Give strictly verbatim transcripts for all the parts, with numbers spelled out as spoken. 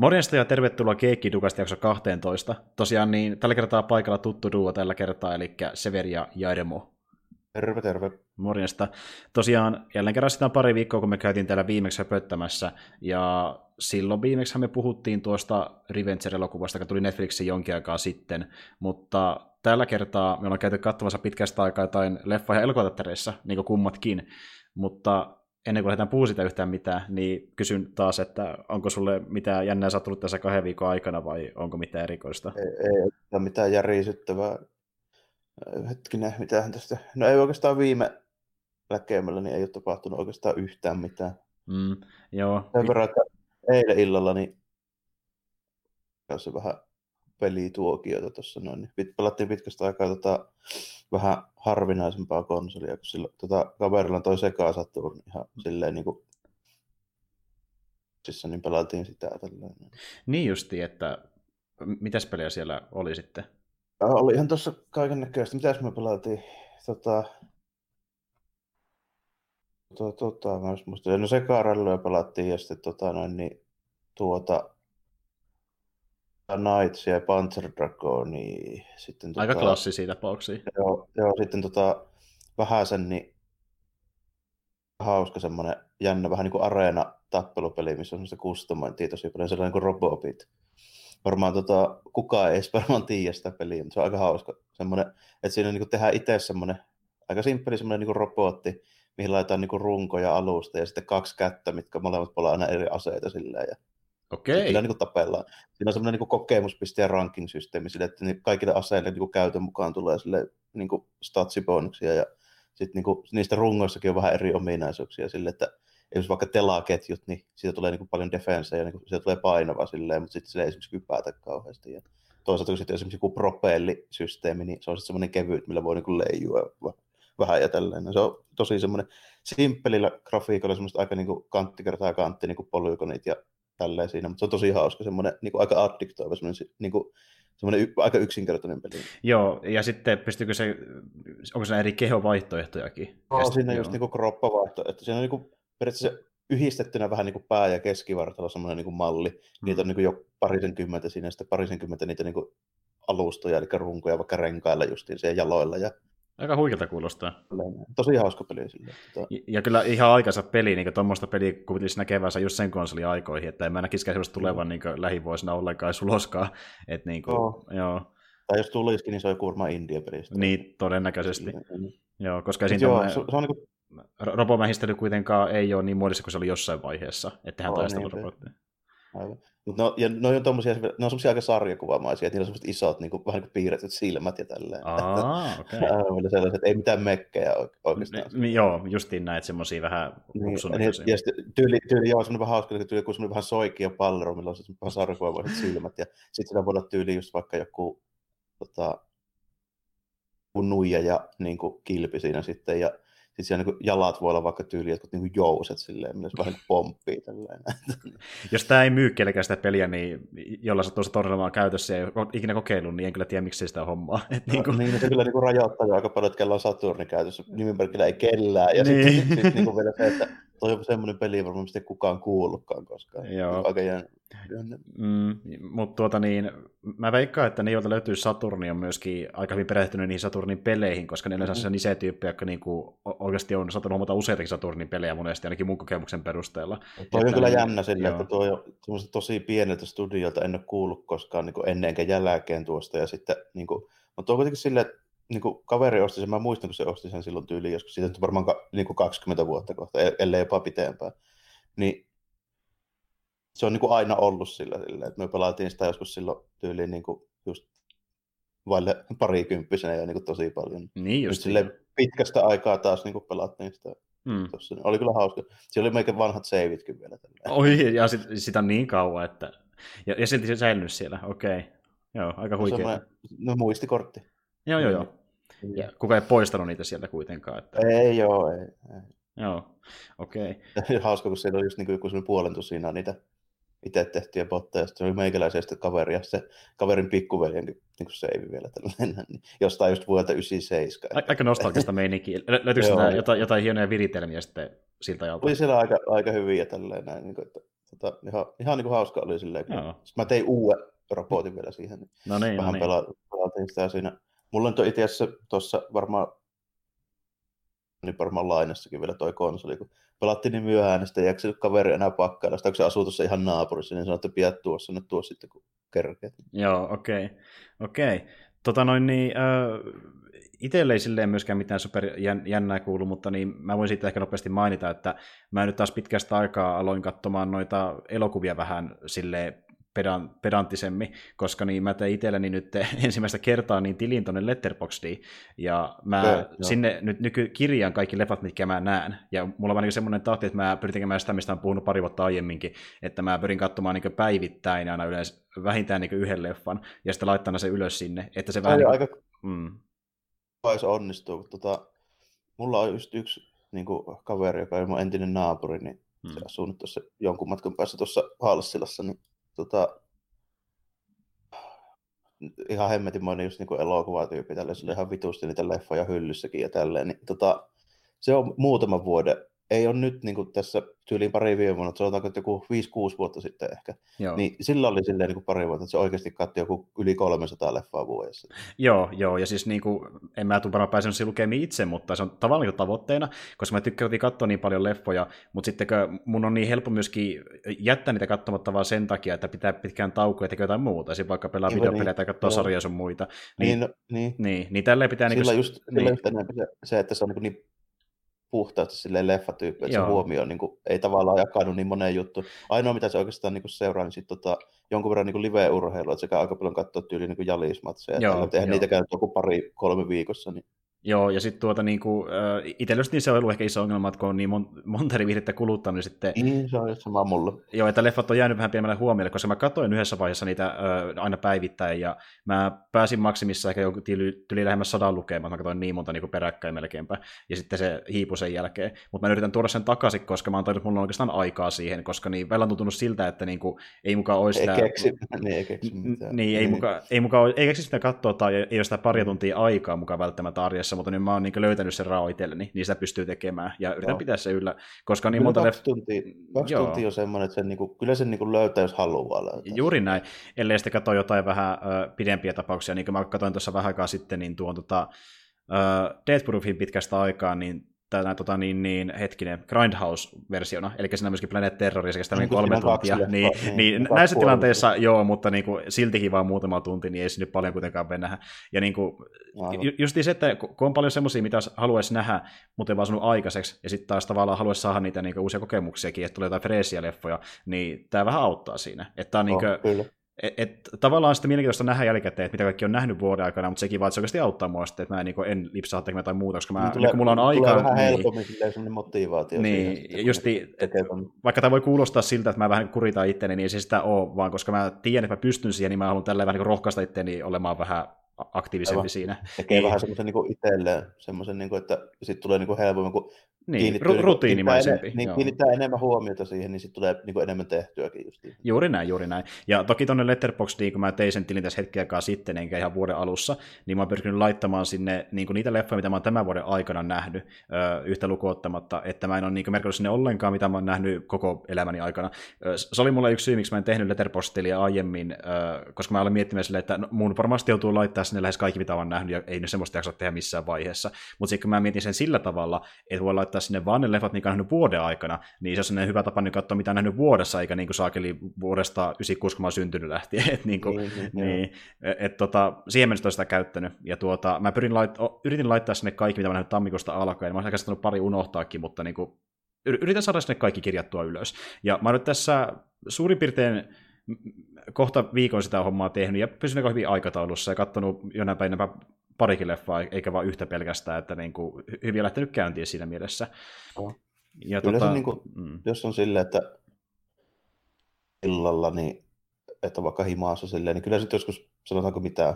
Morjesta ja tervetuloa Keikki-Dukasta jakso kaksitoista. Tosiaan niin tällä kertaa paikalla tuttu duo tällä kertaa, eli Severi ja Jarmo. Terve, terve. Morjesta. Tosiaan jälleen kerran sitä on pari viikkoa, kun me käytiin täällä viimeksi höpöttämässä, ja silloin viimeksi me puhuttiin tuosta Revenger-elokuvasta, joka tuli Netflixiin jonkin aikaa sitten, mutta tällä kertaa me ollaan käyty katsomassa pitkästä aikaa jotain leffa- ja elokuvateattereissa, niin kuin kummatkin, mutta ennen kuin lähdetään puhumaan sitä yhtään mitään, niin kysyn taas, että onko sulle mitään jännää sattunut tässä kahden viikon aikana vai onko mitään erikoista? Ei, ei ole mitään järisyttävää. Hetkinen, mitähän tästä. No ei oikeastaan viime läkemällä, niin ei ole tapahtunut oikeastaan yhtään mitään. Mm, joo. Sen verran, että eilen illalla niin se vähän pelituokioita tuossa noin. Niin pelattiin pitkästä aikaa tota, vähän harvinaisempaa konsolia, kun sillä tota, kaverilla on toi Sega Saturn ihan silleen niin kuin niin pelattiin sitä tällainen. Niin justi, että mitäs pelejä siellä oli sitten? Oli ihan tuossa kaiken näköistä. Mitäs me pelattiin? Tota, tota, tota, mä muistan. No Sega-rallyä pelattiin ja sitten tota, noin, niin, tuota, Knightsia ja Panzer Dragonia. Sitten, Aika tota, klassisia tapauksia. Joo, joo sitten tota, vähäsen niin hauska semmoinen jännä, vähän niin kuin areena-tappelupeli, missä on semmoista kustomointia tosi paljon, sellainen niin kuin Robobit. Varmaan tota, kukaan ei edes varmaan tiedä sitä peliä, mutta se on aika hauska. Semmoinen, että siinä niin kuin tehdään itse semmoinen aika simppeli semmoinen niin kuin robotti, mihin laitetaan niin kuin runkoja alusta ja sitten kaksi kättä, mitkä molemmat palaa aina eri aseita silleen. Ja okei. Sitten niin kuin tapellaan. Siinä on semmoinen niin kuin kokemuspiste- ja ranking-systeemi sille, että kaikille aseille niin kuin käytön mukaan tulee sille, niin kuin statsibonuksia ja sitten niin kuin, niistä rungoissakin on vähän eri ominaisuuksia sille, että jos vaikka telaketjut, niin siitä tulee niin kuin paljon defenseä ja niin kuin, siitä tulee painava silleen, mutta sitten se ei esimerkiksi hypätä kauheasti. Ja toisaalta kun sitten esimerkiksi joku propellisysteemi, niin se on sitten semmoinen kevyt, millä voi niin kuin leijua vähän ja tälleen. Se on tosi semmoinen simppelillä grafiikalla semmoista aika niin kuin kantti kertaa kantti, niin kuin polygonit ja tälleen siinä, mutta se on tosi hauska, semmoinen niin kuin aika addiktoiva, semmoinen, niin kuin, semmoinen y- aika yksinkertainen peli. Joo, ja sitten pystyykö se, onko se eri kehovaihtoehtojakin? No, ja siinä just niin kuin kroppavaihto, että siinä on niin kuin periaatteessa yhdistettynä vähän niin kuin pää- ja keskivartalo semmoinen niin kuin malli. Hmm. Niitä on niin kuin jo parisenkymmentä siinä, sitten parisenkymmentä niitä niin kuin alustoja, eli runkoja vaikka renkailla justiin siellä jaloilla. Ja aika huikelta kuulostaa. Tosi hauska peli silleen. Tota... Ja kyllä ihan aikansa peli, niin tuommoista peliä kuvittelisi siinä keväässä just sen konsolin aikoihin, että en mä näkisikään sellaista tulevan niin lähivuosina ollenkaan suloskaan. Että niin kuin, no. joo. Tai jos tulisikin, niin se on kurma India-pelistä. Niin, todennäköisesti. Mm-hmm. Joo, koska siinä joo, se, se on niin kuin... robomähistely kuitenkaan ei ole niin muodissa kuin se oli jossain vaiheessa, että tehdään oh, taistelurobotteja. Aivan. Mutta no, ja ne on tommosia, ne on semmosia aika sarjakuvamaisia, että niillä on semmoiset isot, niin kuin, vähän niin kuin piirretyt silmät ja tälleen. Aa, okei. Okay. Sellaiset, ei mitään mekkejä oikeastaan. Ne, joo, justiin näitä semmosia vähän hupsunäköisiä. Niin, ja sitten tyyli, tyyli joo, semmoinen vähän hauska, tyyli joku semmoinen vähän soikea pallero, millä on semmoinen vähän sarjakuvamaiset silmät, ja sitten sillä voi olla tyyli just vaikka joku, tota, nuija ja niin kuin, kilpi siinä sitten, ja sitten siellä niin jalat voi olla vaikka tyyli jotkut niin jouset silleen, millä se vähän niin pomppii tälleen. Jos tämä ei myy kellekään sitä peliä, niin jolla se tuossa todella käytössä ja ei ole ikinä kokeillut, niin en kyllä tiedä, miksi sitä hommaa. Et no, niin, kuin... niin, se kyllä niin rajoittaa jo aika paljon, että kello on Saturni käytössä. Nimimerkillä ei kellään. Ja niin. sitten sit, niin vielä se, että toi on semmoinen peli, varmaan mistä ei kukaan kuullutkaan koskaan. Joo. Aika jännä. Mm, mutta tuota niin, mä veikkaan, että ne, joilta löytyy Saturni, on myöskin aika hyvin perehtynyt niihin Saturnin peleihin, koska ne yleensä mm-hmm. on se tyyppi, joka niinku oikeasti on saattanut huomata useitakin Saturnin pelejä monesti, ainakin mun kokemuksen perusteella. Toi on kyllä jännä sille, että tuo on tosi pieneltä studiolta, en ole kuullut koskaan niin ennen enkä jälkeen tuosta. Ja sitten, niin kuin, mutta tuo on kuitenkin silleen, että niin kuin kaveri osti sen, mä muistan, kun se osti sen silloin tyyliin, joskus siitä varmaan niin kuin kaksikymmentä vuotta kohta, ellei jopa pitempään. Niin se on niin kuin aina ollut sillä, sillä, että me pelaatiin sitä joskus silloin tyyliin niin kuin just vaille parikymppisenä ja niin kuin tosi paljon. Niin just silleen pitkästä aikaa taas niin kuin pelattiin sitä. Hmm. Tossa. Oli kyllä hauska. Siellä oli meikä vanhat seivitkin vielä. Oi, ja sit, sitä on niin kauan, että... Ja, ja silti se säilynyt siellä, okei. Okay. Joo, aika huikea. No muistikortti. Joo, joo, joo. Ja kuka ei poistanut niitä sieltä kuitenkaan. Että... Ei joo, ei. ei. Joo, okei. Okay. Hauska, kun siellä oli just niin kuin puolen tusinaa niitä itse tehtyjä botteja, sitten se oli meikäläisiä sitten kaveri, ja se kaverin pikkuveljenkin niin seivi vielä tällainen, niin jostain just vuodelta yhdeksänkymmentäseitsemän. Aika nostalgista meininkiä. Löytyykö sitä jotain, jotain hienoja viritelmiä sitten siltä ajalta? Oli siellä aika, aika hyviä tälleen näin, niin kuin, että tota, ihan, ihan niin kuin hauska oli silleen. Joo. Sitten mä tein uuden robotin vielä siihen. Niin no niin, vähän no niin. pela, pelatiin sitä siinä. Mulla on itse asiassa tuossa varmaan, niin varmaan lainassakin vielä toi konsoli, kun pelattiin niin myöhään, niin sitten ei jaksanut kaveri enää pakkailla. Sitten kun se asuu tuossa ihan naapurissa, niin sanoi, että pidät tuossa, nyt tuo sitten, kun kerkeät. Joo, okei. Okay. Okei. Okay. Tota noin niin, äh, itselle ei silleen myöskään mitään super jännää kuulu, mutta niin mä voin siitä ehkä nopeasti mainita, että mä nyt taas pitkästä aikaa aloin katsomaan noita elokuvia vähän silleen pedanttisemmin, koska niin mä tein itselleni nyt ensimmäistä kertaa niin tilin tuonne Letterboxdiin, ja mä Joo, sinne nyt nykykirjaan kaikki leffat, mitkä mä näen, ja mulla on vaan niin semmoinen tahti, että mä pyrin tekemään sitä, mistä olen puhunut pari vuotta aiemminkin, että mä pyrin katsomaan niin päivittäin aina yleensä vähintään niin yhden leffan, ja sitten laittana se ylös sinne, että se vähän niin kuin, aika mm. se onnistuu. Tota, mulla on just yksi niin kuin, kaveri, joka on mun entinen naapuri, niin mm. se asuu nyt tuossa jonkun matkan päässä tuossa Halssilassa, niin tota, ihan hemmetimoinen just niin elokuvatyyppi, tälleen sille ihan vitusti niitä leffoja hyllyssäkin ja tälleen, niin tota, se on muutaman vuoden, ei ole nyt niin kuin tässä tyyliin pari viime vuonna, sanotaanko, että joku viisi kuusi vuotta sitten ehkä, joo. Niin sillä oli silleen niin kuin pari vuotta, että se oikeasti katsoi joku yli kolmesataa leffaa vuodessa. Joo, joo, ja siis niin kuin, en mä tule varmaan pääsenyt siihen lukemiin itse, mutta se on tavallaan niin tavoitteena, koska mä tykkään katsoa niin paljon leffoja, mutta sitten mun on niin helppo myöskin jättää niitä katsomatta vaan sen takia, että pitää pitkään taukoja ja tekee jotain muuta, esimerkiksi vaikka pelaa niin, videopelejä niin, tai katsoa joo. sarjoja sun muita. Niin, niin, no, niin. niin, niin tälleen pitää... Sillä niin, just, niin. just enemmän se, se, että se on niin, niin puhtaasti silleen leffatyyppi, että joo. se huomio niin kuin, ei tavallaan jakanut niin moneen juttuun. Ainoa, mitä se oikeastaan niin kuin seuraa, niin sitten tota, jonkun verran niin kuin live-urheilua, että sekä aika paljon katsoa tyyliin niin jalismatseja. Eihän niitä käy joku pari, kolme viikossa. Niin. Joo, ja sitten tuota niinku, äh, itsellä niin se on ollut ehkä iso ongelma, että kun on niin mon- monta eri viihdettä kuluttanut, niin sitten... Niin, se on sama mulle. Joo, että leffat on jäänyt vähän pienemmälle huomiolle, koska mä katsoin yhdessä vaiheessa niitä äh, aina päivittäin, ja mä pääsin maksimissa ehkä joku tyli, tyli lähemmäs sadan lukemaan, mä katsoin niin monta niin peräkkäin melkeinpä, ja sitten se hiipui sen jälkeen. Mutta mä yritän tuoda sen takaisin, koska mä oon todennut, että mulla on oikeastaan aikaa siihen, koska niin välillä on tuntunut siltä, että niinku, ei mukaan olisi ei sitä... Keksi, niin, ei keksi mitään. Niin, ei, muka, ei, muka, ei keksi sitä katsoa, tai ei ole sitä paria tuntia aikaa mukaan välttämättä arjessa, mutta nyt mä oon niin löytänyt sen rao itselleni, niin sitä pystyy tekemään, ja yritän no. pitää se yllä, koska on niin monta... Kaksi, tuntia, kaksi tuntia on semmoinen, että sen, niin kuin, kyllä sen niin kuin löytää, jos haluaa löytää. Juuri näin, ellei sitten katso jotain vähän ö, pidempiä tapauksia, niin kuin mä katsoin tuossa vähän aikaa sitten, niin tuon tota, Death Proofin pitkästä aikaa, niin tämä tota, niin, niin, hetkinen Grindhouse-versiona, eli siinä on myöskin Planet Terror sekä sitä niin kolme tuntia, niin, niin, niin näissä tilanteissa joo, mutta niin kuin, siltikin vaan muutama tunti, niin ei se nyt paljon kuitenkaan mennä. Ja niin kuin, ju, just se, että kun on paljon semmoisia, mitä haluaisi nähdä, mutta ei vaan sanonut aikaiseksi, ja sitten taas tavallaan haluaisi saada niitä niin kuin, uusia kokemuksiakin, että tulee jotain freesiä leffoja, niin tämä vähän auttaa siinä. Että on, no, niin kuin, Et, et, tavallaan sitten mielenkiintoista nähdä jälkikäteen, että mitä kaikki on nähnyt vuoden aikana, mutta sekin vaan, että se oikeasti auttaa mua sitten, että mä en, niin kuin, en lipsaa tekemään jotain muuta, koska mä, tulee, niin, mulla on aikaa... Tulee vähän niin, helpommin sellainen motivaatio niin, siihen. Justi, vaikka tämä voi kuulostaa siltä, että mä vähän kuritan itteni, niin ei se sitä ole, vaan koska mä tiedän, että mä pystyn siihen, niin mä haluan tälleen vähän niin rohkaista itteni olemaan vähän aktiivisempi Aivan. siinä. Tekee niin. vähän semmoisen niin itselleen, semmoisen, niin kuin, että sitten tulee niin kuin helpommin, kun niin, ru- rutiinimaisempi. Niin, niin kiinnittää enemmän huomiota siihen, niin sitten tulee niin kuin enemmän tehtyäkin. Justiin. Juuri näin, juuri näin. Ja toki tuonne Letterboxdiin, kun mä tein sen tilin tässä hetken aikaa sitten, enkä ihan vuoden alussa, niin mä oon pyrkinyt laittamaan sinne niin kuin niitä leffoja, mitä mä oon tämän vuoden aikana nähnyt, ö, yhtä lukuottamatta, että mä en ole niin merkannut sinne ollenkaan, mitä mä oon nähnyt koko elämäni aikana. Se oli mulle yksi syy, miksi mä en tehnyt Letterboxdia aiemmin, ö, koska mä olen miettimään silleen, että mun varmasti joutuu laittaa sinne lähes kaikki, mitä mä oon nähnyt, ja ei nyt semmoista jaksa tehdä missään vaiheessa. Mutta sitten kun mä mietin sen sillä tavalla, että voi laittaa sinne vaan ne leffat, mikä on nähnyt vuoden aikana, niin se on sellainen hyvä tapa nyt katsoa, mitä on nähnyt vuodessa, eikä niin kuin saakeli vuodesta yhdeksänkymmentäkuusi, kun mä oon syntynyt lähtien. Et niin kuin, mm-hmm, niin, et, tota, siihen mennessä olen sitä käyttänyt. Ja tuota, mä pyrin lait- yritin laittaa sinne kaikki, mitä mä oon nähnyt tammikuusta alkaen. Mä oon käsittänyt pari unohtaakin, mutta niin kuin, yritän saada sinne kaikki kirjattua ylös. Ja mä oon nyt tässä suurin piirtein kohta viikon sitä hommaa tehnyt, ja pysyn aika hyvin aikataulussa, ja katsonut jonain päivänä parikin leffaa, eikä vaan yhtä pelkästään, että niin kuin, hyvin lähtenyt käyntiin siinä mielessä. No. Ja Kyllä tota, se, niin kuin, mm. jos on silleen, että illalla, niin, että vaikka himaassa silleen, niin kyllä sitten joskus, sanotaanko mitään,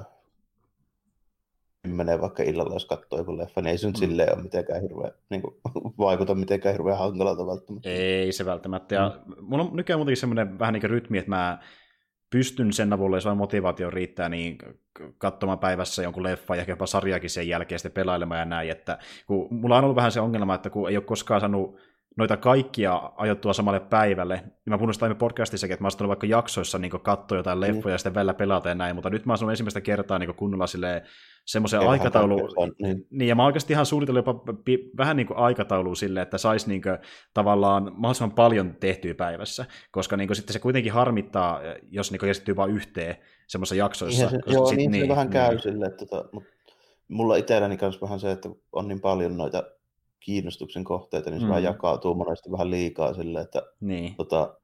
kymmenen vaikka illalla, jos katsoo joku leffa, niin ei se nyt mm. silleen ole mitenkään hirveän, niin kuin, vaikuta mitenkään hirveän hankalalta välttämättä. Ei se välttämättä, ja mm. mulla on nykyään muutenkin semmoinen vähän niin kuin rytmi, että mä pystyn sen avulla, jos vain motivaatio riittää, niin katsomaan päivässä jonkun leffa ja jopa sarjaakin sen jälkeen sitten pelailemaan ja näin, että kun mulla on ollut vähän se ongelma, että kun ei ole koskaan saanut noita kaikkia ajottua samalle päivälle, niin mä puhun sitä podcastissakin, että mä oon vaikka jaksoissa niin katsoa jotain leffoja mm. ja sitten välillä pelata ja näin, mutta nyt mä oon ensimmäistä kertaa niin kunnolla semmoisen aikataulu, niin. niin, ja mä oikeasti ihan suunnitellut jopa pi- vähän niin kuin aikataulua silleen, että saisi niin tavallaan mahdollisimman paljon tehtyä päivässä, koska niin sitten se kuitenkin harmittaa, jos niin keskittyy vain yhteen semmoisessa jaksoissa. Se, joo, sit, niin, niin se vähän niin. käy silleen, että tota, mutta mulla itselläni kanssa vähän se, että on niin paljon noita kiinnostuksen kohteita, niin se mm. vähän jakautuu monesti vähän liikaa silleen, että niin. tota,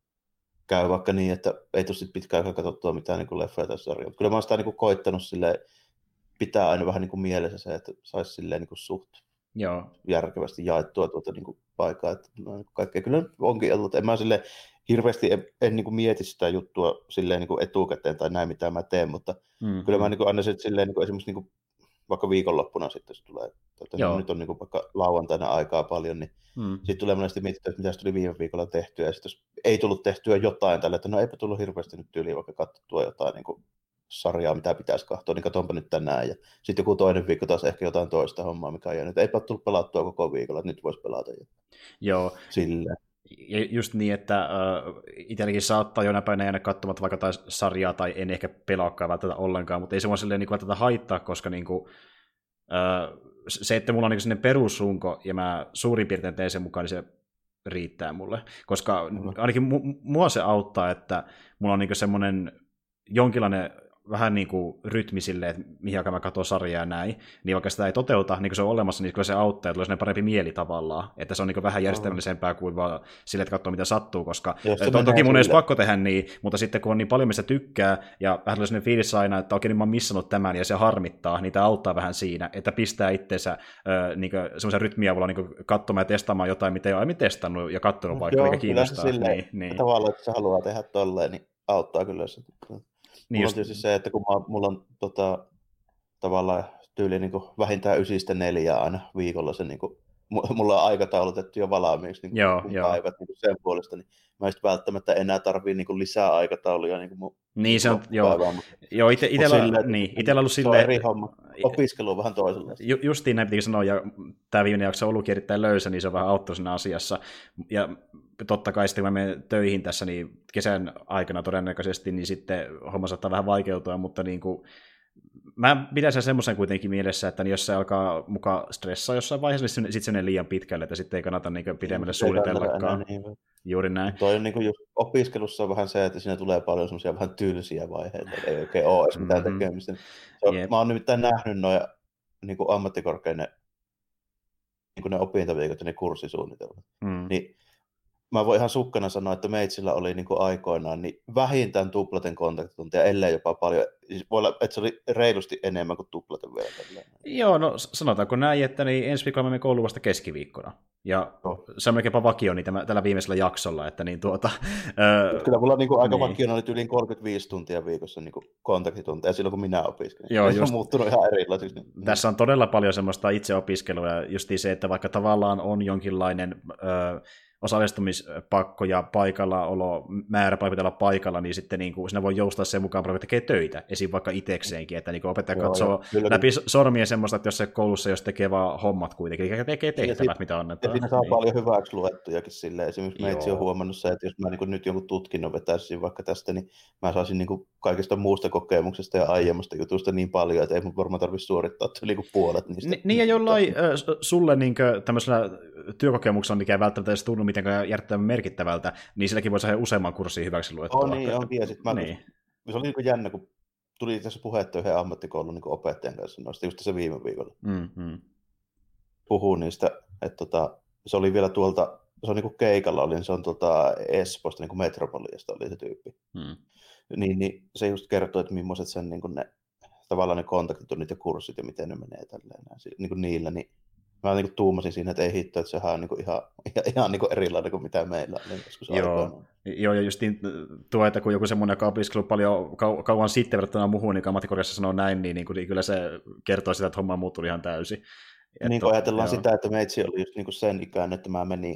käy vaikka niin, että ei tosi pitkään aikaa katsottua mitään niin leffoja tai sarjoja. Kyllä mä oon sitä niin kuin koittanut silleen, pitää aina vähän niin kuin mielessä se, että saisi silleen niin kuin suht Joo. järkevästi jaettua tuota niin kuin paikkaa. Että no, kaikkea kyllä onkin ollut. En mä silleen hirveästi en, en niin kuin mieti sitä juttua silleen niin kuin etukäteen tai näin, mitä mä teen, mutta mm-hmm. kyllä mä niin kuin aina silleen niin kuin esimerkiksi niin kuin vaikka viikonloppuna sitten, jos tulee, että nyt on niin kuin vaikka lauantaina aikaa paljon, niin mm. sitten tulee monesti miettiä, että mitä tuli viime viikolla tehtyä, ja sitten jos ei tullut tehtyä jotain tällä, että no eipä tullut hirveästi nyt tyyliin vaikka katsottua jotain niin kuin sarjaa, mitä pitäisi katsoa, niin katsonpa nyt tänään, ja sitten joku toinen viikko taas ehkä jotain toista hommaa, mikä on jäänyt. Eipä tullut pelattua koko viikolla, että nyt voisi pelata. Joo. Silleen. Ja just niin, että äh, itselläkin saattaa jonain päivänä jäädä katsomatta vaikka tai sarjaa, tai en ehkä pelaakaan välttämättä ollenkaan, mutta ei se vaan silleen niin välttämättä haittaa, koska niin kuin, äh, se, että mulla on niin sellainen perusrunko, ja mä suurin piirtein teen sen mukaan, niin se riittää mulle. Koska mm-hmm. ainakin mu- mua se auttaa, että mulla on niin semmoinen jonkinlainen vähän niin kuin rytmi silleen, että mihin aikaan mä katson sarjaa ja näin, niin vaikka sitä ei toteuta, niin kun se on olemassa, niin kyllä se auttaa, ja tulee sellainen parempi mieli tavallaan, että se on niin kuin vähän järjestelmällisempää kuin vaan sille, että katsoo mitä sattuu, koska on toki mun ei pakko tehdä niin, mutta sitten kun on niin paljon, mistä tykkää, ja vähän sellainen fiilis aina, että okei, niin mä oon missannut tämän, ja se harmittaa, niin tämä auttaa vähän siinä, että pistää itseensä niin semmoisen rytmin avulla niin katsomaan ja testaamaan jotain, mitä ei ole aiemmin testannut, ja katsonut vaikka, joo, mikä kiinnostaa. Silleen, niin, niin. Tavallaan, että se haluaa tehdä tolleen, niin auttaa kyllä se. Niin mulla on tietysti se, että kun mä, mulla on tota, tavallaan tyyli niin kuin vähintään ysistä neljää aina viikolla se, niin kuin, mulla on aikataulutettu jo valmiiksi niin joo, päivät niin sen puolesta, niin mä en välttämättä enää tarvii niin kuin lisää aikatauluja. Niin, kuin mun niin se on, joo, päivään, mutta, joo ite, itellä, silleen, niin, itellä ollut silleen, se on eri homma. Opiskelu on vähän toisella. Ju, justiin näin piti sanoa, ja tämä viimeinen jakso on ollutkin erittäin löysä, niin se on vähän auttanut siinä asiassa. Ja totta kai sitten, kun mä menen töihin tässä, niin kesän aikana todennäköisesti, niin sitten homma saattaa vähän vaikeutua, mutta niin kuin, mä pidän sen semmoisen kuitenkin mielessä, että jos se alkaa mukaan stressaa jossain vaiheessa, niin sitten se menee liian pitkälle, että sitten ei kannata niin pidemmälle niin, suunnitellakaan. Niin. Juuri näin. Toi on niin kuin just opiskelussa on vähän se, että siinä tulee paljon semmoisia vähän tylsiä vaiheita, että ei oikein ole edes mitään mm-hmm. tekemistä. On, yep. Mä oon nimittäin nähnyt noin niin ammattikorkeinen niin ne opintoviikot ja ne kurssisuunnitelmat. Mm. Niin mä voin ihan sukkana sanoa, että meitsillä oli niin kuin aikoinaan niin vähintään tuplaten kontaktituntia, ellei jopa paljon. Voi olla, että se oli reilusti enemmän kuin tuplaten vielä. Joo, no sanotaanko näin, että niin ensi viikolla me kouluun vasta keskiviikkona. Ja no. Se on melkeinpä vakio niin tällä viimeisellä jaksolla. Että niin tuota, öö, kyllä mulla niin kuin aika niin. Vakiona oli yli kolmekymmentäviisi tuntia viikossa niin kuin kontaktituntia, silloin kun minä opiskelin. Joo, just, on muuttunut ihan erilaisiksi. Niin. Tässä on todella paljon semmoista itseopiskelua, ja justiin se, että vaikka tavallaan on jonkinlainen Öö, osallistumispakko ja paikallaolo, määräpäivä pitää olla paikalla, niin sitten niin kuin, siinä voi joustaa sen mukaan, että tekee töitä, esim. Vaikka itsekseenkin, että niin kuin opettaja joo, katsoo joo, läpi sormien semmoista, että jos se koulussa jos tekee vaan hommat kuitenkin, eli tekee tehtävät, mitä annetaan. Ja siinä saa niin. Paljon hyväksi luettujakin silleen. Esimerkiksi mä itse olen huomannut se, että jos mä niin nyt jonkun tutkinnon vetäisin vaikka tästä, niin mä saisin niin kuin kaikesta muusta kokemuksesta ja aiemmasta jutusta niin paljon, että ei mun varmaan tarvitse suorittaa niin kuin puolet niistä. Ni, niin ja jollain äh, sulle niin kuin, tämmöisellä työkokemuksella, mikä ei välttämättä edes tunnu mitenkään järjestelmän merkittävältä, niin silläkin voi saada useamman kurssin hyväksi luettua. Oh, niin, onkin. Ja sit mä, niin. Se oli niin kuin jännä, kun tuli tässä puhetta yhden ammattikoulun niin opettajan kanssa noista just se viime viikolla. Mm-hmm. Puhuu niistä, että tota, se oli vielä tuolta, se on niin kuin keikalla, oli, se on tuolta Espoosta, niin kuin Metropoliasta oli se tyyppi. Mm. Niin, niin se just kertoi, että millaiset sen niin kuin ne, tavallaan ne kontaktitunnit ja kurssit ja miten ne menee tälleen, niin kuin niillä, niin mä niin kuin tuumasin siinä, että ei hitto, että sehän on niin kuin ihan, ihan, ihan niin kuin erilainen kuin mitä meillä on. Niin joo. Joo, ja just niin, tuo, että kun joku semmoinen, joka on opiskellut paljon kau- kauan sitten verrattuna muuhun, niin ammattikorkeassa sanoo näin, niin, niin, niin kyllä se kertoo sitä, että homma on muuttunut ihan täysin. Niin kuin ajatellaan joo. Sitä, että meitsi oli just niin kuin sen ikäinen, että mä menin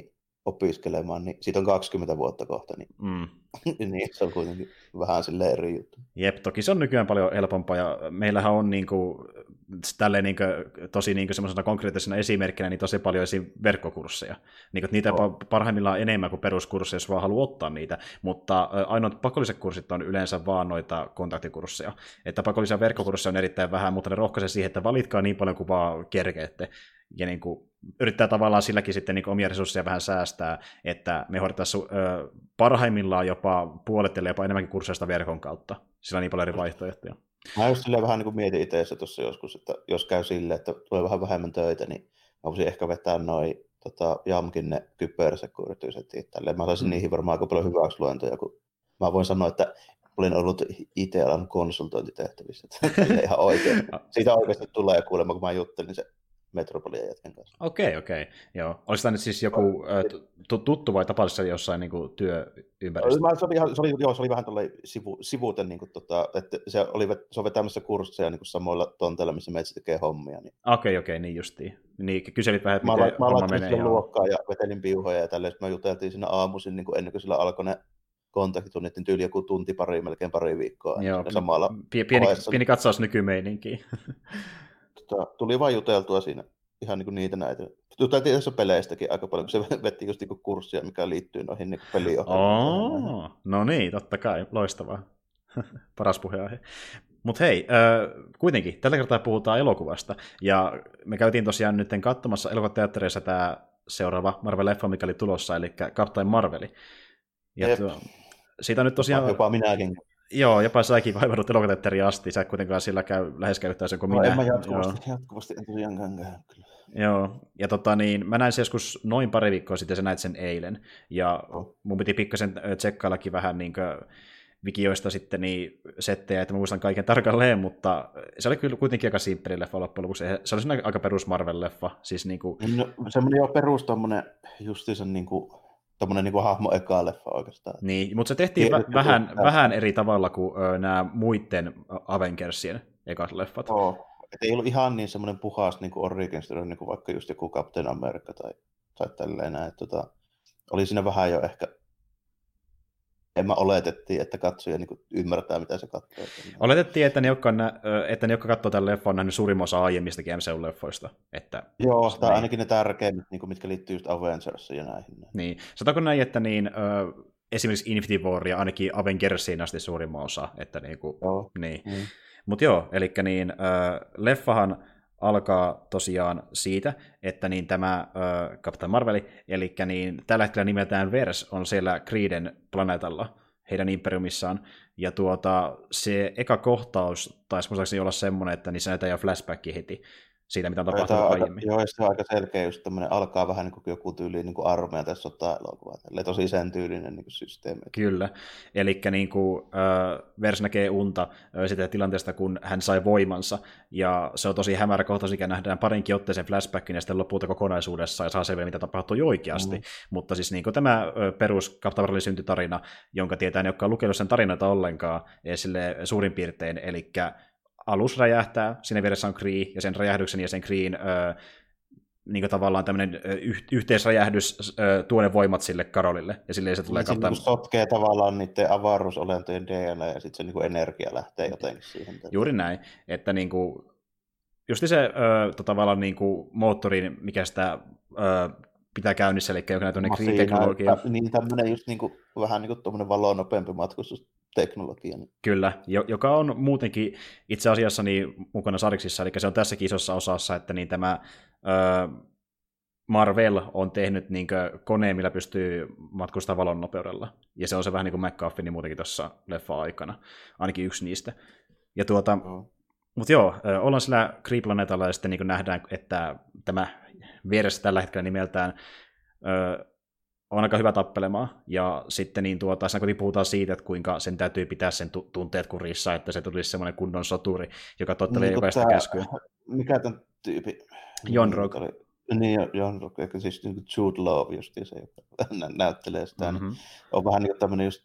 opiskelemaan, niin siitä on kaksikymmentä vuotta kohta, niin, mm. niin se on kuitenkin vähän silleen eri juttu. Jep, toki se on nykyään paljon helpompaa, ja meillähän on niin kuin, tälleen niin kuin, tosi niin kuin semmoisena konkreettisena esimerkkinä niin tosi paljon esim. Verkkokursseja. Niin kuin, niitä on parhaimmillaan enemmän kuin peruskursseja, jos vaan haluaa ottaa niitä, mutta ainoat pakolliset kurssit on yleensä vaan noita kontaktikursseja. Että pakollisia verkkokursseja on erittäin vähän, mutta ne rohkaisee siihen, että valitkaa niin paljon kuin vaan kerkeette. Ja niin kuin, yrittää tavallaan silläkin sitten niin kuin omia resursseja vähän säästää, että me hoidettaisiin ö, parhaimmillaan jopa puolet ja jopa enemmänkin kursseista verkon kautta. Sillä on niin paljon eri vaihtoehtoja. Mä just silleen vähän niin kuin mietin itse tuossa joskus, että jos käy silleen, että tulee vähän vähemmän töitä, niin mä voisin ehkä vetää noin tota, jamkin ne kybersekurity-setit. Mä saisin mm. niihin varmaan aika paljon hyväksiluentoja, kun mä voin sanoa, että olin ollut I T-alan konsultointitehtävissä. Ihan oikein. Siitä oikeasti tulee kuulemma, kun mä juttelin se Metropolian jätkän kanssa. Okei, okei. Joo. Oliko tämä nyt siis joku t- tuttu vai tapaisessa jossain niin kuin työympäristössä? Se oli, ihan, se oli, joo, se oli vähän sivu, sivuuten, niin kuin, tota, että se oli, se oli tämmöisissä kursseja niin kuin samoilla tonteilla, missä meitsi tekee hommia. Niin. Okei, okei, niin justiin. Niin, kyselit vähän, että mä miten mä homma menee. Mä luokkaa ja vetelin piuhoja ja tälleen, me juteltiin siinä aamuisin, niin kuin ennen kuin sillä alkoi ne kontaktitunnit, niin tyyli joku tunti pari, melkein pari viikkoa. Joo, samalla pieni, pieni katsaus nykymeininkiin. Tota, tuli vaan juteltua siinä. Ihan niin niitä näitä. Juteltiin tässä peleistäkin aika paljon, kun se vetti just niin kurssia, mikä liittyy noihin niin peliohjelmiin. Oh, no niin, totta kai. Loistavaa. Paras puheenaihe. Mutta hei, äh, kuitenkin, tällä kertaa puhutaan elokuvasta. Ja me käytiin tosiaan nyt katsomassa elokuvateattereissa tämä seuraava Marvel-leffa, mikä oli tulossa, eli Captain Marveli. Ja tuo, siitä on nyt tosiaan... Jopa, jopa minäkin. Joo, jopa säkin vaivannut elokuvateatteriin asti. Sä et kuitenkaan sillä käy lähes käyttäisiin kuin no, minä. En mä jatkuvasti, jatkuvasti en tosiaankaan käy, kyllä. Joo, ja tota niin, mä näin sen joskus noin pari viikkoa sitten, sä näit sen eilen, ja oh. mun piti pikkasen tsekkaillakin vähän niin kuin Wikioista sitten niin settejä, että mä muistan kaiken tarkalleen, mutta se oli kyllä kuitenkin aika simppeli leffa loppujen lopuksi. Se oli aika perus Marvel-leffa. Siis niin kuin... no, semmoinen jo perus tommonen justiinsa niin kuin, tommonen niin kuin hahmo eka leffa oikeastaan. Niin, mutta se tehtiin vä- vähän, vähän eri tavalla kuin ö, nämä muiden Avengersien ekat leffat. Oh. Et ei ollut ihan niin semmoinen puhas niin kuin origin story, niin kuin vaikka just joku Captain America tai, tai tälleen näin. Tota, oli siinä vähän jo ehkä, en mä oletettiin, että katsoja niin kuin ymmärtää, mitä se katsoo. Oletettiin, että ne, jotka, että ne, jotka katsoo tämän leffan, on nähnyt suurimman osa aiemmistakin M C U-leffoista. Että, joo, tai ainakin ne tärkeimmät, niin kuin, mitkä liittyy just Avengersiin ja näihin. Niin, sanotaanko näin, että niin, ö, esimerkiksi Infinity War ja ainakin Avengersiin asti suurimman osa. Että niin kuin, joo. Niin. Mm. Mutta joo, eli niin, äh, leffahan alkaa tosiaan siitä, että niin tämä äh, Captain Marveli, eli niin tällä hetkellä nimeltään Vers, on siellä Kreeden planeetalla, heidän imperiumissaan, ja tuota, se eka kohtaus taisi muistaakseni olla semmoinen, että niissä näytetään jo flashbackia heti siitä, mitä on tapahtunut aika, aiemmin. Joo, se on aika selkeä, just tämmöinen alkaa vähän niin kuin joku tyyli niin kuin armeija tässä sota-elokuva, tosi sen tyylinen niin kuin systeemi. Kyllä, eli niin kuin, äh, Vers näkee unta äh, sitä tilanteesta, kun hän sai voimansa, ja se on tosi hämärä kohtaus, mikä nähdään parinkin otteeseen flashbackin, ja sitten lopulta kokonaisuudessa, ja saa selvää, mitä tapahtui oikeasti. Mm-hmm. Mutta siis niin kuin tämä äh, perus Captain Marvelin syntytarina, jonka tietää ne, jotka on lukenut sen tarinoita ollenkaan, sille suurin piirtein, eli alus räjähtää, siinä vieressä on Kree, ja sen räjähdyksen ja sen Kreen öö, niin kuin tavallaan tämmöinen yh- yhteisräjähdys öö, tuo ne voimat sille Karolille, ja silleen se tulee kautta... Niin se sotkee tavallaan niiden avaruusolentojen D N A, ja sitten se niin kuin energia lähtee jotenkin siihen. Juuri näin, että niin kuin, just se öö, tavallaan niin kuin moottorin, mikä sitä öö, pitää käynnissä, eli jokin tämmöinen Kree-teknologia. Niin tämmöinen just niin kuin, vähän niin kuin tuommoinen valon nopeampi matkustusteknologia. Niin. Kyllä, joka on muutenkin itse asiassa niin mukana sarjiksissa, eli se on tässäkin isossa osassa, että niin tämä ö, Marvel on tehnyt niin koneen, millä pystyy matkustamaan valon nopeudella, ja se on se vähän niin kuin McGuffin muutenkin tuossa leffa-aikana, ainakin yksi niistä. Ja tuota, mm. Mutta joo, ollaan sillä Kree-planeetalla, ja sitten niin nähdään, että tämä vieressä tällä hetkellä nimeltään ö, on aika hyvä tappelemaan, ja sitten niin tuota, siinä puhutaan siitä, että kuinka sen täytyy pitää sen tu- tunteet kurissa, että se tulisi semmoinen kunnon soturi, joka tottelee niin, jokaista tämä, käskyä. Mikä tämän tyypi? John Rock. Niin, John Rock, eikä siis niin Jude Law justiin se, joka näyttelee sitä. Mm-hmm. Niin on vähän niin kuin tämmöinen just,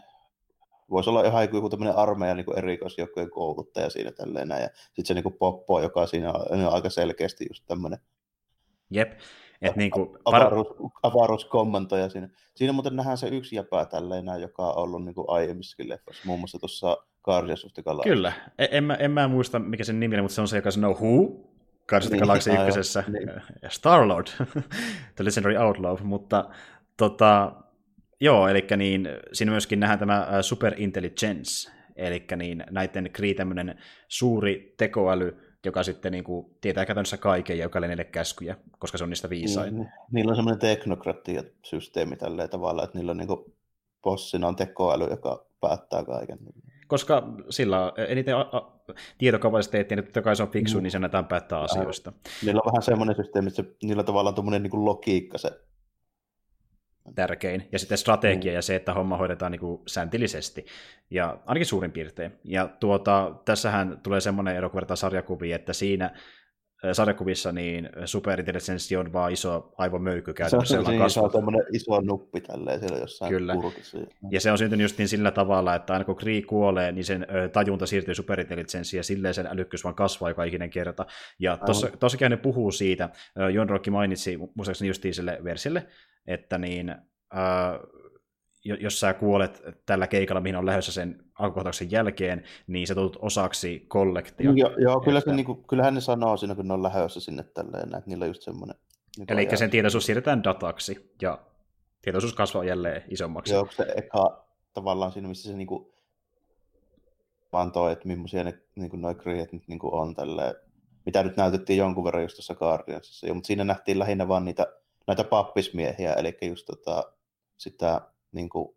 voisi olla ihan joku tämmöinen armeija niin erikoisjoukkojen kouluttaja siinä tälleen, ja sitten se niin Poppo, joka siinä on, on aika selkeästi just tämmöinen. Jep. Et niin kuin, Avaruus, avaruuskommentoja siinä. Siinä muuten nähdään se yksi jäpä tälleen, joka on ollut niin kuin aiemmissakin leffassa, muun muassa tuossa Guardians of the Galaxy. Kyllä, en, en, mä, en mä muista mikä sen nimi on, mutta se on se, joka sanoo Who? Guardians of the Galaxy niin, ykkösessä. Niin. Star-Lord, The Legendary Outlaw, mutta tota, joo, eli niin, siinä myöskin nähdään tämä Super Intelligence, eli niin, näiden Kree tämmöinen suuri tekoäly, joka sitten niin kuin, tietää käytännössä kaiken ja joka niille käskyjä, koska se on niistä viisain. Niin, niillä on semmoinen teknokratia-systeemi tälleen tavalla, että niillä on niin kuin, bossina on tekoäly, joka päättää kaiken. Koska sillä on eniten a- a- tietokapasiteettia, niin totta kai se on fiksu, mm. niin se annetaan päättää asioista. Niillä on vähän semmoinen systeemi, että se, niillä tavallaan on tuommoinen niin kuin logiikka se. Tärkein. Ja sitten strategia mm. ja se, että homma hoidetaan niin kuin säntillisesti. Ja ainakin suurin piirtein. Ja tuota, tässähän tulee semmoinen ero, kun vertaa sarjakuvia, että siinä sarjakuvissa niin superintelligenssi on vaan iso aivomöykky käytännössä. Se on, siinä, se on semmoinen iso nuppi tälleen siellä jossain Kyllä. kurkissa. Ja se on syntynyt just niin sillä tavalla, että aina kun Kree kuolee, niin sen tajunta siirtyy superintelligenssiin ja silleen sen älykkyys vaan kasvaa joka ikinen kerta. Ja tossakin ne puhuu siitä, Jon Rokki mainitsi muistaakseni justiin sille versille, että niin, äh, jos sä kuolet tällä keikalla, mihin on lähdössä sen alkukohtauksen jälkeen, niin sä tulet osaksi kollektia. Joo, joo kyllä että... se, niin kuin, kyllähän ne sanoo siinä, kun ne on lähdössä sinne tälleen, että niillä on just semmoinen... Niin Eli sen tietoisuus siirretään dataksi, ja tietoisuus kasvaa jälleen isommaksi. Joo, se eka tavallaan siinä, missä se niin kuin antoi, että millaisia ne niin kuin noi Kreet nyt niin kuin on tälleen, mitä nyt näytettiin jonkun verran just tuossa Guardiansissa, mutta siinä nähtiin lähinnä vaan niitä, näitä pappismiehiä, eli just tota, sitä niin kuin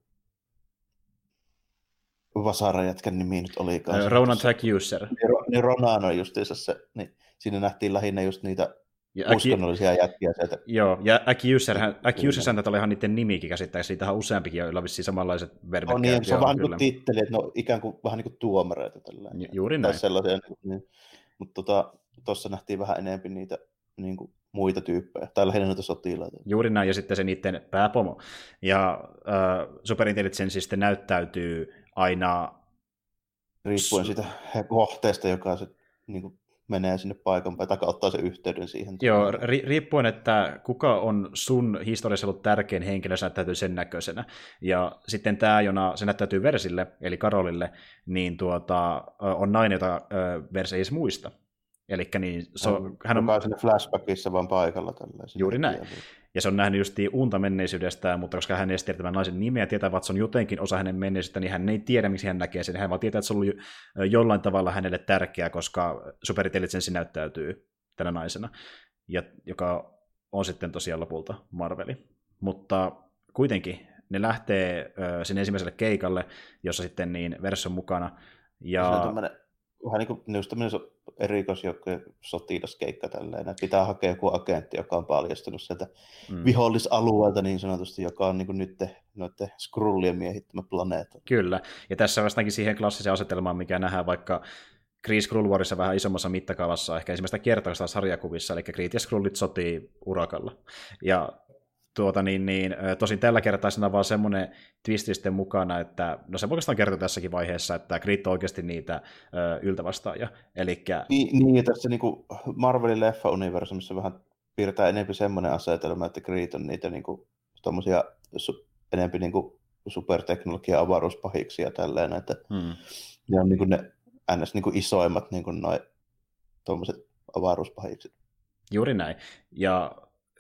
vasarajätkän nimi nyt olikaan. Ronan Tag-User. Niin, niin Ronan on justiinsa se, niin siinä nähtiin lähinnä just niitä ja uskonnollisia Aki... jätkiä sieltä. Joo, ja Accuserhän, Accuserhän tätä oli ihan niiden nimikin käsittääkseni, siitä on useampikin, joilla on vissiin samanlaiset verbet. On niin, se on vähän niin kuin titteli, että ne on ikään kuin vähän niin kuin tuomareita. Tällainen. Ju- juuri näin. Niin. Mutta tuossa tota, nähtiin vähän enemmän niitä niin kuin muita tyyppejä, tai lähinnä noita sotilaita. Juuri näin, ja sitten se niiden pääpomo. Ja äh, superintelligenssi sitten näyttäytyy aina... Riippuen siitä kohteesta, joka se niin kuin menee sinne paikan päin, tai ottaa sen yhteyden siihen. Joo, ri- riippuen, että kuka on sun historiassa ollut tärkein henkilö, se näyttäytyy sen näköisenä. Ja sitten tämä, jona se näyttäytyy Versille, eli Karolille, niin tuota, on nainen, jota Verse ei edes muista. Elikkä niin, so, hän, hän on... Joka on siinä flashbackissa vaan paikalla. Tällaisen. Juuri näin. Ja se on nähnyt justiin unta menneisyydestään, mutta koska hän ei tiedä tämän naisen nimeä ja tietää, että se on jotenkin osa hänen menneisyyttä, niin hän ei tiedä, miksi hän näkee sen. Hän vaan tietää, että se on ollut jollain tavalla hänelle tärkeää, koska superintelligenssi näyttäytyy tänä naisena, ja, joka on sitten tosiaan lopulta Marveli. Mutta kuitenkin ne lähtee ö, sinne ensimmäiselle keikalle, jossa sitten niin Verse on mukana. Ja... Se on tämmöinen, vähän niin kuin just tämmöinen erikoisjoukkojen sotilaskeikka tälleen, että pitää hakea joku agentti, joka on paljastunut sieltä mm. vihollisalueelta niin sanotusti, joka on niin kuin nyt noiden Skrullien miehittämä planeetta. Kyllä, ja tässä vastaankin siihen klassiseen asetelmaan, mikä nähdään vaikka Kree Skrull Warissa vähän isommassa mittakaavassa, ehkä ensimmäistä kertaa sarjakuvissa, eli Kree ja Skrullit sotii urakalla. Ja tuota niin, niin, tosin tällä kertaa siinä on vaan semmoinen twisti sitten mukana, että no se oikeastaan kertoo tässäkin vaiheessa, että Kree on oikeasti niitä ö, yltävastaajia. Elikkä... Niin, niin, ja tässä niin kuin Marvelin leffa-universumissa vähän piirtää enemmän semmoinen asetelma, että Kree on niitä niin kuin, tommosia su, enemmän niin kuin superteknologia avaruuspahiksi ja tälleen, että hmm. ne on niin kuin ne ns. Niin kuin isoimmat niin kuin noi tommoset avaruuspahikset. Juuri näin. Ja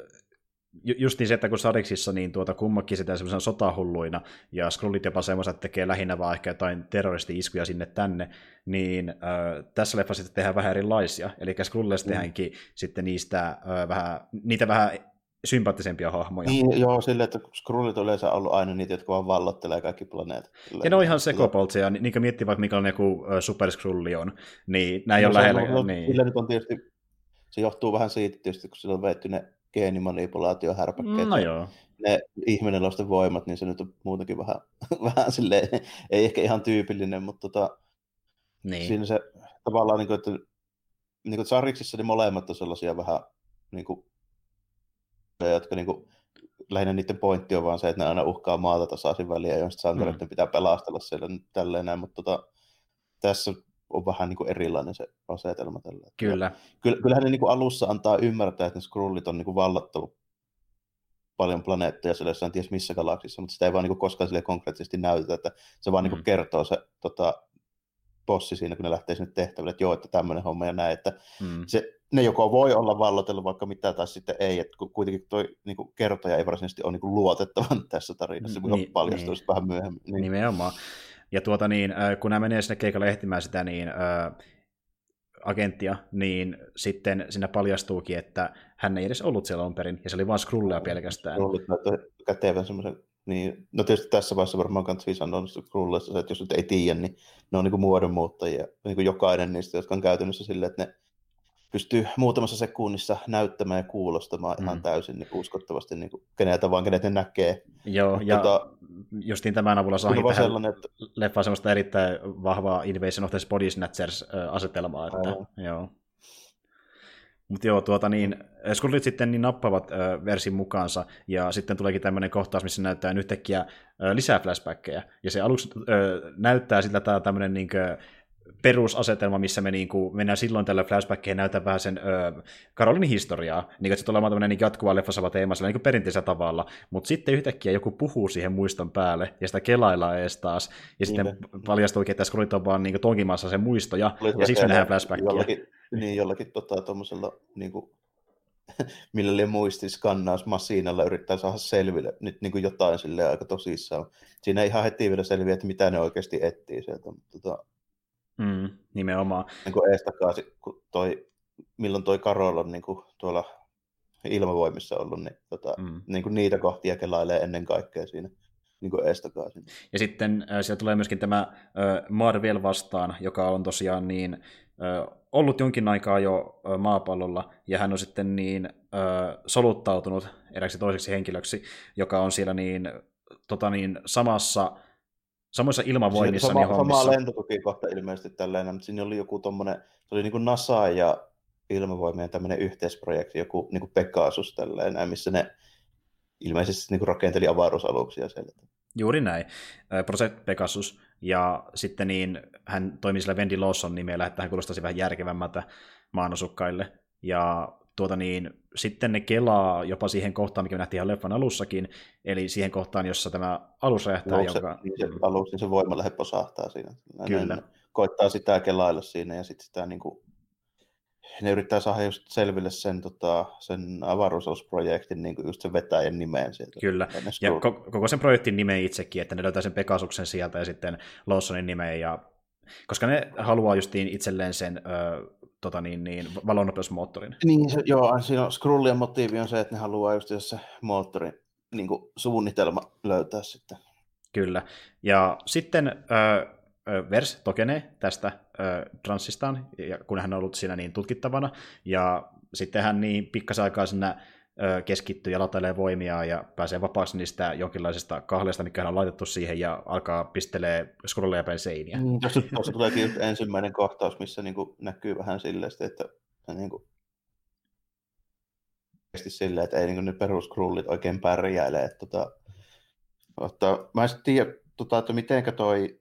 just niin se, että kun Sariksissa niin tuota kummakin sitä semmoisena sotahulluina, ja Skrullit jopa semmoiset tekee lähinnä vaan ehkä jotain terroristi-iskuja sinne tänne, niin äh, tässä leffassa sitten tehdään vähän erilaisia. Eli Skrulleista mm. tehdäänkin sitten niistä äh, vähän, niitä vähän sympaattisempia hahmoja. Niin, joo, silleen, että Skrullit on yleensä ollut aina niitä, jotka vaan vallottelee kaikki planeetat. Ja ne on ihan sekopoltseja, niin kuin miettii vaikka minkälainen joku Super Skrulli on, niin nämä ei no, ole lähellä. No, niin. Sillä nyt on tietysti, se johtuu vähän siitä tietysti, kun sillä on vetty ne geenimanipulaatiohärpäkkeet. No joo. Ne ihmenelosten voimat, niin se nyt on muutenkin vähän, vähän silleen, ei ehkä ihan tyypillinen, mutta tota, niin. Siinä se tavallaan, niin kuin, että niin kuin Sariksissa ne molemmat on sellaisia vähän, niin kuin, jotka niin kuin, lähinnä niiden pointti on vaan se, että ne aina uhkaa maata tasaisin väliä, ja sitten sankareiden mm. pitää pelastella siellä tälleen näin, mutta tota, tässä on vähän niin kuin erilainen se asetelma tällä. Kyllä. Kyllähän ne niin kuin alussa antaa ymmärtää, että ne Skrullit on niin kuin vallattanut paljon planeettoja siellä jossain ties missä galaksissa, mutta sitä ei vaan niin koskaan sille konkreettisesti näytetä, että se vaan mm. niin kertoo se tota, bossi siinä, kun ne lähtee sinne tehtäville, että joo, että tämmöinen homma ja näin, että mm. se, ne joko voi olla vallotellut vaikka mitä tai sitten ei, että kuitenkin toi niin kuin kertoja ei varsinaisesti ole niin kuin luotettavan tässä tarinassa, kun niin, paljastuu niin. vähän myöhemmin. Niin. Nimenomaan. Ja tuota niin, kun nämä menee sinne keikalle ehtimään sitä niin, äh, agenttia, niin sitten siinä paljastuukin, että hän ei edes ollut siellä on perin, ja se oli vain Skrullia pelkästään. Skrullit näyttää kätevän semmoisen, niin, no tietysti tässä vaiheessa varmaan kannattaa sanoa Skrullista, että jos nyt ei tiedä, niin ne on niin kuin muodonmuuttajia, niin kuin jokainen niistä, jotka on käytännössä silleen, että ne pystyy muutamassa sekunnissa näyttämään ja kuulostamaan mm. ihan täysin niin uskottavasti niin kuin keneltä vaan, kenet ne näkee. Joo, ja tota, justiin tämän avulla saa tähän että... leffaan semmoista erittäin vahvaa Invasion of the Body Snatchers-asetelmaa. Että, joo. Mutta joo, tuota niin, Skrullit sitten niin nappavat äh, versin mukaansa, ja sitten tuleekin tämmöinen kohtaus, missä näyttää yhtäkkiä äh, lisää flashbackkejä, ja se aluksi äh, näyttää siltä tämä tämmöinen niinkö perusasetelma, missä me niinku mennään silloin tällä flashbackkeihin näytetään vähän sen ö, Karolinin historiaa, niin että se tulee olemaan tämmöinen niin jatkuva leffasava teema sillä niin perinteisellä tavalla, mutta sitten yhtäkkiä joku puhuu siihen muiston päälle, ja sitä kelaillaan ees taas, ja niin. sitten paljastuukin, että Skrullit on vaan niin tonkimassa sen muistoja, Oli ja siksi me nähdään flashbackia. Jollakin, niin, jollakin tota, tuommoisella niin kuin, millä liian muistiskannausmasiinalla yrittää saada selville nyt niin kuin jotain silleen aika tosissaan. Siinä ei ihan heti vielä selviä, että mitä ne oikeasti etsii sieltä, mutta tota, Mm, nimenomaan. Niin kuin ees takaisin, kun toi, milloin toi Karol on niin kuin tuolla ilmavoimissa ollut, niin, tota, mm. niin kuin niitä kohtia kelailee ennen kaikkea siinä niin kuin ees takaisin. Ja sitten äh, siellä tulee myöskin tämä äh, Marvel vastaan, joka on tosiaan niin, äh, ollut jonkin aikaa jo äh, maapallolla, ja hän on sitten niin äh, soluttautunut eräksi toiseksi henkilöksi, joka on siellä niin, tota niin samassa samoissa ilmavoimissa. Sama, niin samaa lentotukikohta ilmeisesti tällainen, mutta siinä oli joku tommonen, se oli niin kuin NASA ja ilmavoimien tämmöinen yhteisprojekti, joku niin kuin Pegasus tällainen, missä ne ilmeisesti niin kuin rakenteli avaruusaluksia siellä. Juuri näin. Project Pegasus, ja sitten niin hän toimi sillä Wendy Lawson nimellä, että hän kuulostaisi vähän järkevämmältä maanosukkaille, ja tuota niin, sitten ne kelaa jopa siihen kohtaan, mikä me nähtiin ihan leffan alussakin, eli siihen kohtaan, jossa tämä alus räjähtää. No, jonka... se, niin se alus, niin se voimalähe posahtaa siinä. Kyllä. Ne koittaa sitä kelailla siinä, ja sitten sitä niin kuin, ne yrittää saada just selville sen, tota, sen avaruusalusprojektin, niin kuin just sen vetäjän nimeen sieltä. Kyllä, ja ko- koko sen projektin nimen itsekin, että ne löytää sen Pegasuksen sieltä ja sitten Lawsonin nimeen, ja koska ne haluaa justiin itselleen sen ö, tota niin, niin, valonnopeusmoottorin. Niin, se, joo, siinä on Skrullien motiivi on se, että ne haluaa just se moottorin niin kuin suunnitelma löytää sitten. Kyllä, ja sitten ö, ö, Vers tokenee tästä ö, transsistaan, kun hän on ollut siinä niin tutkittavana, ja sitten hän niin pikkasen aikaa sinne keskittyy ja latailee voimia ja pääsee vapaaksi niistä jonkinlaisesta kahleesta, mikä hän on laitettu siihen, ja alkaa pistelee Skrulleja päin seiniä. Mm, tuossa, tuossa tuleekin just ensimmäinen kohtaus, missä niinku näkyy vähän silleen, että niinku, silleen, että ei niinku ne peruskrullit oikein pärjäile. Että, tota, että, mä en sitten tiedä, tota, että mitenkä toi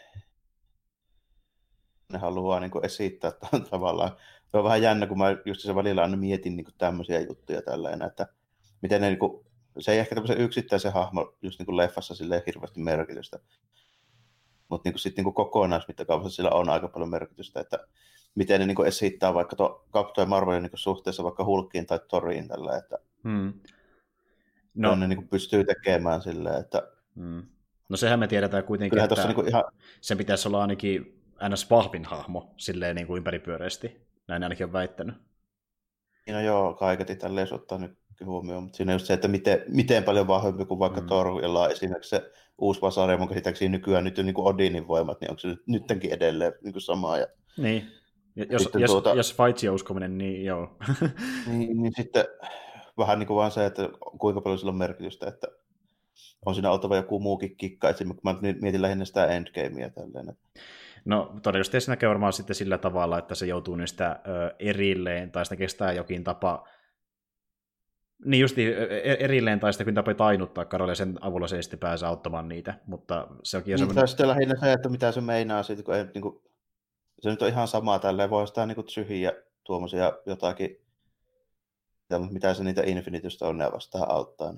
ne haluaa niinku esittää tavallaan. Se on vähän jännä, kun mä just se välillä aina mietin niin tämmöisiä juttuja tällainen, että miten ne, niin kuin, se ei ehkä tämmöisen yksittäisen hahmo just niin kuin leffassa silleen hirveästi merkitystä, mutta niin sitten niin kokonaismittakaavassa sillä on aika paljon merkitystä, että miten ne niin kuin esittää vaikka tuo Captain Marvelin niin suhteessa vaikka Hulkiin tai Thoriin tällä, että hmm. no. ne niin kuin pystyy tekemään silleen, että hmm. No sehän me tiedetään kuitenkin, että niin kuin ihan... sen pitäisi olla ainakin ns. Vahvin hahmo silleen niin kuin ympäripyöreästi. Näin ainakin on väittänyt. No joo, kaiketi tälleen ottaa nyt huomioon, mutta siinä on just se, että miten, miten paljon vahvempi kuin vaikka mm. Thor, jolla on esimerkiksi se uusi vasari, mun käsittääkseni nykyään nyt on niin kuin Odinin voimat, niin onko se nyt, nyttenkin edelleen niin kuin samaa. Ja niin, jos, jos, tuota, jos Faitsia uskominen, niin joo. niin, niin sitten vähän niin kuin vaan se, että kuinka paljon sillä on merkitystä, että on siinä oltava joku muukin kikka, esimerkiksi mä mietin lähinnä sitä Endgamea tälleen. No todennäköisesti se näkee varmaan sitten sillä tavalla, että se joutuu niistä ö, erilleen, tai sitä kestää jokin tapa, niin justi erilleen, tai sitten jokin tapa tainuttaa Karol, ja sen avulla se ei sitten pääse auttamaan niitä, mutta se onkin... Niin, semmoinen... Tai sitten lähinnä se, että mitä se meinaa siitä, kun ei, niin kuin, se nyt on ihan samaa tälleen, voi sitä niin tsyhiä tuommoisia jotakin, mitä se niitä Infinitystä on vastaan auttaa. Niin.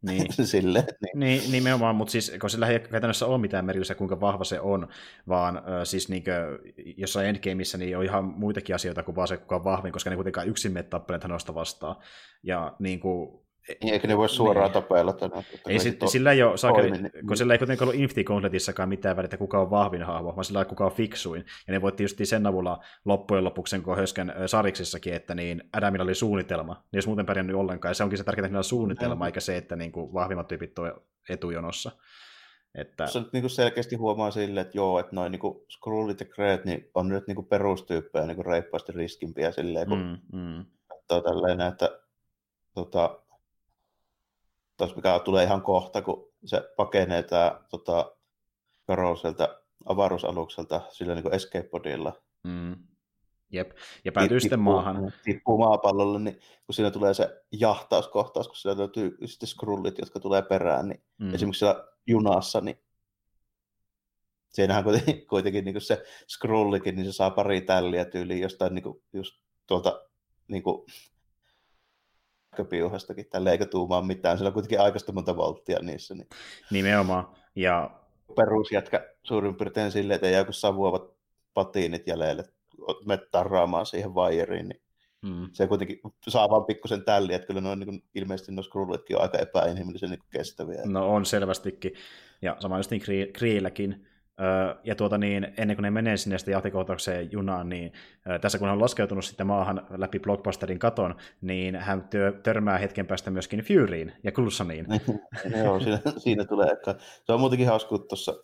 Niin. Silleen, niin. Niin, nimenomaan, mutta siis kun sillä ei käytännössä ole mitään merkitystä, kuinka vahva se on, vaan äh, siis niinkö, jossain Endgameissa niin on ihan muitakin asioita kuin vaan se, kuka on vahvin, koska ne kuitenkaan yksin menet tappelemaan Thanosta vastaan. Ja niin kuin, eikä ne voi suoraan niin. tapella tänään. Ei, sit, sillä ei ole, saakeli, toimi, kun niin. Sillä ei kuitenkaan ollut Infinity Gauntletissakaan mitään väliä, kuka on vahvin hahmo, vaan sillä kuka on fiksuin. Ja ne voitti just sen avulla loppujen lopuksi sen Höskän sariksissakin, että niin Adamilla oli suunnitelma. Niin jos muuten pärjännyt ollenkaan. Ja se onkin se tärkeintä, että niillä on suunnitelma, eikä se, että niin kuin vahvimmat tyypit on etujonossa. Että... Se nyt niin selkeästi huomaa silleen, että joo, että noin niin Skrullit ja Kreet niin on nyt niin perustyyppejä niin reippaasti riskimpiä silleen, kun mm, mm. katsoo tälleen, että tota, tos mikä tulee ihan kohta, kun se pakenee tämä tota, Karo sieltä avaruusalukselta sillä niin escape-podilla. Mm. Jep, ja päätyy sitten maahan. Tippuu maapallolle, niin kun siinä tulee se jahtauskohtaus, kun siellä löytyy sitten Skrullit, jotka tulee perään, niin mm. esimerkiksi siellä junassa, niin siinähän kuitenkin, kuitenkin niin kuin se Skrullikin, niin se saa pari tälliä tyyliin jostain niin kuin, just tuolta niin kuin, piuhastakin, tälle eikä tuumaa mitään. Siellä on kuitenkin aikaista monta volttia niissä. Niin. Nimenomaan. Ja... perusjätkä suurin piirtein silleen, että ei joku savuavat patiinit jäljelle, me tarraamaan siihen vaijeriin, niin mm. se kuitenkin saa vaan pikkusen tälliä, että kyllä ne on niin ilmeisesti nuo Skrullitkin on aika epäinhimillisen niin kestäviä. No on selvästikin, ja sama just niin Kriilläkin. Öö, ja tuota niin, ennen kuin ne menee sinne sitten jahtikohtaukseen junaan, niin öö, tässä kun hän on laskeutunut sitten maahan läpi Blockbusterin katon, niin hän työ, törmää hetken päästä myöskin Furyin ja Coulsoniin. Joo, siinä, siinä tulee ehkä. Se on muutenkin hauska, kun tuossa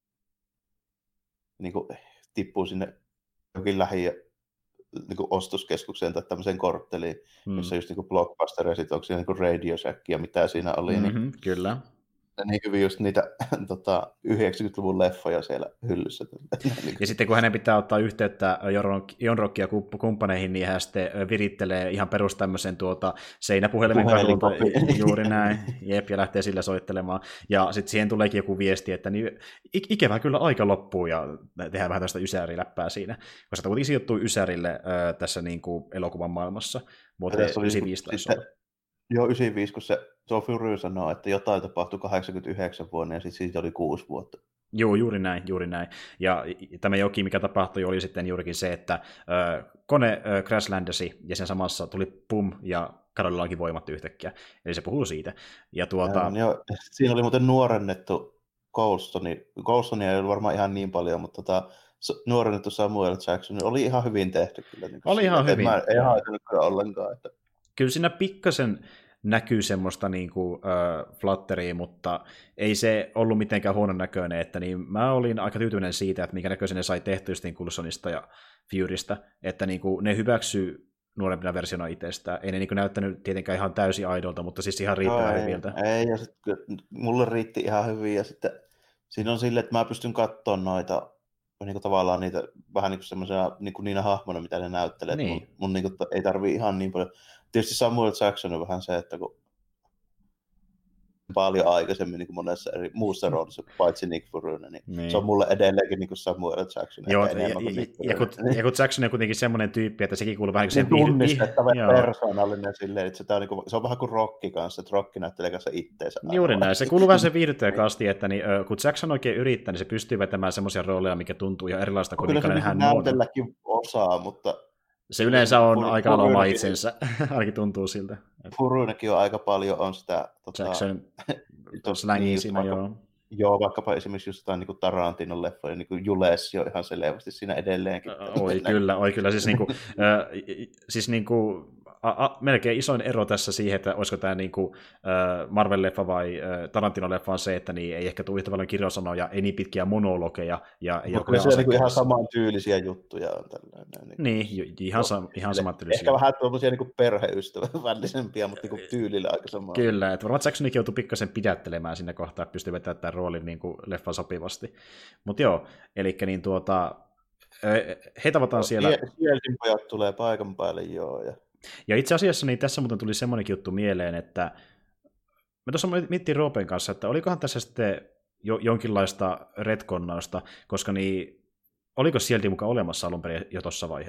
niin kuin, tippuu sinne jokin lähi niin kuin ostoskeskukseen tai tämmöiseen kortteliin, mm. jossa just niin Blockbuster ja sitten onko siinä niin Radio Shack ja mitä siinä oli. Mm-hmm, niin... Kyllä. Niin hyvin just niitä tota, yhdeksänkymmentäluvun leffoja siellä hyllyssä. Ja sitten kun hänen pitää ottaa yhteyttä Jon Rockia kumppaneihin, niin hän sitten virittelee ihan perus tämmöisen tuota, seinäpuhelimen kadulta. Juuri näin. Jep, ja lähtee sillä soittelemaan. Ja sitten siihen tuleekin joku viesti, että niin, ikävä kyllä aika loppuu, ja tehdään vähän tästä ysäriläppää siinä. Koska kuitenkin sijoittuu ysärille äh, tässä niin kuin elokuvan maailmassa. Vuoteen yhdeksänkymmentäviisi taisi olla. Joo, yhdeksänkymmentäviisi, kun se Joe Fury sanoo, että jotain tapahtui kahdeksankymmentäyhdeksän vuonna, ja sitten siitä oli kuusi vuotta. Joo, juuri näin, juuri näin. Ja tämä jokin, mikä tapahtui, oli sitten juurikin se, että äh, kone äh, crash-landasi, ja sen samassa tuli pum, ja Karolilla onkin voimat yhtäkkiä. Eli se puhuu siitä. Ja tuota... ja, jo, siinä oli muuten nuorennettu Coulsoni. Coulsonia ei ollut varmaan ihan niin paljon, mutta tota, nuorennettu Samuel Jackson oli ihan hyvin tehty. Kyllä, niin oli ihan hyvin. Mä en haitannut kyllä ollenkaan, että... Kyllä siinä pikkasen näkyy semmoista niin kuin, äh, flatteria, mutta ei se ollut mitenkään huonon näköinen, että niin mä olin aika tyytyväinen siitä, että minkä näköisen ne sai tehtyä sitten Coulsonista ja Furystä, että niin kuin, ne hyväksyy nuorempina versiona itsestään. Ei ne niin kuin, näyttänyt tietenkään ihan täysin aidolta, mutta siis ihan riittävän no, hyviltä. Ei, ja sitten mulle riitti ihan hyvin, ja sitten siinä on silleen, että mä pystyn katsoa noita niin kuin tavallaan niitä vähän niin kuin semmoisena niin kuin niinä hahmona, mitä ne näyttelee. Niin. Mun, mun niin kuin, ei tarvii ihan niin paljon. Tietysti Samuel Jackson on vähän se, että kun paljon aikaisemmin niin kuin monessa eri muussa roolissa, paitsi Nick Furyna, niin, niin se on mulle edelleenkin niin kuin Samuel Jackson. Joo, ja, ja, ja, kun, ja kun Jackson on kuitenkin semmoinen tyyppi, että sekin kuuluu vähän niin kuin sen... tunnistettava persoonallinen silleen, että se on, niin kuin, se on vähän kuin Rocky kanssa, että Rocky näyttelee kanssa itteensä. Juuri näin, se kuuluu vähän sen viihdyttäjäkasti, että niin, kun Jackson oikein yrittää, niin se pystyy vetämään semmoisia rooleja, mikä tuntuu ihan erilaista kuin mikä hän on. Kyllä se näytelläkin osaa, mutta... Se yleensä on Fur- aika lailla oma itsensä, ainakin tuntuu siltä. Furynakin on aika paljon on sitä... Tota, Jackson, tuossa niin, siinä vaikka, joo. Joo, vaikkapa esimerkiksi just jotain niin Tarantinon leffoja, niin kuin Jules jo ihan selvästi siinä edelleenkin. Oi kyllä, oi kyllä. Siis, niin kuin, äh, siis niin kuin, a, a, melkein isoin ero tässä siihen, että olisiko tämä niin kuin, äh, Marvel-leffa vai äh, Tarantino-leffa on se, että niin ei ehkä tule yhtä paljon kirjasanoja, ei niin pitkiä monologeja. Ja, ja kyllä siellä niin ihan saman tyylisiä juttuja on tällainen. Niin, niin ihan, sa, ihan saman tyylisiä. Ehkä vähän tuollaisia niin perheystävällisempiä, mutta niin tyylillä aika samaa. Kyllä, että varmaan Jacksonikin joutui pikkasen pidättelemään sinne kohtaa, että pystyy vetämään tämän roolin niin kuin leffan sopivasti. Mutta joo, eli niin tuota, he tavataan siellä... Sieltin pojat tulee paikan päälle, joo. Ja, ja itse asiassa niin tässä muuten tuli semmoinenkin juttu mieleen, että me tuossa miettiin Roopen kanssa, että olikohan tässä sitten jo, jonkinlaista retkonnausta, koska niin, oliko Sieltin mukaan olemassa alun perin jo tuossa vaiheessa?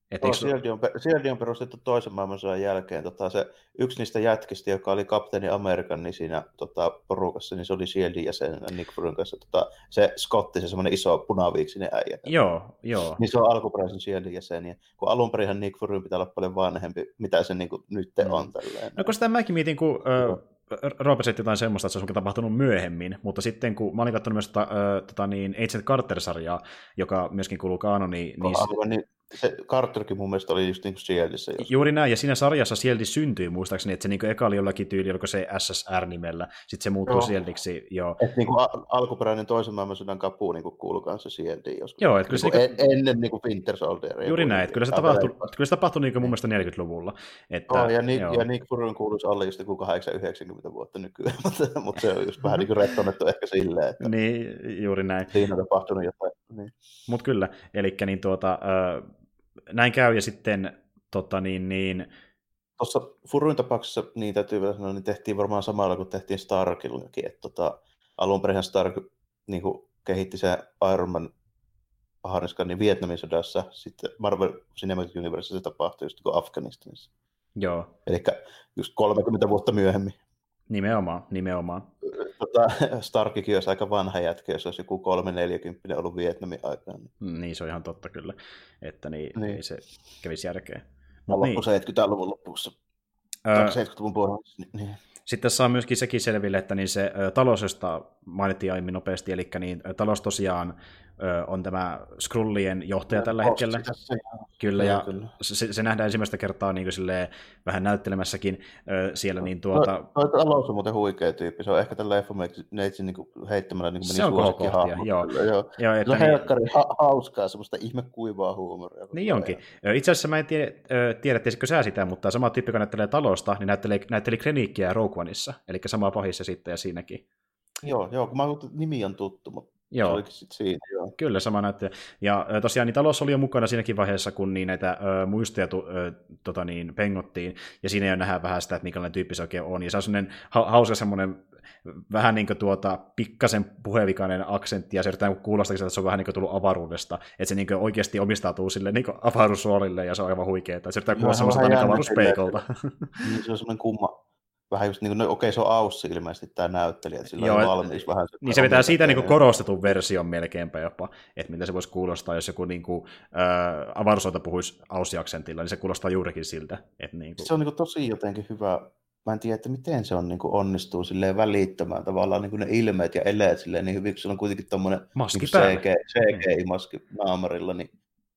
Että No, eikö... Shield on, Shield on perustettu toisen maailmansodan jälkeen. Tota, se, yksi niistä jätkistä, joka oli kapteeni Amerikan niin siinä tota, porukassa, niin se oli Shieldin jäsenenä Nick Furyn kanssa. Tota, se Scotti, se semmoinen iso punaviiksinen äijä. Joo, joo. Niin se on alkuperäisen Shieldin jäseniä. Kun alun perinhan Nick Furyn pitää olla paljon vanhempi, mitä se niin kuin, nyt mm. on. Tälleen. No kun sitä mäkin mietin, kun... Ö... Roopesit jotain semmoista, että se on tapahtunut myöhemmin, mutta sitten kun mä olin katsonut myös tota, tota, niin Agent Carter-sarjaa, joka myöskin kuuluu kanoniin, niin... Aivan, niin se Carterkin mun mielestä oli just niin kuin Shieldissä. Jos... Juuri näin, ja siinä sarjassa Shieldi syntyi muistaakseni, että se niin eka oli jollakin tyyli, oliko se S S R-nimellä, sitten se muuttui Shieldiksi. Joo. Että niin al- alkuperäinen toisen maailmansodan kapu niin kuului kanssa Shieldiin joskus. Joo, että kyllä niin se... En, ennen niin kuin Winter Soldieria. Juuri näin, että kyllä se tapahtui, kyllä se tapahtui niin kuin mun mielestä neljäkymmentäluvulla. Että, oh, ja, Nick, joo. ja Nick Furyn kuuluisi olla just joku kahdeksankymmentä yhdeksänkymmentä vuotta nykyään, mutta, mutta se on just vähän niin kuin rettonettu ehkä silleen, että niin, juuri näin. Siinä on tapahtunut jotain. Niin. Mutta kyllä, eli niin tuota... Äh, näin käy, ja sitten tota niin, niin... Tuossa Furyn tapauksessa, niin täytyy vielä sanoa, niin tehtiin varmaan samalla kuin tehtiin Starkillakin, että tota, alun perin Stark niin kuin kehitti se Iron Man harniskan niin Vietnamin sodassa, sitten Marvel Cinematic Universe se tapahtui just kuin Afganistanissa. Joo. Eli just kolmekymmentä vuotta myöhemmin. Nimenomaan, nimenomaan. Tota, Starkikin olisi aika vanha jätkä, jos olisi joku kolme neljäkymmentä ollut Vietnamin aikaan. Niin, se on ihan totta kyllä, että niin, niin. Ei se kävisi järkeä. Mut loppu niin. seitsemänkymmentäluvun lopussa, öö, tai seitsemänkymmentäluvun puolella. Niin. Sitten tässä on myöskin sekin selville, että niin se ä, talous, josta mainittiin aiemmin nopeasti, eli niin, ä, talous tosiaan ä, on tämä Skrullien johtaja tällä hetkellä. Tässä, kyllä, ja kyllä. Se, se nähdään ensimmäistä kertaa niin kuin vähän näyttelemässäkin ä, siellä. Niin tuota... Toi talous on muuten huikea tyyppi. Se on ehkä tällä leffomeitsin niin heittämällä niin meni suosikki hahmo. Joo. Joo, joo, että se on niin... helkkari ha- hauskaa, semmoista ihme kuivaa huumoria. Niin onkin. Itse asiassa mä en tiedä, tiedä tiesitkö sä sitä, mutta sama tyyppi, joka näyttelee talosta, niin näytteli, näytteli Krennicia Rogue Oneissa, eli sama pahis sitten ja siinäkin. Joo, joo, kun mä olen nimi on tuttu, mutta joo. Se olikin sitten siinä. Joo. Kyllä, sama näyttelijä. Ja tosiaan niin talous oli jo mukana siinäkin vaiheessa, kun niin näitä ö, muistoja tu, ö, tota niin, pengottiin, ja siinä jo nähdään vähän sitä, että minkälainen tyyppi se oikein on. Ja se on semmoinen ha- hauska semmoinen vähän niin kuin tuota pikkasen puhevikainen aksentti, ja se yritetään kuulostaa, että se on vähän niin kuin tullut avaruudesta, että se niin kuin oikeasti omistautuu sille niin kuin avaruusroolille, ja se on aivan huikeaa. Se yritetään kuulostaa semmoiselta niin avaruuspeikolta. Niin, se on semmoinen kumma. Vähän just niin kuin, no, okei, se on Aussi ilmeisesti tämä näyttelijä, että sillä Joo, on valmis vähän. Se niin se vetää siitä niin kuin korostetun version melkeinpä jopa, että miltä se voisi kuulostaa, jos joku niin kuin, äh, avaruusolta puhuisi Aussi-aksentilla, niin se kuulostaa juurikin siltä. Että niin kuin... Se on niin kuin tosi jotenkin hyvä. Mä en tiedä, että miten se on, niin kuin onnistuu silleen välittämään tavallaan niin kuin ne ilmeet ja eleet silleen niin hyvin, kun se on kuitenkin tommoinen maski niin C G I-maski naamarilla, niin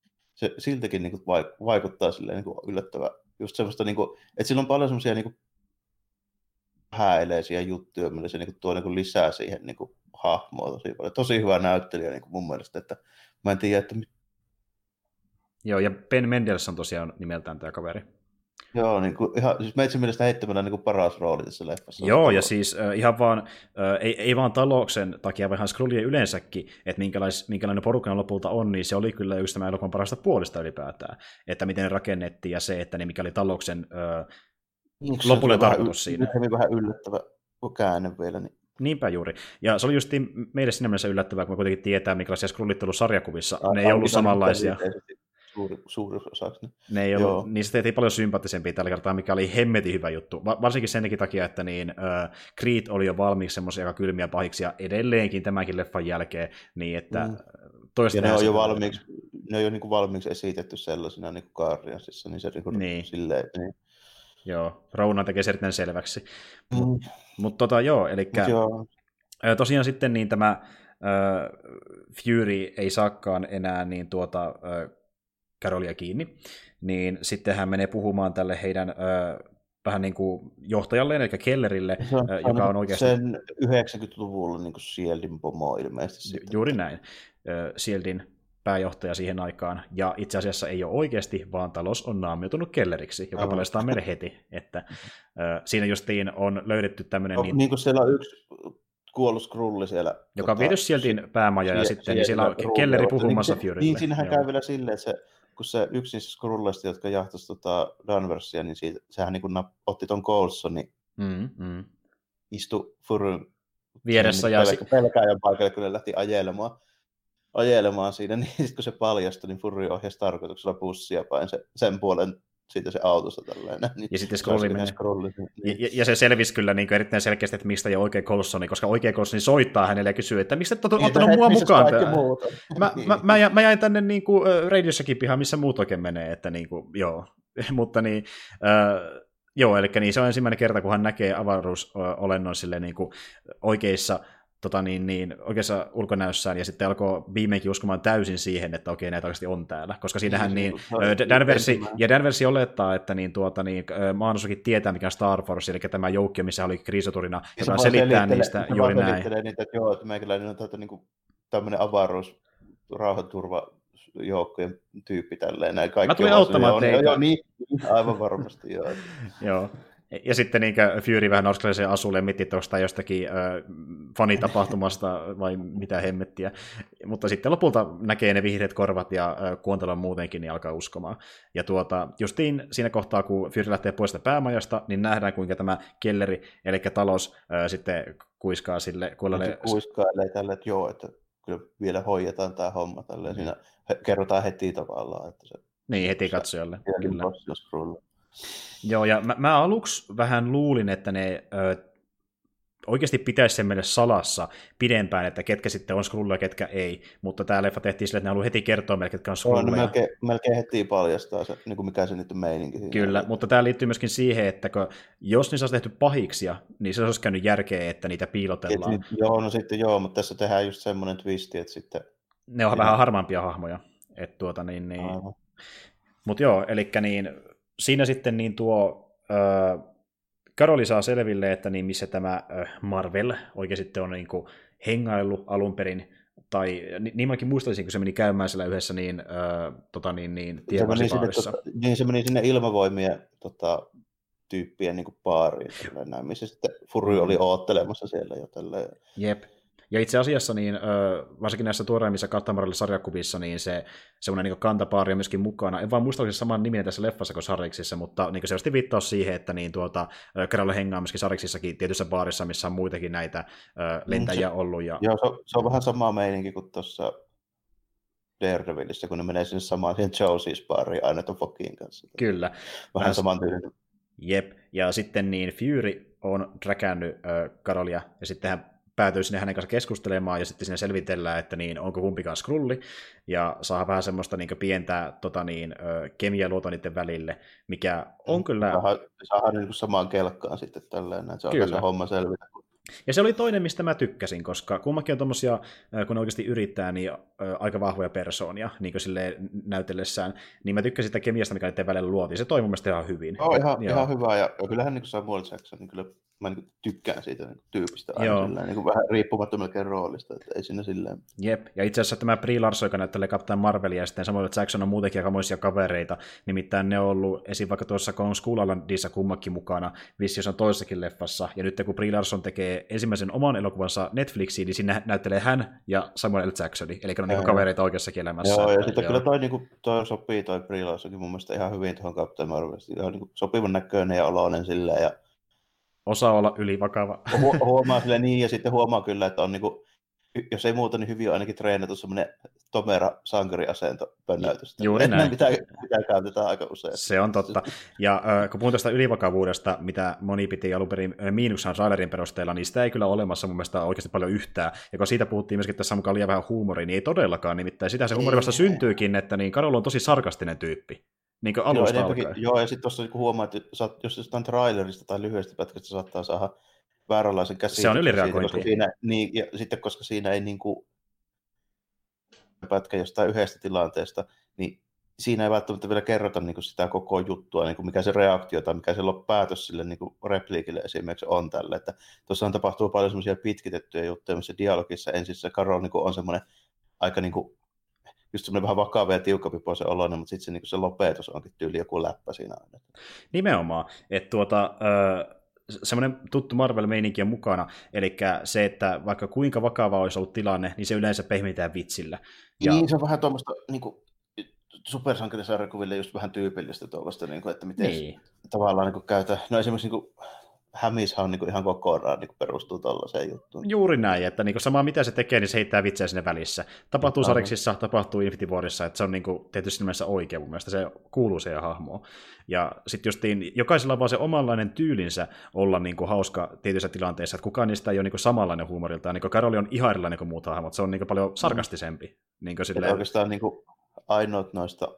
se siltäkin niin kuin vaikuttaa silleen niin kuin yllättävän. Just semmoista, niin kuin, että sillä on paljon semmoisia niin kuin hääeleisiä juttuja, millä se niin kuin tuo niin kuin lisää siihen niin kuin hahmoa tosi paljon. Tosi hyvä näyttelijä niin kuin mun mielestä, että mä en tiedä, että... Joo, ja Ben Mendelsohn tosiaan nimeltään tämä kaveri. Joo, niin kuin, ihan, siis meitsin mielestä heittämällä niin kuin paras rooli tässä leffassa. Joo, ja siis äh, ihan vaan, äh, ei, ei vaan talouksen takia, vaan Skrullien yleensäkin, että minkälais, minkälainen porukka lopulta on, niin se oli kyllä yksi tämä elokuvan parasta puolista ylipäätään. Että miten ne rakennettiin ja se, että ne mikä oli talouksen äh, niin, lopullinen tarkoitus siinä. Nyt on vähän yllättävä käänne vielä. Niin. Niinpä juuri. Ja se oli just meille siinä mielessä yllättävää, kun me kuitenkin tietää, minkälaisia Skrullit ollut sarjakuvissa. Ah, ne ei ollut samanlaisia. Suuri, suuri osaksi. Ne ei ollut, niistä tehtiin paljon sympaattisempia tällä kertaa, mikä oli hemmetin hyvä juttu. Va- varsinkin senkin takia, että niin, uh, Creed oli jo valmiiksi semmoisia aika kylmiä pahiksi, ja edelleenkin tämänkin leffan jälkeen, niin että mm. Ja ne on jo valmiiksi, ne on jo niin kuin valmiiksi esitetty sellaisena niin kuin Guardiansissa, niin se niin kuin niin. silleen, niin. Joo, Rouna tekee se erittäin selväksi. Mm. Mutta mut tota joo, eli tosiaan sitten niin tämä uh, Fury ei saakaan enää niin tuota... Uh, Carolia kiinni, niin sitten hän menee puhumaan tälle heidän ö, vähän niin kuin johtajalleen, eli Kellerille, se on, ö, joka on oikeasti... Sen yhdeksänkymmentäluvulla niin kuin Shieldin pomo ilmeisesti. Ju- juuri näin. Ö, Shieldin pääjohtaja siihen aikaan, ja itse asiassa ei ole oikeasti, vaan talous on naamioitunut Kelleriksi, joka paljastaa meille heti, että ö, siinä justiin on löydetty tämmöinen... No, niin, niin kuin siellä on yksi kuollut Skrulli siellä. Joka on viety Shieldin päämaja, ja sitten niin siellä on Kelleri puhumassa niin, Furylle. Niin, siinähän käy vielä silleen, että se kun se yksi niistä Skrullista, jotka jahtasi tota Danversia, niin siitä, sehän niin nap, otti ton Coulsonin, mm, mm. istui Furyn vieressä niin ja pelkä, pelkääjän paikalle, kun ne lähti ajelemaan. ajelemaan siinä, niin sitten kun se paljastui, niin Fury ohjasi tarkoituksella bussia päin se, sen puolen siitä se autosta tällainen. Niin ja sitten scrolli menee. Niin. Ja, ja se selvisi kyllä niin erittäin selkeästi, että mistä jo oikea Coulsoni, koska oikea Coulsoni soittaa hänelle ja kysyy, että miksi et ole ottanut mua mukaan. Mä, mä, mä, jäin, mä jäin tänne niin kuin, radiossakin pihaan, missä muut oikein menee, että niin kuin, joo. Mutta niin, äh, joo, eli niin, se on ensimmäinen kerta, kun hän näkee avaruusolennon silleen niin kuin oikeissa Tota niin, niin, oikeassa ulkonäössään, ja sitten alkoi viimeinkin uskomaan täysin siihen, että okei, näitä oikeasti on täällä. Koska siinähän niin, niin Danversi, ja Danversi olettaa, että niin, tuota, niin, Maanosukin tietää, mikä on Star Force, eli tämä joukko, missä oli kriisoturina, joka selittää niistä se juuri näin. Niitä, että joo, että meikäläinen on tätä, niin kuin, tämmöinen avaruus, rauhanturva, joukkojen tyyppi tälleen. Näin kaikki mä tulin auttamaan teitä. Joo, niin, aivan varmasti, joo. Joo. Ja sitten niin Fury vähän nouskelee sen asulle ja miettii, että onko tämä jostakin äh, fanitapahtumasta vai mitä hemmettiä. Mutta sitten lopulta näkee ne vihreät korvat ja äh, kuontelon muutenkin, niin alkaa uskomaan. Ja tuota, justiin siinä kohtaa, kun Fury lähtee pois päämajasta, niin nähdään, kuinka tämä kelleri, eli talous, äh, sitten kuiskaa sille kuolleelle. Kuiskailee tälle, että joo, että kyllä vielä hoidetaan tämä homma. Tälleen. Siinä kerrotaan heti tavallaan. Että se, niin, heti katsojalle. Kyllä. Kyllä. Joo, ja mä, mä aluksi vähän luulin, että ne ö, oikeasti pitäisi sen mennä salassa pidempään, että ketkä sitten on Skrulleja ja ketkä ei, mutta tämä leffa tehtiin sille, että ne haluaa heti kertoa meille, ketkä on Skrulleja. No, melkein, melkein heti paljastaa se, niin kuin mikä se nyt on meininki. Kyllä, mutta tämä liittyy myöskin siihen, että kun, jos niissä olisi tehty pahiksia, niin se olisi käynyt järkeä, että niitä piilotellaan. Et, joo, no sitten joo, mutta tässä tehdään just semmoinen twisti, että sitten... Ne on vähän harmaampia hahmoja. Että tuota, niin, niin... Mutta joo, eli niin... Siinä sitten niin tuo äh, Karoli saa selville, että niin missä tämä äh, Marvel oikein sitten on niin kuin hengaillut alun perin, tai niin mäkin muistaisin, kun se meni käymään siellä yhdessä niin, äh, tota, niin, niin tienvarsipaarissa. Tota, niin se meni sinne ilmavoimien tota, tyyppien niin kuin baariin, näin, missä sitten Fury oli oottelemassa siellä jo tälleen. Jep. Ja itse asiassa, niin, varsinkin näissä tuoreimmissa Captain Marvel-sarjakuvissa, niin se semmoinen niin kantapaari on myöskin mukana. En vaan muista, oliko se saman niminen tässä leffassa kuin Sarriksissa, mutta niin selvästi viittaus siihen, että niin, tuota, Carol hengaa myöskin Sarriksissakin tietyssä baarissa, missä on muitakin näitä lentäjiä ollut. Ja... Joo, se on, se on vähän sama meininki kuin tuossa Daredevilissä, kun ne menee sinne samaan siihen Josie's baariin aina ton Fokin kanssa. Kyllä. Vähän saman tyylinen. Jep, ja sitten niin Fury on träkännyt äh, Carolia, ja sitten hän päätyy sinne hänen kanssa keskustelemaan, ja sitten sinne selvitellään, että niin, onko kumpikaan Skrulli, ja saa vähän semmoista niin pientä tota niin, kemialuota niiden välille, mikä on kyllä... Saadaan, saadaan niin samaan kelkkaan sitten tälleen, että se on kyllä. Se homma selvitä. Ja se oli toinen, mistä mä tykkäsin, koska kummakin on tommosia, kun ne oikeasti yrittää, niin aika vahvoja persoonia, niin kuin silleen näytellessään, niin mä tykkäsin sitä kemiasta, mikä niiden välillä luotiin. Se toimi mun mielestä ihan hyvin. Joo, ihan, ihan hyvä, ja kyllähän niin kuin Samuel Jackson, niin kyllä mä niin tykkään siitä niin tyypistä aina silleen, niin kuin vähän riippumatta melkein roolista, että ei siinä silleen. Jep, ja itse asiassa tämä Brie Larson, joka näyttelee Captain Marvelia, ja sitten Samuel Jackson on muutenkin aikamoisia kavereita, nimittäin ne on ollut esim. Vaikka tuossa Kong Skull Islandissa kummakin mukana, vissi jos on toisessakin leffassa, ja nyt kun Brie Larson tekee ensimmäisen oman elokuvansa Netflixiin, niin siinä näyttelee hän ja Samuel L. Jacksoni, eli on niin kavereita oikeassakin elämässä. Joo, ja sitten kyllä toi, niin kuin, toi sopii toi Brie Larsonkin mun mielestä ihan hyvin tuohon Captain Marvelista, ihan niin sopivan näköinen ja oloinen silleen, ja osaa olla ylivakava. Hu- huomaa silleen niin, ja sitten huomaa kyllä, että on niinku, jos ei muuta, niin hyvin on ainakin treenattu semmoinen tomera sankariasento pönnäytystä. Juuri näin. Mitä, mitä käytetään aika usein. Se on totta. Ja äh, kun puhun tästä ylivakavuudesta, mitä moni piti alun perin äh, miinuksan trailerin perusteella, niin sitä ei kyllä olemassa mun mielestä oikeasti paljon yhtään. Ja kun siitä puhuttiin myöskin tässä mukaan liian vähän huumoria, niin ei todellakaan. Nimittäin sitä se huumori vasta syntyykin, että niin Karol on tosi sarkastinen tyyppi. Niin kuin alusta joo, alkaen. Joo, ja sitten tuossa niin huomaa, että jos jostain trailerista tai lyhyestä pätkästä saattaa saada vääränlaisen käsityksen. Se on ylireagointia. Siinä, niin, ja sitten koska siinä ei niin kuin pätkä jostain yhdestä tilanteesta, niin siinä ei välttämättä vielä kerrota niin kuin sitä koko juttua, niin kuin mikä se reaktio tai mikä se päätös sille niin kuin repliikille esimerkiksi on tälle. Että tuossahan tapahtuu paljon semmoisia pitkitettyjä juttuja, missä dialogissa ensin se Carol niin kuin on semmoinen aika niin kuin just semmoinen vähän vakava ja tiukkapipoisen oloinen, mutta sitten se, niin se lopetus onkin tyyli joku läppä siinä aina. Nimenomaan, että tuota, semmoinen tuttu Marvel-meininki on mukana, eli se, että vaikka kuinka vakava olisi ollut tilanne, niin se yleensä pehmitään vitsillä. Ja... Niin, se on vähän tuommoista niin supersankarisarjakuville just vähän tyypillistä tuollaista, niin kuin, että miten niin tavallaan niin käytä, no esimerkiksi niin kuin, Hämishän on niin kuin ihan kokonaan niin kuin perustuu tuollaiseen juttuun. Juuri näin, että niin sama mitä se tekee, niin se heittää vitsejä sinne välissä. Tapahtuu Sariksissa, tapahtuu Infinity Warissa, että se on niin kuin, tietysti nimessä oikein mun mielestä, se kuuluu siihen hahmoon. Ja sitten justiin jokaisella on vaan se omanlainen tyylinsä olla niin kuin hauska tietyissä tilanteissa, että kukaan niistä ei ole niin kuin samanlainen huumoriltaan. Niin kuin Karoli on ihan erilainen kuin muut hahmot, se on niin kuin paljon sarkastisempi. Niin kuin silleen... Oikeastaan niin kuin ainoat noista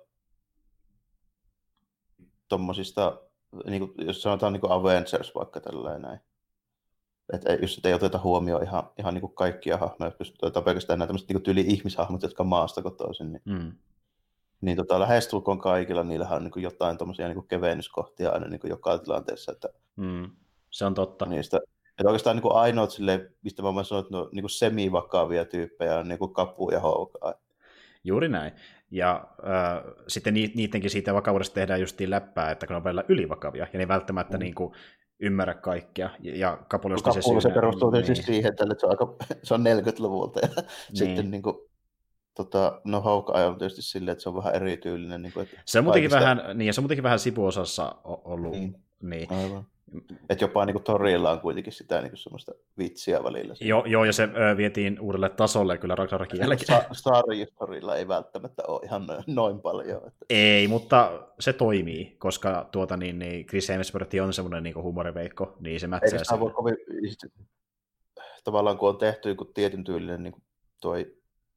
tommosista, niin kuin, jos sanotaan niin kuin Avengers vaikka tällainen näin. Että jos ei oteta huomioon ihan, ihan niin kuin kaikkia hahmoja, jos otetaan pelkästään nämä tämmöiset niin tyyli-ihmishahmot, jotka on maasta kotoisin, niin, mm. niin tota, lähestulkoon kaikilla niillähän on niin kuin jotain tommosia niin kuin kevennyskohtia aina niin kuin joka tilanteessa. Että mm. Se on totta. Niistä, että oikeastaan niin kuin ainoat, silleen, mistä mä sanon, että ne on niin kuin semivakavia tyyppejä, on niin kuin Kapu ja Hawkeye. Juuri näin. Ja äh, sitten niidenkin siitä vakavuudesta tehdään justiin läppää, että kun on välillä ylivakavia, ja ne ei välttämättä mm. niin kuin, ymmärrä kaikkea. Ja Kapula se syynä. Se perustuu niin. Siis siihen, että se on, aika, se on neljäkymmentäluvulta. Ja niin. Sitten niin kuin, tota, no Hawkeye on tietysti silleen, että se on vähän erityylinen. Niin kuin, että se on muutenkin vähän, niin, ja se on muutenkin vähän sivuosassa ollut. Niin. Niin. Aivan. Että jopa niin kuin Torilla on kuitenkin sitä niin kuin semmoista vitsiä välillä. Joo, joo, ja se ö, vietiin uudelle tasolle kyllä Ragnarokin jälkeen. Star Torilla ei välttämättä ole ihan noin paljon. Että... Ei, mutta se toimii, koska tuota, niin, niin Chris Hemsworth on semmoinen niin humoriveikko, niin se mätsää. Eikä sitä voi kovin... Tavallaan kun on tehty joku tietyn tyylinen niin kuin toi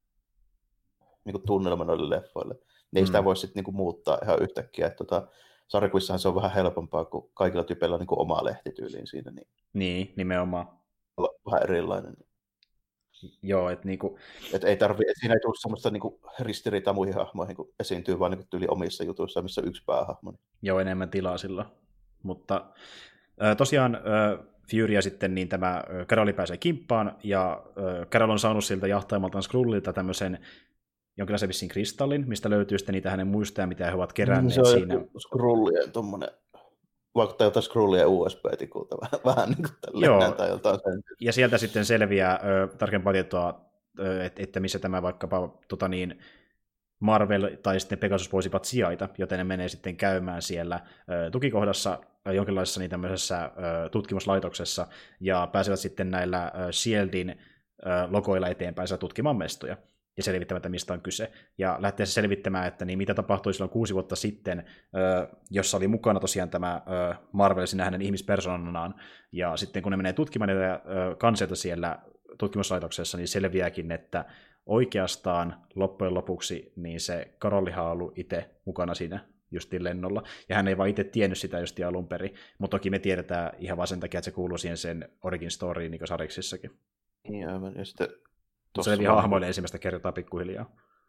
niin kuin tunnelma noille leffoille, niin mm. ei sitä voi sitten niin kuin muuttaa ihan yhtäkkiä. Että, tota, sarjakuissahan se on vähän helpompaa, kun kaikilla tyypeillä on niin kuin oma lehtityyliin siinä. Niin, niin nimenomaan. Vähän erilainen. Joo, että niinku... Et ei tarvi, et siinä ei tule semmoista niinku ristiriitaa muihin hahmoihin, kun esiintyy vaan niinku tyyli omissa jutuissa, missä on yksi päähahmo. Joo, enemmän tilaa silloin. Mutta äh, tosiaan äh, Furya sitten, niin tämä äh, Caroli pääsee kimppaan, ja äh, Carol on saanut siltä jahtaimaltaan Skrullilta tämmöisen jonkinlaisen vissiin kristallin, mistä löytyy sitten niitä hänen muistoja, mitä he ovat keränneet no, se siinä. Skrullien tommonen, vaikuttaa jotain Skrullien U S B-tikuilta vähän, vähän niin kuin tälleen tai jotain sen. Ja sieltä sitten selviää ö, tarkempaa tietoa, ö, et, että missä tämä vaikkapa tota niin, Marvel tai sitten Pegasus voisivat sijaita, joten ne menee sitten käymään siellä ö, tukikohdassa ö, jonkinlaisessa niin tämmöisessä ö, tutkimuslaitoksessa ja pääsevät sitten näillä ö, Shieldin ö, logoilla eteenpäin tutkimaan mestoja ja selvittämättä, mistä on kyse. Ja lähtee se selvittämään, että niin mitä tapahtui silloin kuusi vuotta sitten, jossa oli mukana tosiaan tämä Marvel sinä hänen ihmispersonanaan. Ja sitten kun ne menee tutkimaan näitä kansioita siellä tutkimuslaitoksessa, niin selviääkin, että oikeastaan loppujen lopuksi niin se Karolihan on ollut itse mukana siinä justiin lennolla. Ja hän ei vaan itse tiennyt sitä justiin alun perin. Mutta toki me tiedetään ihan vaan sen takia, että se kuuluu siihen sen origin storyin niin kuin Sariksissakin. Niin aivan, ja sitten se oli hahmoille ensimmäistä kertaa pikkuhiljaa.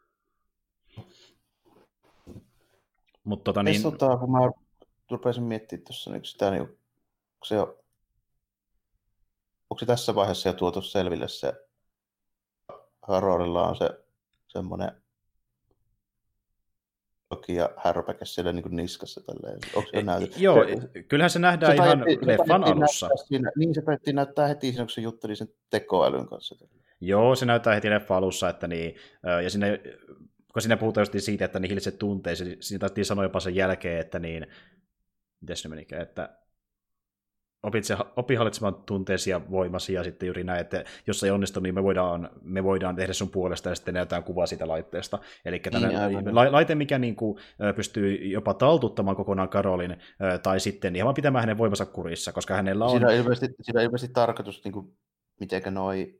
Mutta tota niin... Tota, kun mä rupesin miettimään tuossa niin sitä, niin onko se, jo, onko se tässä vaiheessa jo tuotu selville se Harorilla on se semmoinen ja härpäkäs siellä niin kuin niskassa tälleen. Onko se näytetty? Joo, se, kyllähän se nähdään se ihan tajetti, leffan se alussa. Siinä, niin se päätti näyttää heti siinä, kun se jutteli sen tekoälyn kanssa. Joo, se näyttää heti leffan alussa, että niin, ja sinne, kun siinä puhutaan just siitä, että niihin se tuntee, siinä taittiin sanoa jopa sen jälkeen, että niin, miten se menikään, että opi hallitsemaan tunteesi ja voimasi, ja sitten juuri näin, että jos ei onnistu, niin me voidaan, me voidaan tehdä sun puolesta, ja sitten näytetään kuvaa siitä laitteesta. Eli niin, la- laite, mikä niin kuin, pystyy jopa taltuttamaan kokonaan Karolin, tai sitten ihan vaan pitämään hänen voimansa kurissa, koska hänellä on... Siinä on ilmeisesti, siinä on ilmeisesti tarkoitus, niin kuin, mitenkä noi...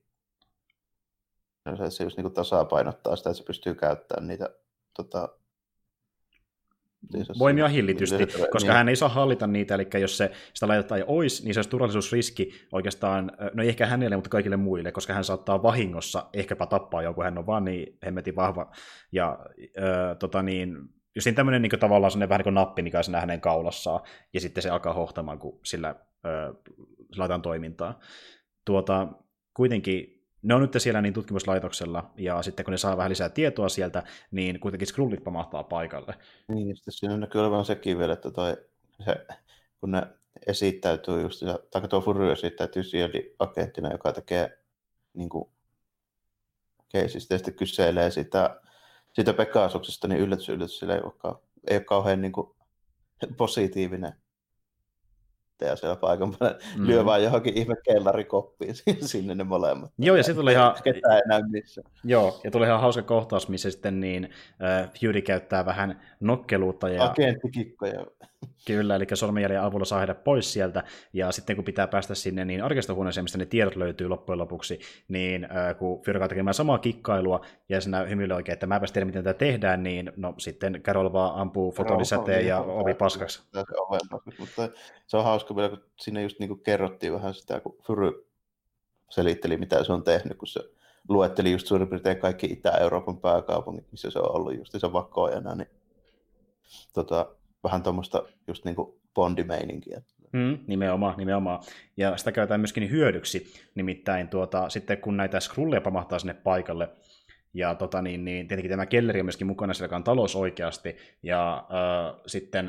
se just niin kuin tasapainottaa sitä, että se pystyy käyttämään niitä... Tota... voimia hillitysti, koska niin. Hän ei saa hallita niitä, eli jos se sitä laitetta ei olisi, niin se olisi turvallisuusriski oikeastaan, no ei ehkä hänelle, mutta kaikille muille, koska hän saattaa vahingossa ehkäpä tappaa joku, hän on vaan niin hemmetin vahva, ja äh, tota niin, jos siinä tämmöinen niin tavallaan sellainen vähän niin kuin nappi, mikä on siinä hänen kaulassaan, ja sitten se alkaa hohtamaan, kun sillä äh, laitetaan toimintaa. Tuota, kuitenkin ne on nyt siellä niin tutkimuslaitoksella, ja sitten kun ne saa vähän lisää tietoa sieltä, niin kuitenkin Skrullit pamahtaa paikalle. Niin, ja sitten siinä näkyy olevan sekin vielä, että toi, se, kun ne esittäytyy just, tai tuo Fury esittäytyy Shield-agenttina, joka tekee niin kuin keisistä, ja sitten kyselee sitä, sitä Pegasuksesta, niin yllätys, yllätys, sillä ei ole, ei ole kauhean niin kuin positiivinen agentteja siellä paikan päällä. Mm. Lyö vaan johonkin ihme kellarikoppiin sinne ne molemmat. Joo, ja sitten tuli ihan... Ketään enää missään. Joo, ja tuli ihan hauska kohtaus, missä sitten niin äh, Fury käyttää vähän nokkeluutta. Ja... Agenttikikkoja. Kyllä, eli sormenjäljen avulla saa heidät pois sieltä, ja sitten kun pitää päästä sinne niin arkistohuoneeseen, mistä ne tiedot löytyy loppujen lopuksi, niin äh, kun Fury alkaa tekemään samaa kikkailua, ja sinä hymyilee oikein, että mäpäs tiedä, miten tätä tehdään, niin no sitten Carol vaan ampuu fotonisäteen ja ovi paskaksi. Mutta se on hauska vielä, kun siinä just niin kuin kerrottiin vähän sitä, kun Fury selitteli, mitä se on tehnyt, kun se luetteli just suurin piirtein kaikki Itä-Euroopan pääkaupungit, missä se on ollut just se vakoajana, niin tota, vähän tuommoista just niin kuin Bondi-meininkiä. Mm, nimenomaan, nimenomaan. Ja sitä käytetään myöskin hyödyksi, nimittäin tuota, sitten kun näitä skrulleja pamahtaa sinne paikalle, ja tota, niin, niin, tietenkin tämä Kelleri on myöskin mukana, siellä on talous oikeasti, ja äh, sitten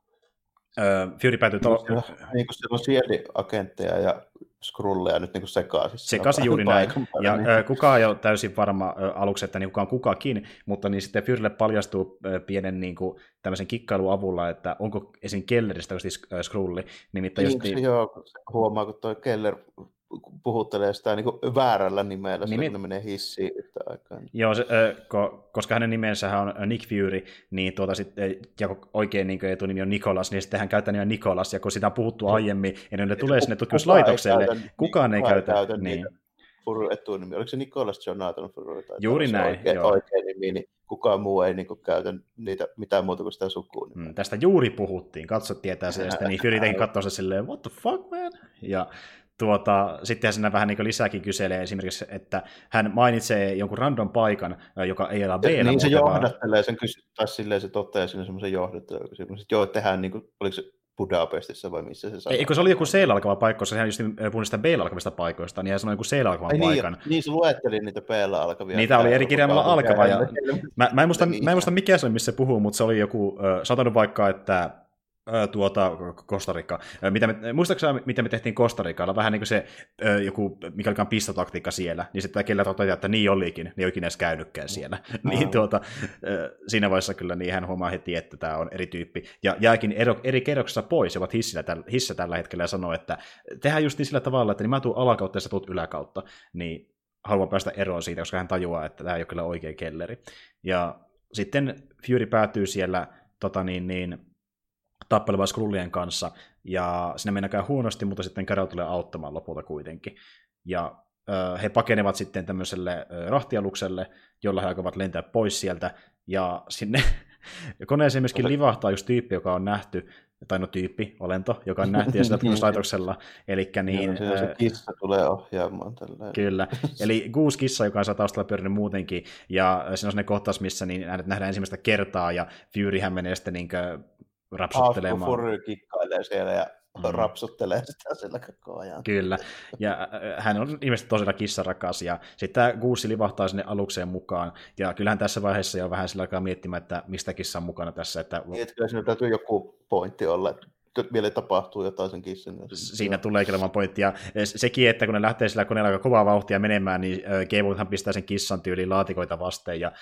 äh, Fury päätyy... Talo- no, niin kuin siellä on sieliagentteja ja skrulleja nyt niin kuin sekaisin. Sekaisin juuri näin, ja niin. äh, kukaan ei ole täysin varma äh, aluksi, että niin kuka on kukakin, mutta niin sitten Furylle paljastuu äh, pienen niin kuin, tämmöisen kikkailuun avulla, että onko esim. Kelleristä äh, skrulli. Nimittäin niin, just niin... Joo, huomaa, kun toi Keller puhuttelee sitä niin kuin väärällä nimellä, Nimi... kun ne menee hissiin yhtä aikaa. Joo, se, ko, koska hänen nimensä on Nick Fury, niin tuota sitten, ja oikein niin etunimi on Nicholas, niin sitten hän käyttää nimeä Nicholas, ja kun sitä on puhuttu aiemmin, ja ne tulee sinne tutkimuslaitokselle, kukaan ei käytä. käytä niin. Fury etunimi. Oliko se Nicholas Jonathan Fury? Juuri näin, oikein, joo. Oikein nimi, niin kukaan muu ei niin kuin, käytä niitä mitään muuta kuin sitä sukua. Mm, tästä juuri puhuttiin, katsot tietää se, ja sitten niin Fury teki katsoa se silleen, what the fuck, man? Ja Tuota, sittenhän siinä vähän niin lisääkin kyselee esimerkiksi, että hän mainitsee jonkun random paikan, joka ei ole B-llä. Niin se johdattelee sen kysy- tai silleen se toteaa sinne semmoisen johdattelee kysymyksen, että joo, tehdään niin kuin, oliko se Budapestissa vai missä se sanoi? Eikö se oli joku C-llä alkava paikka, koska hän just puhui sitä B-llä alkavista paikoista, niin hän sanoi joku C-llä alkavan Ai paikan. Niin, niin se luetteli niitä B-llä alkavia. Niitä oli eri kirjaimella alkava. Ja... Mä, mä, en muista, mä en muista mikä se oli, missä se puhuu, mutta se oli joku, äh, satanut vaikka, että tuota, Kostarikka. Mitä me, muistaakseni, miten me tehtiin Kostarikalla? Vähän niin kuin se joku, mikä olikaan pistotaktiikka siellä, niin sitten Keller toteaa, että niin olikin, niin ei oikein edes käynytkään siellä. niin tuota, siinä vaiheessa kyllä niin hän huomaa heti, että tämä on eri tyyppi. Ja jääkin ero, eri kerroksessa pois, ja ovat hississä, hississä tällä hetkellä, ja sanoo, että tehdään just niin sillä tavalla, että niin mä tuun alakautta ja sä tuut yläkautta. Niin haluan päästä eroon siitä, koska hän tajuaa, että tämä ei ole kyllä oikea Kelleri. Ja sitten Fury päätyy siellä tota niin, niin, tappelemaan skrullien kanssa, ja siinä mennään huonosti, mutta sitten Carol tulee auttamaan lopulta kuitenkin. Ja äh, he pakenevat sitten tämmöiselle äh, rahtialukselle, jolla he alkavat lentää pois sieltä, ja sinne koneeseen myöskin livahtaa just tyyppi, joka on nähty, tai no tyyppi, olento, joka on nähty ja sillä tutkimuslaitoksella. Elikkä niin, joo, se kissa tulee ohjaamaan tällä. Kyllä, eli Goose kissa, joka on saa taustalla pyörinyt muutenkin, ja siinä on sellainen kohtaus, missä niin nähdään ensimmäistä kertaa, ja Furyhän menee sitten niin rapsuttelemaan. Hauska Fury kikkailee siellä ja mm. rapsuttelee sitä siellä koko ajan. Kyllä, ja hän on ilmeisesti tosiaan kissarakas, ja sitten tämä Goose livahtaa sinne alukseen mukaan, ja kyllähän tässä vaiheessa jo vähän sillä aikaa miettimään, että mistä kissa on mukana tässä. Että... Niin, että kyllä siinä täytyy joku pointti olla, että vielä tapahtuu jotain sen kissan. Siinä joo. Tulee kyllä vaan pointti, ja sekin, että kun ne lähtee sillä koneella aika kovaa vauhtia menemään, niin Gablothan pistää sen kissan tyyliin laatikoita vasten, ja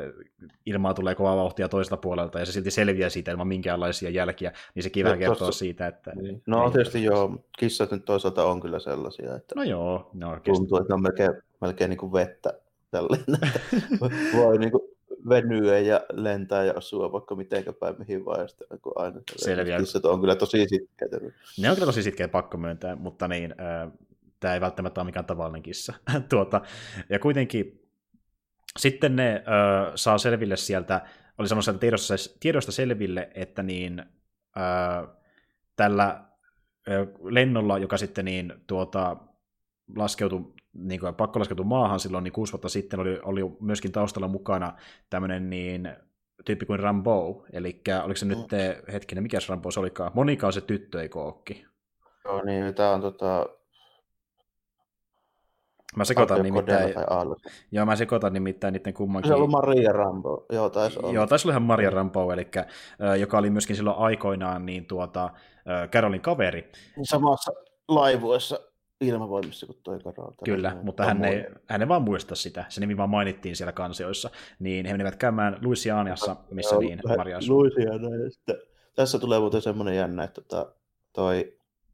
ilmaa tulee kovaa vauhtia toiselta puolelta, ja se silti selviää siitä ilman minkäänlaisia jälkiä, niin sekin vähän kertoo tossa... siitä, että... Niin. No ei... tietysti joo, kissat nyt toisaalta on kyllä sellaisia, että... No joo, no tuntuu, että on melkein, melkein niin kuin vettä tällainen, voi niin kuin venyä ja lentää ja asua vaikka mitenkä päin mihin vaan, ja sitten aina selviää. Kissat on kyllä tosi sitkeitä. Ne on kyllä tosi sitkeitä, pakko myöntää, mutta niin, äh, tämä ei välttämättä ole mikään tavallinen kissa. tuota, ja kuitenkin sitten ne äh, saa selville sieltä, oli sanonut sieltä tiedosta, tiedosta selville, että niin, äh, tällä äh, lennolla, joka sitten niin, tuota, laskeutui niin kuin pakko laskeutua maahan silloin, niin kuusi vuotta sitten oli, oli myöskin taustalla mukana tämmöinen niin, tyyppi kuin Rambo, eli oliko se nyt, te, hetkinen, mikä se Rambo se olikaan? Monika on se tyttö, eikö ookin? Joo, niin, tämä on tota... Mä sekoitan nimittäin... Joo, mä sekoitan nimittäin niiden kummankin... Se on ollut Maria Rambo, joo, taisi olla. Joo, taisi olla ihan Maria Rambo, eli, äh, joka oli myöskin silloin aikoinaan niin tuota, äh, Carolin kaveri. Samassa laivuessa ilmavoimissa kuin toi Carol. Kyllä, tällainen. mutta hän ei, hän ei vaan muista sitä. Se nimi vaan mainittiin siellä kansioissa. Niin he menivät käymään Louisianassa, missä joo, niin Maria asui. Louisiana, ja sitten tässä tulee muuten semmoinen jännä, että tota, toi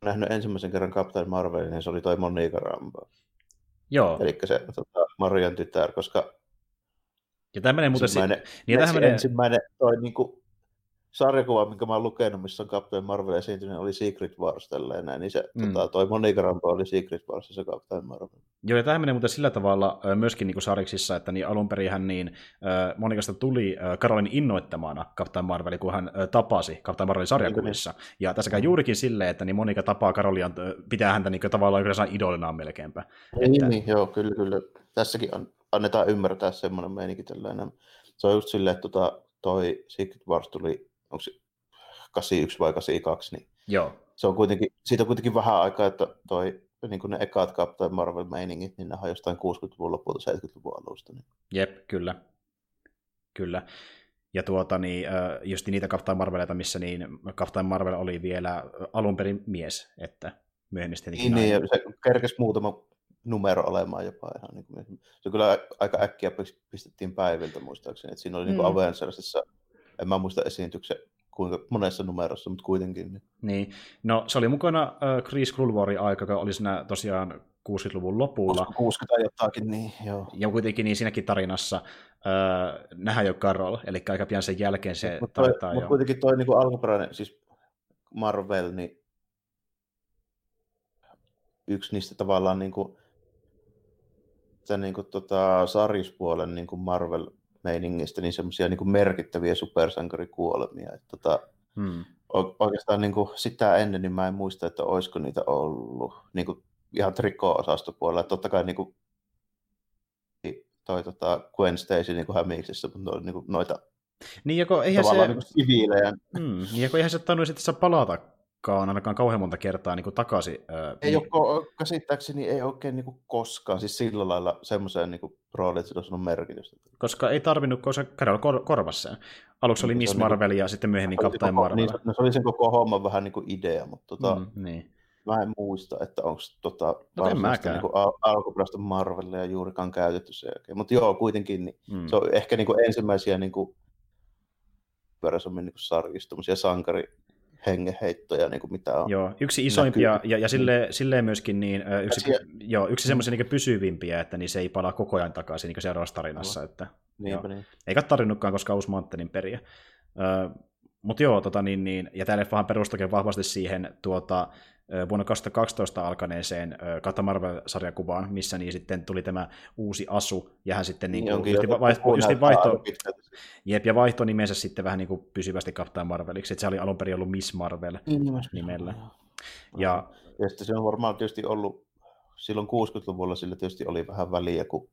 nähnyt ensimmäisen kerran Captain Marvelin, niin se oli toi Monica Rambeau. Joo. Eli se tota, Marian tytär, koska ja tämä menee muuten ensimmäinen, si- niin, ensi, menee... ensimmäinen toi niinku sarjakuva, minkä mä oon lukenut, missä on Captain Marvel esiintyneen, oli Secret Wars tälleen näin, niin se mm. tota, toi Monica Rambeau oli Secret Wars se Captain Marvel. Joo, ja tämä menee muuten sillä tavalla myöskin niin kuin sarjiksissa, että niin alun perinhän niin äh, Monikasta tuli äh, Carolin innoittamana Captain Marvel, kun hän äh, tapasi Captain Marvelin sarjakuvissa. Niin. Ja tässä käy juurikin silleen, että niin Monika tapaa Carolia, äh, pitää häntä niin kuin, tavallaan yhdessä idolinaan melkeinpä. Niin, että... niin, joo, kyllä, kyllä. Tässäkin on, annetaan ymmärtää semmoinen meininki tällainen. Se on just silleen, että tota, toi Secret Wars tuli, onko se kahdeksankymmentäyksi vai kahdeksankymmentäkaksi, niin joo. Se on kuitenkin, siitä on kuitenkin vähän aikaa, että toi, niin kuin ne ekat Captain Marvel-meiningit, niin ne on jostain kuusikymmentäluvun lopulta seitsemänkymmentäluvun alusta. Niin. Jep, kyllä. Kyllä. Ja tuota, niin, just niitä Captain Marveleita, missä niin Captain Marvel oli vielä alun perin mies, että myöhemmin sitten niin, niin, ja se kerkesi muutama numero olemaan jopa ihan. Niin kuin, se kyllä aika äkkiä pistettiin päiviltä muistaakseni, että siinä oli mm. niin kuin Avengersissa, en mä muista esiintyksen kuinka monessa numerossa, mutta kuitenkin. Niin. niin. No se oli mukana äh, Kree Skrull-Warin aika, joka oli siinä tosiaan kuusikymmentäluvun lopulla. kuusikymmentä jotakin, niin joo. Ja kuitenkin niin siinäkin tarinassa äh, nähdään jo Carol, eli aika pian sen jälkeen se mutta taitaa jo. Mutta kuitenkin toi niin kuin alkuperäinen, siis Marvel, niin yksi niistä tavallaan niin kuin, tämän, niin kuin, tota, sarjispuolen niin kuin Marvel-meiningistä, niin semmoisia niin kuin merkittäviä supersankarikuolemia. Että, tota, hmm. Oikeastaan niin kuin, sitä ennen, niin mä en muista, että olisiko niitä ollut niin kuin, ihan trikoo-osastopuolella. Totta kai niin kuin, toi tota, Gwen Stacy niin kuin Hämiksessä, mutta niin kuin, noita niin, joko, eihän tavallaan se... niin kuin siviilejä. Hmm. Niin, joko eihän se tainnut sitten saa palatakaan ainakaan kauhean monta kertaa niin kuin takaisin. Ää, ei niin... ole, käsittääkseni ei oikein niin kuin koskaan, siis sillä lailla semmoiseen niin rooliin, että sillä on merkitystä. Koska ei tarvinnut, koska Carol kor- korvasi sen. Aluksi oli Miss Marvel niin, ja sitten myöhemmin Captain Marvel. Niin, no, se oli sen koko homman vähän niin kuin idea, mutta tota, mm, niin. mä en muista, että onko tota, no, varsinaista niin al- alkuperäistä Marvelia juurikaan käytetty sen jälkeen. Mutta joo, kuitenkin niin, mm. se on ehkä niin kuin ensimmäisiä niin kuin, niin kuin sarjistumisia sankari hengenheittoja, niin kuin mitä on. Joo, yksi isoimpia, näkyy. ja, ja silleen, silleen myöskin niin, yksi, joo, yksi semmoisia niin pysyvimpiä, että niin se ei palaa koko ajan takaisin niin seuraavassa tarinassa. No. Että, Niinpä niin. Eikä tarvinnutkaan koskaan uusi Manttenin periä. Uh, Mutta joo, tota, niin, niin, ja tämä leffahan perustukin vahvasti siihen tuota, vuonna kaksituhattakaksitoista alkaneeseen Captain Marvel-sarjakuvaan, missä niin sitten tuli tämä uusi asu, ja hän sitten niin, niin justi, vaihto, justi vaihto, jep, ja vaihto nimensä sitten vähän niin kuin pysyvästi Captain Marveliksi, että se oli alun perin ollut Miss Marvel niin, nimellä. Ja, ja sitten se on varmaan tietysti ollut, silloin kuusikymmentäluvulla sillä tietysti oli vähän väliä, kun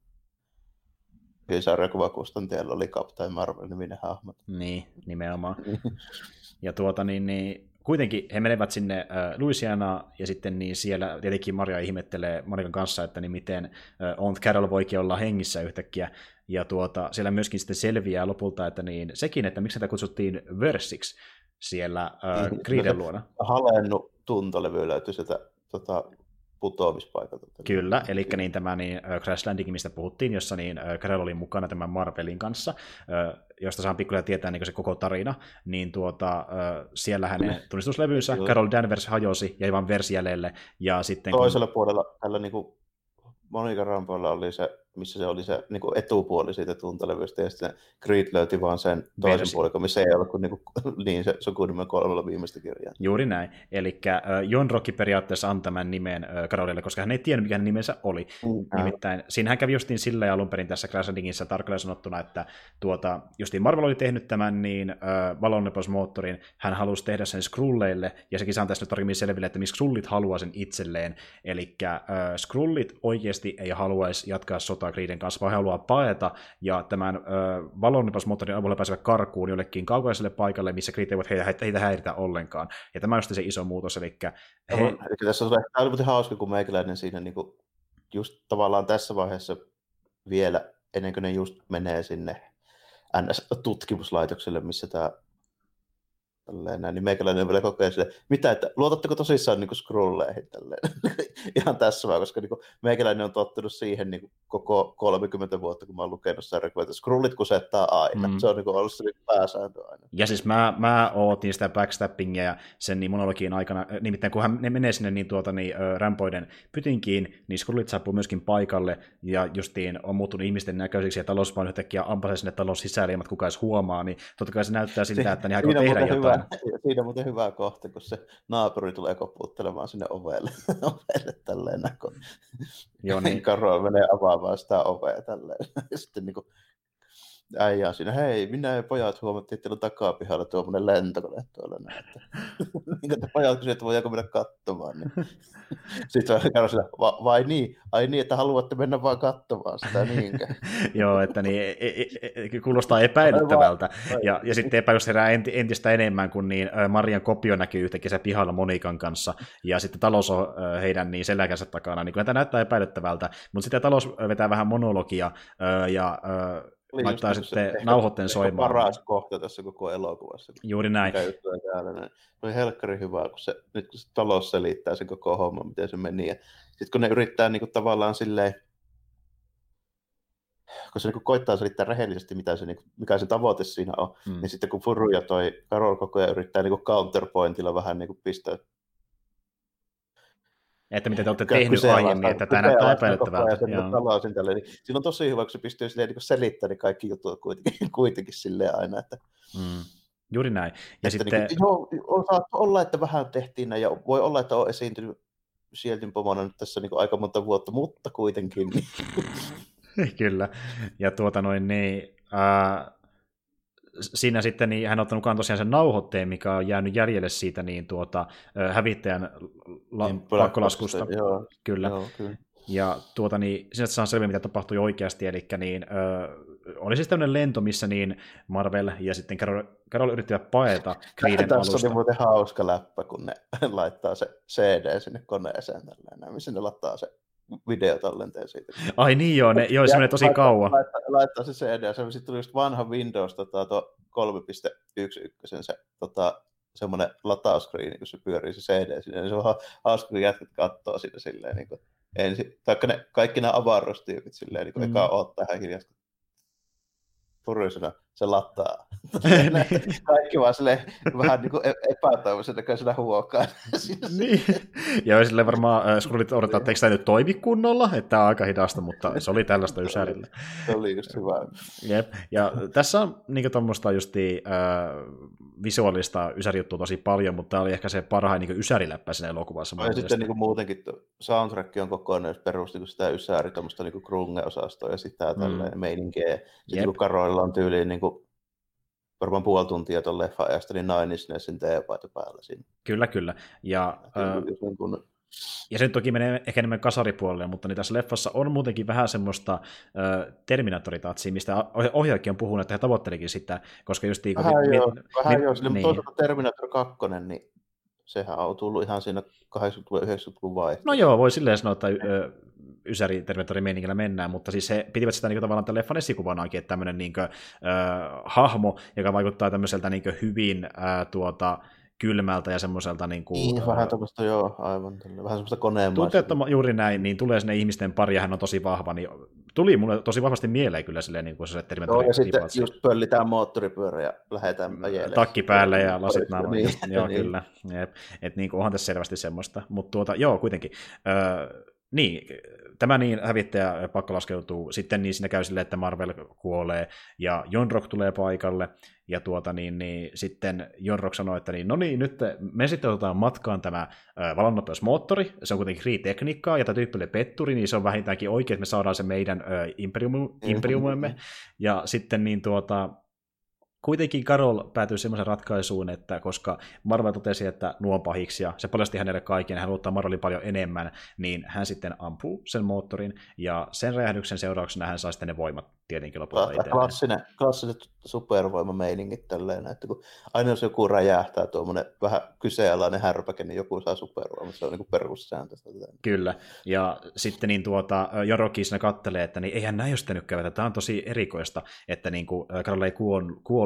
sarjakuvakustantajalla oli Captain Marvel-niminen hahmo. Niin, nimenomaan. ja tuota niin, niin kuitenkin he menevät sinne äh, Louisianaan, ja sitten niin siellä tietenkin Maria ihmettelee Marikan kanssa, että niin miten äh, Aunt Carol voikin olla hengissä yhtäkkiä, ja tuota, siellä myöskin sitten selviää lopulta, että niin sekin, että miksi sitä kutsuttiin Versiksi siellä äh, Creeden luona. Halennut tuntolevy löytyi sieltä tota, putoamispaikalta. Kyllä, eli niin tämä niin, uh, Crash Landing, mistä puhuttiin, jossa niin, uh, Carol oli mukana tämän Marvelin kanssa, uh, josta saan pikkuhiljaa tietää niin se koko tarina, niin tuota, uh, siellä hänen tunnistuslevynsä Carol Danvers hajosi, jäi vain versi jäljelle. Ja sitten, toisella kun... puolella tällä niin kuin Monica Rambeaulla oli se, missä se oli se niin kuin etupuoli siitä tuntalevystä, ja sitten Creed löyti vaan sen toisen versi. Puolikon, missä ei ollut kuin, niin, kuin, niin se sukunimen kolmella viimeistä kirjaa. Juuri näin. Eli uh, John Rocky periaatteessa antoi tämän nimen uh, Carolille, koska hän ei tiennyt, mikä hänen nimensä oli. Mm, Nimittäin siinähän kävi justiin silleen alun perin tässä Crash Landingissä tarkalleen sanottuna, että tuota, justiin Marvel oli tehnyt tämän niin uh, valonnepausmoottorin, hän halusi tehdä sen Skrulleille, ja sekin saa tässä nyt tarkemmin selville, että miksi Skrullit haluaa sen itselleen. Eli uh, Skrullit oikeasti ei haluaisi jatkaa sotaa Creeden kanssa, vaan he haluaa paeta, ja tämän ö, valonnepasmoottorin avulla pääsevät karkuun jollekin kaukaiselle paikalle, missä Creed eivät heitä, heitä häiritä ollenkaan. Ja tämä on just se iso muutos, eli... He... No, eli tässä on, tämä oli hauska, kun meikäläinen siinä niin kuin, just tavallaan tässä vaiheessa vielä, ennen kuin ne just menee sinne N S-tutkimuslaitokselle, missä tämä tälleen näin, niin meikäläinen vielä kokee silleen, mitä, että luotatteko tosissaan niin Skrulleihin tälleen, ihan tässä vaan, koska niin kuin, meikäläinen on tottunut siihen niin kuin, koko kolmekymmentä vuotta, kun mä oon lukenut sarjakuva, että Skrullit kusettaa aina, mm. se on niin kuin, ollut se niin pääsääntö aina. Ja siis mä, mä ootin sitä backstappingia ja sen niin monologiin aikana, nimittäin kun hän ne menee sinne niin, tuota, niin, Rampoiden pytinkiin, niin Skrullit saapuu myöskin paikalle, ja justiin on muuttunut ihmisten näköisiksi, ja talouspaino yhtäkkiä ampasee sinne talous sisälle, ilman kukaan edes huomaa, niin totta kai se näyttää siltä, että ne aikoo tehdä jotain. Hyvä, siinä on muuten hyvä kohta, kun se naapuri tulee koputtelemaan sinne ovelle, ovelle tälleen näkö. Joo, niin. Karol menee avaamaan sitä ovea tälleen. Sitten niin kuin äijä on siinä, hei, minä ja pojat huomattiin, että teillä on takapihalla tuommoinen lentokone tuolla näyttää. Niin kuin pojat kysyivät, että voidaanko mennä katsomaan. Niin. Sitten Karol siinä, Va- vai niin? Ai niin, että haluatte mennä vaan katsomaan sitä niinkö? Joo, että niin, e- e- e- kuulostaa epäilyttävältä. Ja, ja sitten epäilys herää entistä enemmän, kun niin Marian kopio näkyy yhtäkkiä se pihalla Monikan kanssa, ja sitten talous on heidän niin selkänsä takana. Niin kyllä tämä näyttää epäilyttävältä, mutta sitten talous vetää vähän monologia, ja Oli laittaa just, sitten se nauhoitteen soimaan. Paras kohta tässä koko elokuvassa. Juuri näin. Se oli helkkari hyvä, kun se, nyt kun se talous selittää sen koko homma, miten se meni. Sitten kun ne yrittää niin kuin, tavallaan silleen, kun se niin kuin, koittaa selittää rehellisesti, mitä se, niin kuin, mikä se tavoite siinä on, hmm. niin sitten kun Furu ja toi Karol koko ajan yrittää niin kuin counterpointilla vähän niin kuin pistää. Että mitä te olette tehnyt aiemmin, että tämä näyttää epäilyttävältä. Niin siinä on tosi hyvä, kun se pystyy silleen, niin selittämään niin kaikki jutut kuitenkin, kuitenkin silleen aina. Että, mm. Juuri näin. Ja sitten, niin kuin, joo, saattaa olla, että vähän tehtiin näin, ja voi olla, että on esiintynyt Shieldin pomona nyt tässä niin kuin aika monta vuotta, mutta kuitenkin. Kyllä. Ja tuota noin niin... Äh, siinä sitten niin hän on ottanut tosiaan sen nauhoitteen, mikä on jäänyt jäljelle siitä niin tuota, hävittäjän la- niin, pakkolaskusta. Joo, kyllä. Joo, kyllä. Ja tuota, niin, sinä saa selvä, mitä tapahtui oikeasti, eli niin, ö, oli siis tämmöinen lento, missä niin Marvel ja sitten Carol, Carol yrittivät paeta Creeden alusta. Tässä oli muuten hauska läppä, kun ne laittaa se C D sinne koneeseen, tällainen, missä ne laittaa se videotallenteen siitä. Ai niin joo, ne, joo se menee tosi laittaa, kauan. Laittaa, laittaa se C D, se sitten tuli just vanha Windows tota, tuo kolme piste yksi yksi, se tota, semmoinen latauskriini, kun se pyörii se C D sinne, niin se on hauska, kun jätkät katsoo siinä silleen, niin kuin ensin, taikka ne, kaikki nämä avaruustyypit silleen, niin kuin mm. eka oot tähän hiljasta. Puruisena se lattaa. Kaikki vaan silleen vähän niin kuin epätoivoisen näköisenä huokaan. Niin. Ja silleen varmaan äh, Skrullit odotetaan, että eikö tämä nyt toimi kunnolla, että tämä on aika hidasta, mutta se oli tällaista ysärillä. Se oli just hyvä. Jep. Ja tässä on niin tuommoista justiin äh, visuaalista ysärijuttua tosi paljon, mutta tämä oli ehkä se parhain niin ysäriläppä siinä elokuvassa. Ja sitten niin muutenkin soundtrack on kokonaan perusti, kun sitä ysäri, tuommoista niin grunge-osastoa ja sitä mm. tälleen meininkeä. Sitten kun Karoilla on tyyliin niin kuin varmaan puoli tuntia tuon leffan ajasta, niin Nine Inch Nailsin teepaita päällä siinä. Kyllä, kyllä. Ja, äh, niin kun... ja se toki menee ehkä enemmän kasaripuolelle, mutta niin tässä leffassa on muutenkin vähän semmoista äh, Terminator-tatsia, mistä ohjaajakin on puhunut, että he tavoittelikin sitä, koska just... Vähän mi- joo, mi- vähän mi- joo, sillä niin. toisaalta Terminator kaksi, niin sehän on tullut ihan siinä kahdeksankymmentä- yhdeksänkymmentäluvun vaiheessa. No joo, voi silleen sanoa, että ö, ysäri Terminatorin meiningillä mennään, mutta siis he pitivät sitä niin tavallaan tämän leffan esikuvanaankin, että tämmöinen niin kuin, ö, hahmo, joka vaikuttaa tämmöiseltä niin hyvin ö, tuota, kylmältä ja semmoiselta... Niin kuin, niin, vähän tämmöistä, joo, aivan. Vähän semmoista koneenmaista. Tunteettoman juuri näin, niin tulee sinne ihmisten pari ja hän on tosi vahva, niin tuli mulle tosi vahvasti mieleen kyllä silleen, niin kuin se Terminator. Joo, ja sitten just pöllitään moottoripyörä ja lähdetään ajeleen. Takki päälle ja lasit naama. Niin, joo, niin. kyllä. Että niin kuin onhan tässä selvästi semmoista. Mutta tuota, joo, kuitenkin. Öö, niin, tämä niin hävittäjä pakko laskeutuu. Sitten niin siinä käy silleen, että Marvel kuolee ja John Rock tulee paikalle. Ja tuota, niin, niin, sitten John Rock sanoi, että niin, no niin, nyt me sitten otetaan matkaan tämä valonnopeusmoottori. Se on kuitenkin Kree-tekniikkaa, ja tämä tyyppi oli petturi, niin se on vähintäänkin oikein, että me saadaan se meidän ö, imperium, imperiumimme. Ja sitten niin tuota... Kuitenkin Carol päätyi semmoisen ratkaisuun, että koska Marvel totesi, että nuo on pahiksi ja se paljasti hänelle kaiken ja hän luottaa Marvelin paljon enemmän, niin hän sitten ampuu sen moottorin ja sen räjähdyksen seurauksena hän saa sitten ne voimat tietenkin lopulta itselleen. Klassinen, klassiset supervoimameiningit tälleen, että kun aina jos joku räjähtää tuommoinen vähän kyseenalainen härpäke, niin joku saa supervoimat, se on niin kuin perussääntö. Kyllä, ja sitten niin tuota, Joroki siinä kattelee, että niin eihän näin jos tehnyt käydä, tämä on tosi erikoista, että niin kuin Carol ei kuollut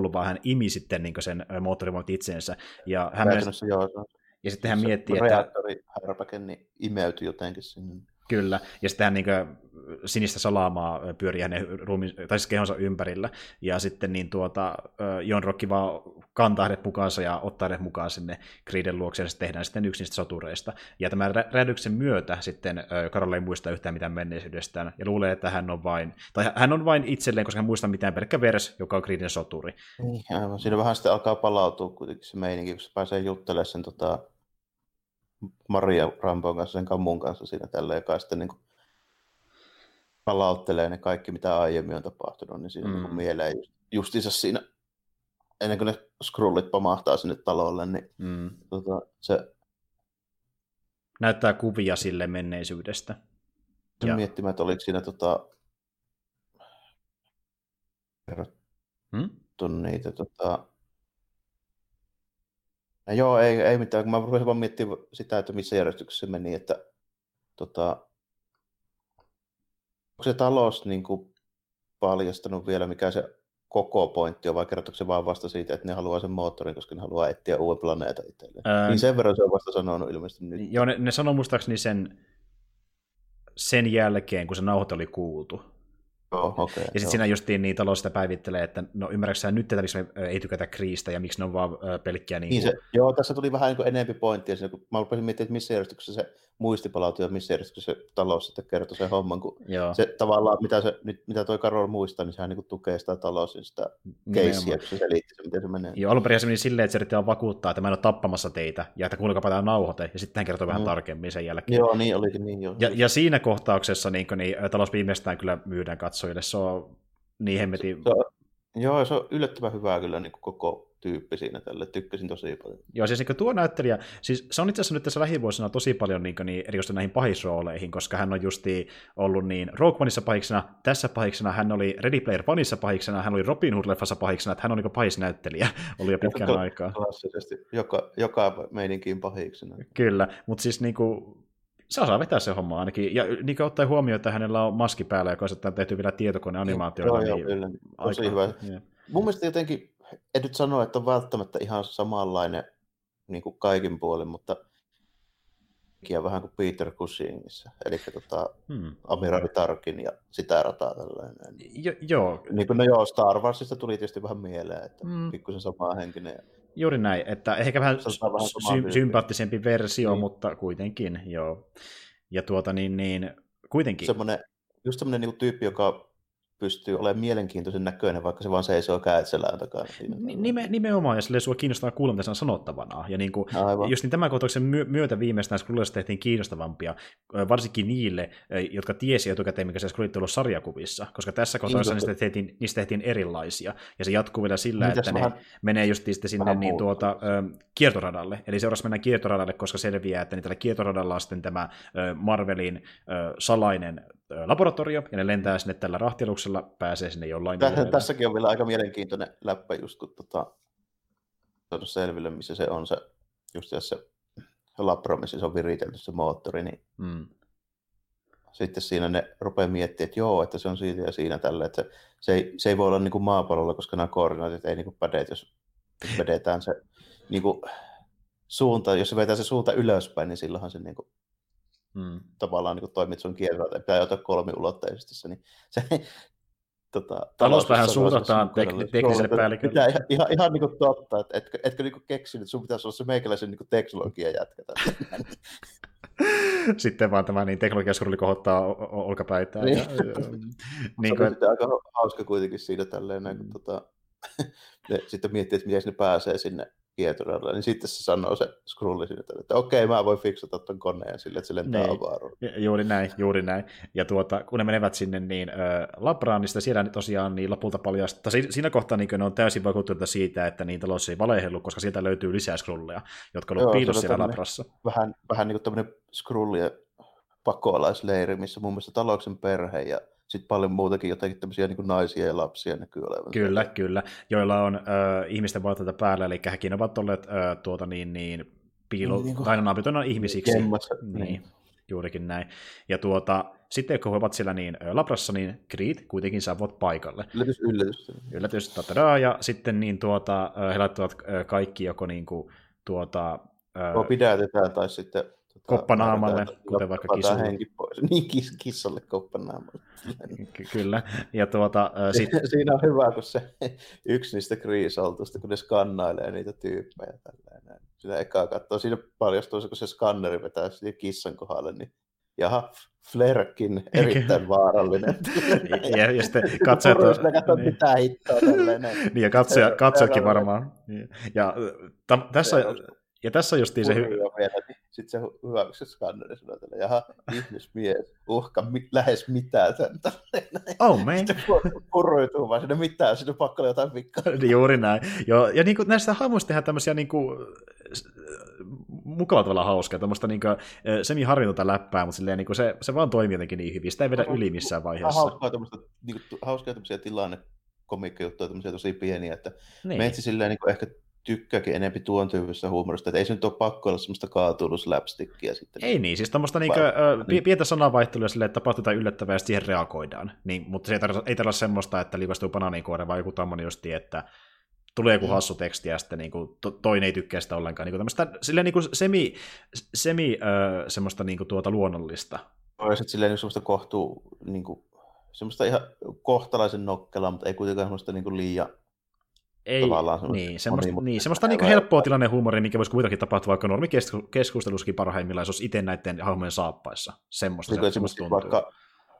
kuollut, vaan hän imi sitten niin sen moottorivoimat itseensä. Ja, hän myös, joo, ja sitten hän miettii, että... Reaktori härpäke niin imeytyi jotenkin sinne. Kyllä, ja sitten hän niin sinistä salaamaa pyörii hänen ruumiin, tai siis kehonsa ympärillä, ja sitten niin tuota, Jon Rock vaan kantaa hänet mukaansa ja ottaa hänet mukaan sinne Creeden luokse, ja sitten tehdään sitten yksi niistä sotureista. Ja tämän räjähdyksen myötä sitten Carol ei muista yhtään mitään menneisyydestään, ja luulee, että hän on vain, tai hän on vain itselleen, koska hän muistaa mitään pelkkä Vers, joka on Creeden soturi. Niin, aivan. Siinä vähän sitten alkaa palautua kuitenkin se meininki, kun se pääsee juttelemaan sen tota, Maria Rambon kanssa, sen kammun kanssa siinä tällä, joka sitten niin kuin palauttelee ne kaikki, mitä aiemmin on tapahtunut, niin siinä mm. niin mieleen just, justiinsa siinä, ennen kuin ne skrullit pamahtaa sinne talolle, niin mm. tota, se näyttää kuvia sille menneisyydestä. Sen ja... miettimään, että oliko siinä tota... hmm? niitä tota... No joo, ei, ei mitään. Mä rupesin vaan miettimään sitä, että missä järjestyksessä se meni, että tota... onko se talous niin kuin paljastanut vielä, mikä se koko pointti on, vai kertooko se vaan vasta siitä, että ne haluaa sen moottorin, koska ne haluaa etsiä uuden planeetan itselleen. Ää... Niin sen verran se on vasta sanonut ilmeisesti nyt. Joo, ne, ne sanoi muistaakseni sen, sen jälkeen, kun se nauhoite oli kuultu. Oh, okay, ja sitten siinä justiin niin talous sitä päivittelee, että no ymmärrätkö nyt, että miksi me ei tykätä Kreesta ja miksi ne on vaan pelkkiä niin, niin se, joo, tässä tuli vähän niin enempi pointtia siinä, kun mä rupesin miettimään, että missä järjestyksessä se muisti palautui ja missä järjestyksessä se talous sitten kertoi sen homman, kun joo. se tavallaan, mitä, se, nyt, mitä toi Carol muistaa, niin sehän niin tukee sitä talous ja sitä keissiä, kun se selitti se, miten se menee. Joo, alun perin se meni silleen, että se yritti vaan vakuuttaa, että mä en ole tappamassa teitä ja että kuulkaapa tämä nauhoite, ja sitten hän kertoi mm. vähän tarkemmin sen jälkeen. Joo, niin olikin niin joo. Ja, ja siinä kohtauksessa niin, niin, talous viimeistään kyllä myydään katsojille, se on niin hemmetin... Se, se on, joo, se on yllättävän hyvää kyllä niin koko tyyppi siinä tälle, tykkäsin tosi paljon. Joo, siis niin tuo näyttelijä, siis se on itse asiassa nyt tässä lähivuosina tosi paljon niin, niin erikoisesti näihin pahisrooleihin, koska hän on justiin ollut niin Rogue Oneissa pahiksena, tässä pahiksena, hän oli Ready Player Oneissa pahiksena, hän oli Robin Hood-leffassa pahiksena, että hän on niin pahisnäyttelijä, oli jo pitkän Kla- aikaa. Klassisesti, joka, joka meininkiin pahiksena. Kyllä, mutta siis niin kuin, se osaa vetää se homma ainakin, ja niin kuin ottaen huomioon, että hänellä on maski päällä, joka on tehty vielä tietokoneanimaatioilla. Joo, niin joo, kyllä, tosi aika, hyvä. Yeah. Mun mielestä jotenkin, en nyt sano, että on välttämättä ihan samanlainen niin kuin kaikin puolin, mutta vähän kuin Peter Cushingissa, eli tota, hmm. Amiraali Tarkin ja sitä rataa tällainen. Jo, joo. Niin kuin, no joo, Star Warsista tuli tietysti vähän mieleen, että hmm. pikkusen samaa henkinen. Juuri näin, että ehkä vähän, vähän sy- sympaattisempi versio, niin. Mutta kuitenkin, joo. Ja tuota niin, niin kuitenkin. Semmoinen, just semmoinen niin kuin tyyppi, joka pystyy olemaan mielenkiintoisen näköinen, vaikka se vaan seisoo kädet selän takana. Nime, nimenomaan, ja silleen sua kiinnostaa kuulla, mitä se on sanottavana. Ja niin kuin, just niin tämän kohtauksen myötä viimeistään Skrullista tehtiin kiinnostavampia, varsinkin niille, jotka tiesi etukäteen, mikä se Skrullit on ollut sarjakuvissa, koska tässä kohtauksessa niistä tehtiin, niistä tehtiin erilaisia. Ja se jatkuu vielä sillä, Mitäs että vähän, ne menee just sitten sinne niin, tuota, kiertoradalle. Eli seuraavaksi mennään kiertoradalle, koska selviää, että niin tällä kiertoradalla on sitten tämä Marvelin salainen laboratorio, ja ne lentää sinne tällä rahtialuksella, pääsee sinne jollain tavalla. Tässäkin on vielä aika mielenkiintoinen läppä, just kun tota, on selville, missä se on se, just jos se labro, missä se on viritelty se moottori, niin mm. sitten siinä ne rupeaa miettimään, että joo, että se on siitä ja siinä tällä, että se, se, ei, se ei voi olla niin kuin maapallolla, koska nämä koordinaatit ei niin kuin päde, jos, jos vedetään se niin kuin suunta, jos se vetää se suunta ylöspäin, niin silloinhan se niin kuin Hmm. tavallaan niin toimit sun kierrota, pitää ottaa kolmiulotteisesti se, niin se tota, talous vähän suunnataan tek- tekniselle päällikölle. Pitää ihan, ihan, ihan niin kuin totta, että etkö, etkö niin kuin keksinyt, sun pitäisi olla se meikäläisen niin kuin teknologia jätkätä. Sitten vaan tämä niin teknologiaskurli kohottaa olkapäitään. Niin. Ja, ja, niin kuin, sitten aika hauska kuitenkin siinä tälleen, mm. kun tota, sitten miettii, että miten ne pääsee sinne kiertoradalle, niin sitten se sanoo se Skrulli sinne, että okei, mä voin fiksata ton koneen sille, että se lentää niin. avaruuteen. Juuri näin, juuri näin. Ja tuota, kun ne menevät sinne niin äh, Labraan, niin siellä tosiaan niin lopulta paljastaa, siinä kohtaa niin ne on täysin vakuuttuneita siitä, että niin talous ei valehellu, koska sieltä löytyy lisää Skrulleja, jotka ovat piilossa siellä Labrassa. Vähän, vähän niin kuin tämmöinen Skrullien pakolaisleiri, missä muun muassa talouksen perhe ja sitten paljon muutakin jotakin tämmöisiä niin kuin naisia ja lapsia näkyy olevan. Kyllä, siellä. Kyllä, joilla on äh, ihmisten vaatteita päällä, eli hekin ovat olleet äh, tuota niin, niin piilo, niin, niin tai naapitona ihmisiksi. Jemmassa, niin, niin. Juurikin näin. Ja tuota, sitten kun he ovat siellä niin Labrassa, niin Creed kuitenkin saavat paikalle. Yllätys, yllätys. Yllätys, tatadaa, ja sitten niin tuota, he laittavat kaikki joko niin kuin, tuota... Tuo pidätetään, tai sitten... Tota, koppanaamalle, kuten vaikka kissalle. Henki pois. Niin, kis, kissalle koppanaamalle. Ky- kyllä. Ja tuota, äh, sit... Siinä on hyvä, kun se yksi niistä kriisaltuista, kun ne skannailee niitä tyyppejä. Tällainen. Siinä ekaa katsoo, siinä paljastuu se, kun se skanneri vetää kissan kohdalle, niin jaha, Flerkin erittäin vaarallinen. ja, ja sitten katsojat... Sinä katsot niin. Mitä hittoa tällainen. Niin, ja katsoja, katsojatkin varmaan. Ja, ta, tässä... Ja tässä on justiin se... Hy- Sitten se hyvä, kun se skanneri sanoo tällä, jaha, ihmismies, uhka mi- lähes mitään sen tälleen. Oh man. Sitten purroituu vaan sinne mitään, sinne pakko olla jotain vikkaa. Juuri näin. Jo, ja niin kuin näistä hahmoista tehdään tämmöisiä niin kuin, mukavalla tavalla hauskaa, tämmöistä niin kuin, semi-harvintonta läppää, mutta silleen, niin kuin se, se vaan toimii jotenkin niin hyvin. Sitä ei vedä yli missään vaiheessa. Hauskaa tämmöistä, niin kuin, hauskaa tämmöisiä tilannekomiikkajuttuja, tämmöisiä tosi pieniä, että niin. Meitsi silleen niin kuin ehkä tykkääkin enemmän tuon tyyppistä huumorista, että ei se nyt ole pakko olla semmoista kaatuiluslapstickia sitten. Ei niin, siis tämmöistä niinku, niin. pientä sanavaihtelua silleen, että tapahtuu jotain yllättävää ja siihen reagoidaan. Niin, mutta se ei tarvitse, ei tarvitse semmoista, että liivastuu banaanikoore, vaan joku tämmöinen justi, että tulee joku hassu teksti ja sitten niinku, to, toinen ei tykkää sitä ollenkaan. Niinku tämmöistä silleen niinku semi, semi äh, semmoista niinku tuota luonnollista. Ja sitten silleen semmoista kohtuu, niinku, semmoista ihan kohtalaisen nokkelaa, mutta ei kuitenkaan semmoista niinku liian ei, niin, semmoista, niin, semmoista niin helppoa tilannehuumoria, mikä voisi kuitenkin tapahtua vaikka normikeskustelussakin parhaimmillaan, jos olisi itse näiden hahmojen saappaissa. Semmoista, niin, se, semmoista tuntuu. Vaikka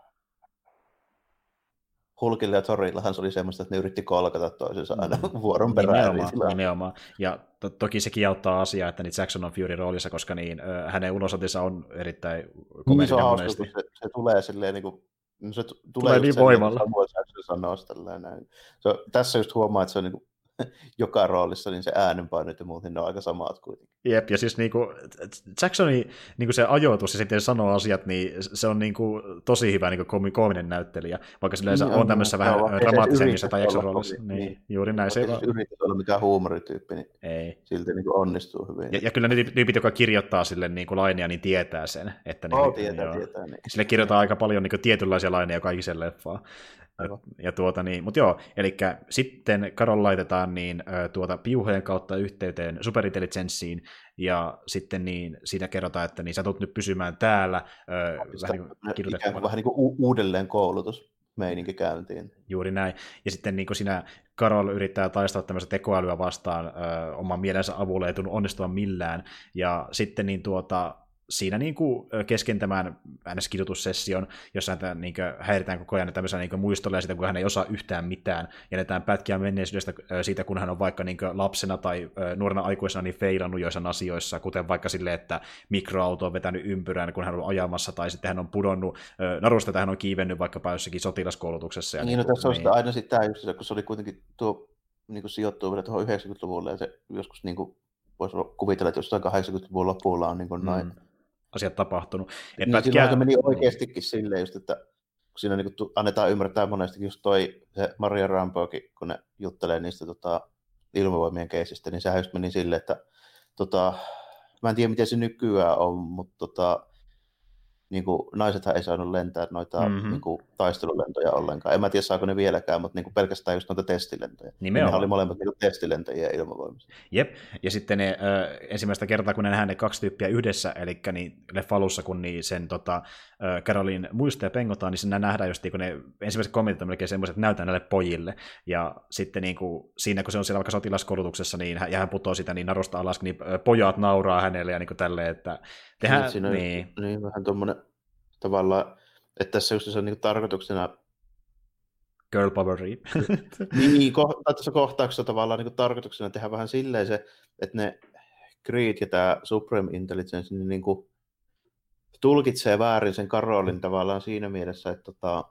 Hulkilla ja Thorillahan se oli semmoista, että ne yritti kolkata toisensa aina mm. vuoron perään. Nimenomaan, nimenomaan. Ja to, toki sekin auttaa asiaa, että niin Jackson on Fury roolissa, koska niin, äh, hänen ulosotinsa on erittäin komedian niin, monesti. Se, se tulee silleen niin kuin se t- tulee, tulee niin voimalla. Sanoo näin. Se, tässä just huomaa, että se on niin kuin joka roolissa, niin se äänenpainot ja muut, niin ne on aika samat kuitenkin. Jep, ja siis niinku, Jacksonin niinku se ajoitus ja sitten sanoo asiat, niin se on niinku tosi hyvä niinku koominen näyttelijä, vaikka se yleensä niin, on tämmöisessä vähän dramaattisemmissa tai Jackson-roolissa. Niin, niin, juuri näin. Se vaan... yrittäisi olla mikään huumorityyppi, niin ei. Silti niinku onnistuu hyvin. Ja, ja kyllä ne tyypit, jotka kirjoittaa sille niinku laineja, niin tietää sen. Että oh, niin, tietää, joo. tietää. Niin. Sille kirjoittaa aika paljon niinku tietynlaisia laineja kaikisen leffaan. Ja, ja tuota niin, mutta joo, eli sitten Carol laitetaan niin tuota piuhojen kautta yhteyteen superintelligenssiin, ja sitten niin siinä kerrotaan, että niin sä tulet nyt pysymään täällä. Vähän niin kuin, vähän niin kuin u- uudelleen koulutusmeininki käyntiin. Juuri näin. Ja sitten niin kuin siinä Carol yrittää taistella tämmöistä tekoälyä vastaan ö, oman mielensä avulla, ei tunnu onnistuvan millään. Ja sitten niin tuota... siinä niin kuin kesken tämän ääneskidutussession, jossa häntä niin kuin häiritään koko ajan tämmöisellä niin kuin muistolla ja siitä, kun hän ei osaa yhtään mitään, ja näetään pätkiä menneisyydestä siitä, kun hän on vaikka niin kuin lapsena tai nuorena aikuisena niin feilannut joissain asioissa, kuten vaikka silleen, että mikroauto on vetänyt ympyrään, kun hän on ajamassa, tai sitten hän on pudonnut narusta, tai hän on kiivennyt vaikkapa jossakin sotilaskoulutuksessa. Ja niin, no tässä on niin... aina sitten tämä just, kun se oli kuitenkin tuo niin kuin sijoittuu vielä tuohon yhdeksänkymmentäluvulle, ja se joskus niin kuin voisi kuvitella, että jostain kahdeksankymmentäluvun lopulla on niin kuin noin mm. asiat tapahtunut. Niin, silloin se meni oikeastikin silleen just, että kun siinä niin kuin annetaan ymmärtää monesti just toi se Maria Rambokin, kun ne juttelee niistä tota, ilmavoimien keisistä, niin sehän just meni silleen, että tota, mä en tiedä miten se nykyään on, mutta tota, niin kuin, naisethan ei saanut lentää noita mm-hmm. niin kuin, taistelulentoja ollenkaan. En mä tiedä saako ne vieläkään, mutta niin kuin, pelkästään just noita testilentoja. Nimenomaan. Ne oli molemmat niin kuin, testilentäjiä ilmavoimissa. Jep, ja sitten ne, äh, ensimmäistä kertaa, kun ne nähdään ne kaksi tyyppiä yhdessä, eli niin leffa alussa, kun niin sen tota, äh, Carolin muistoja pengotaan, niin siinä nähdään just, kun ne ensimmäiset kommentit on melkein semmoiset, että näytään näille pojille. Ja sitten niin kuin, siinä, kun se on siellä vaikka sotilaskoulutuksessa, niin, ja hän putoo sitä niin narusta alas, niin pojat nauraa hänelle ja niin kuin tälleen, että tehdään, niin, siinä on niin. Just, niin vähän tuommoinen tavallaan, että tässä just se on niin tarkoituksena girl power niin, ko- tässä kohtauksessa tavallaan niin tarkoituksena tehdä vähän silleen se, että ne Creed ja tämä Supreme Intelligence niin, niin kuin tulkitsee väärin sen Carolin tavallaan siinä mielessä, että tota,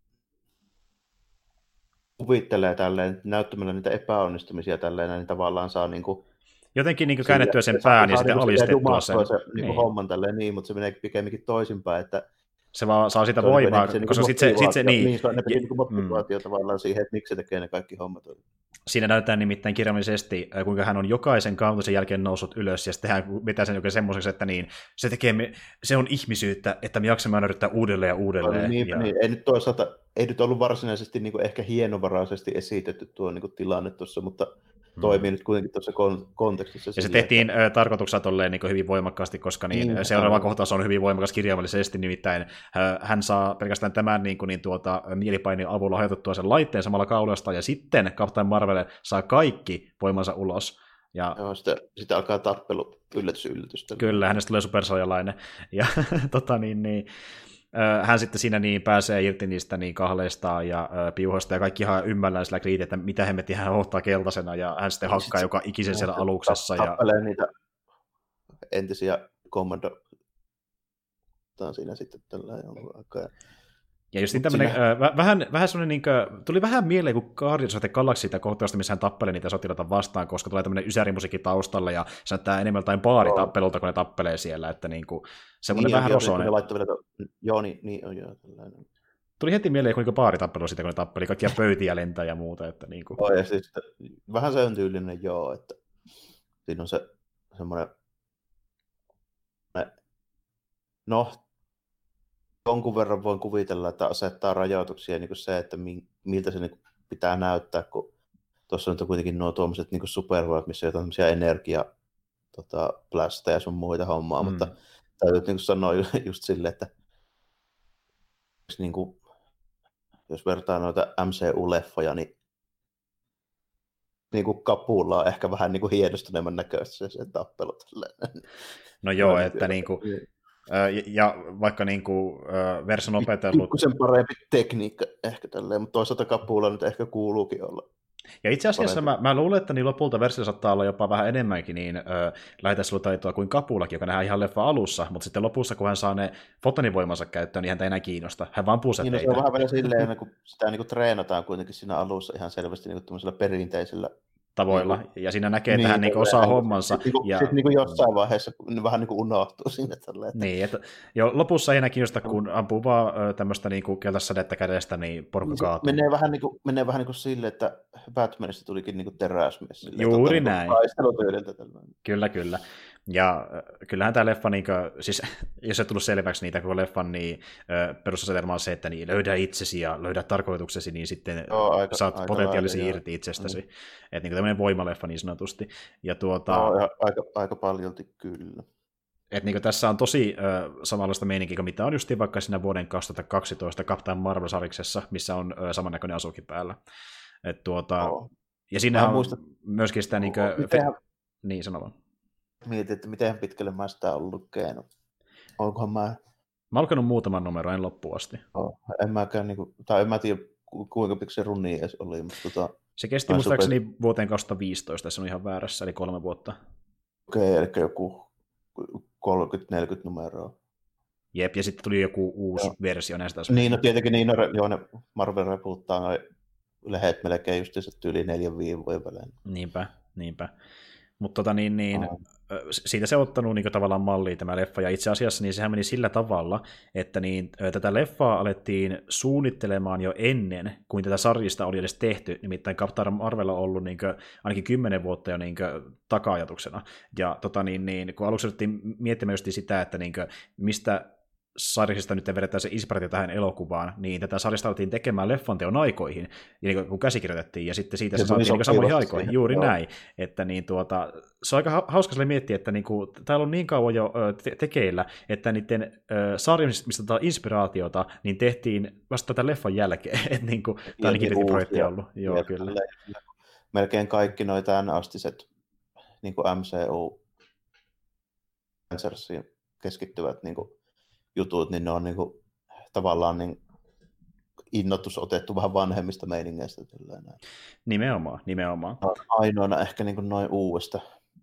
kuvittelee tälleen, näyttämällä niitä epäonnistumisia tälleen, niin tavallaan saa niin kuin jotenkin niin käännettyä sen pään ja sitten alistettua sen. Se niin niin. homman tälleen niin, mutta se menee pikemminkin toisinpäin, että se vaan saa sitä voimaa, se koska sitten se, sit se niin. Niin, se on enemmän niin motivaatio mm. tavallaan siihen, että miksi se tekee ne kaikki hommat. Siinä näytetään nimittäin kirjaimellisesti, kuinka hän on jokaisen kauntoisen jälkeen noussut ylös, ja sitten hän vetää sen oikein semmoiseksi, että niin, se, tekee me, se on ihmisyyttä, että me jaksamme aina yrittää uudelleen ja uudelleen. Niin, ja... niin, ei nyt toisaalta, ei nyt ollut varsinaisesti niin kuin ehkä hienovaraisesti esitetty tuo niin kuin tilanne tuossa, mutta toimii hmm. nyt kuitenkin tuossa kontekstissa. Ja se tehtiin että... tarkoituksella tolleen niin hyvin voimakkaasti, koska niin, niin, seuraava kohtaus on hyvin voimakas kirjaimellisesti, nimittäin hän saa pelkästään tämän niin kuin, niin tuota, mielipainin avulla hajotettua sen laitteen samalla kaulasta, ja sitten Captain Marvel saa kaikki voimansa ulos. Ja... Joo, sitä, sitä alkaa tappelu yllätys yllätys. Kyllä, hänestä tulee supersaijalainen. Ja tota niin, niin hän sitten siinä niin pääsee irti niistä niin kahleista ja piuhoista, ja kaikki ihan ymmällään sillä kriiti, että mitä hemmetti hän ottaa keltaisena, ja hän sitten hakkaa joka ikisen siellä aluksessa. Tappelee ja... niitä entisiä kommando siinä sitten tällä jonkun aikaa. Ja just niin tämmönen, sinä... äh, vähän, vähän semmoinen, niin kuin, tuli vähän mieleen kuin Guardians of the Galaxy kohtaavasti, missä hän tappelee niitä sotilaita vastaan, koska tulee tämmöinen ysärimusiikki taustalla, ja se näyttää enemmän jotain baaritappelulta, kun ne tappelee siellä, että niin kuin, semmoinen niin, vähän rosoinen. Joo, niin, niin on joo. Tällainen. Tuli heti mieleen kuinka baaritappelu siitä, kun ne tappeli kaikkia pöytiä lentää ja muuta. Että niin kuin... oh, ja siis, vähän se on tyylinen, joo, että siinä on se semmoinen, no, jonkun verran voin kuvitella, että asettaa rajoituksia niin kuin se, että miltä se niin pitää näyttää, kun tuossa on kuitenkin nuo tuommoiset niin supervoimat, missä on tämmöisiä energia tota, ja sun muita hommaa, mm. mutta täytyy niin kuin sanoa just silleen, että niin kuin, jos vertaa noita M C U-leffoja, niin, niin kuin Kapulla on ehkä vähän niin kuin hienostuneemman näköistä se, se tappelu. No joo, että niin kuin... Ja vaikka niin kuin, Vers on opetellut... Pikkusen parempi tekniikka ehkä tälleen, mutta toisaalta Kapulla nyt ehkä kuuluukin olla. Ja itse asiassa mä, mä luulen, että niin lopulta Versilla saattaa olla jopa vähän enemmänkin niin äh, lähetäiselutaitoa kuin Kapulakin, joka nähdään ihan leffa alussa, mutta sitten lopussa, kun hän saa ne fotonivoimansa käyttöön, niin häntä ei enää kiinnosta. Hän vaan puusetteitä. Niin, no, se on vähän vielä silleen, kun sitä niin kuin treenataan kuitenkin siinä alussa ihan selvästi niin kuin perinteisellä tavoilla, niin, ja siinä näkee, että niin, hän niin osaa hommansa. Sitten niin, ja... sit niin jossain vaiheessa vähän niin kuin unohtuu sinne. Tälle, että... Niin, että jo lopussa ei enää kiinnosta, kun ampuu vaan tämmöistä niin keltaissadetta kädestä, niin porukka kaatuu. Menee vähän niin kuin, menee vähän niin kuin sille, että Batmanista tulikin niin kuin teräsmies. Juuri tota, näin. Niin kyllä, kyllä. Ja kyllähän tämä leffa, niin kuin, siis jos ei tullut selväksi niitä koko leffan, niin perusasetelma on se, että niin, löydä itsesi ja löydä tarkoituksesi, niin sitten no, aika, saat aika potentiaalisesti lailla, irti itsestäsi. Mm. Että niin tämmöinen voimaleffa niin sanotusti. Ja tuota, no, ja aika, aika paljolti kyllä. Että niin tässä on tosi äh, samanlaista meininkiä, mitä on justiin vaikka siinä vuoden kaksituhattakaksitoista Captain Marvel-sariksessa, missä on äh, samannäköinen asukin päällä. Et tuota, oh. Ja siinä on muista... myöskin sitä... Niin, kuin, Mitenhän... niin sano vaan. Mietin, että miten pitkälle mä sitä olen lukenut. Onkohan mä... Mä oon lukenut muutaman numeron, en loppuun asti. Oh, en mäkään, niin kuin, tai en mä tiedä kuinka pitkä se runi edes oli. Mutta tota, se kesti muistaakseni super... vuoteen kaksituhattaviisitoista, se on ihan väärässä, eli kolme vuotta. Okei, okay, eli joku kolmekymmentä neljäkymmentä numeroa. Jep, ja sitten tuli joku uusi joo. versio näistä. Niin, no tietenkin niin, no, joo, ne Marvel repuuttaa noin lehet melkein just tyyli neljän viiden vuoden välein. Niinpä, niinpä. Mutta tota niin, niin oh. siitä se on ottanut niin tavallaan malliin tämä leffa, ja itse asiassa niin sehän meni sillä tavalla, että niin, tätä leffaa alettiin suunnittelemaan jo ennen, kuin tätä sarjista oli edes tehty, nimittäin Captain Marvel on ollut niin kuin, ainakin kymmenen vuotta jo niin taka-ajatuksena, ja tota niin, niin, kun aluksi alettiin miettimään just sitä, että niin kuin, mistä sarjasta nyt vedetään se inspiraatio tähän elokuvaan, niin tätä sarjasta alettiin tekemään leffanteon aikoihin, niin kun käsikirjoitettiin, ja sitten siitä se, se saatiin niin samoihin aikoihin, siihen. Juuri joo. näin. Että niin tuota, se on aika hauska sille miettiä, että niin kuin, täällä on niin kauan jo te- tekeillä, että niiden sarjista, mistä tätä inspiraatiota, niin tehtiin vasta tätä leffan jälkeen, että niin kuin, tämä on niin projekti ollut. Joo, ja kyllä. Melkein kaikki noita tämänastiset niin kuin M C U keskittyvät niin kuin jutut, niin ne on niinku, tavallaan niin innotus otettu vähän vanhemmista meiningeistä. Nimenomaan, nimenomaan. Ainoana ehkä niin noin uudesta.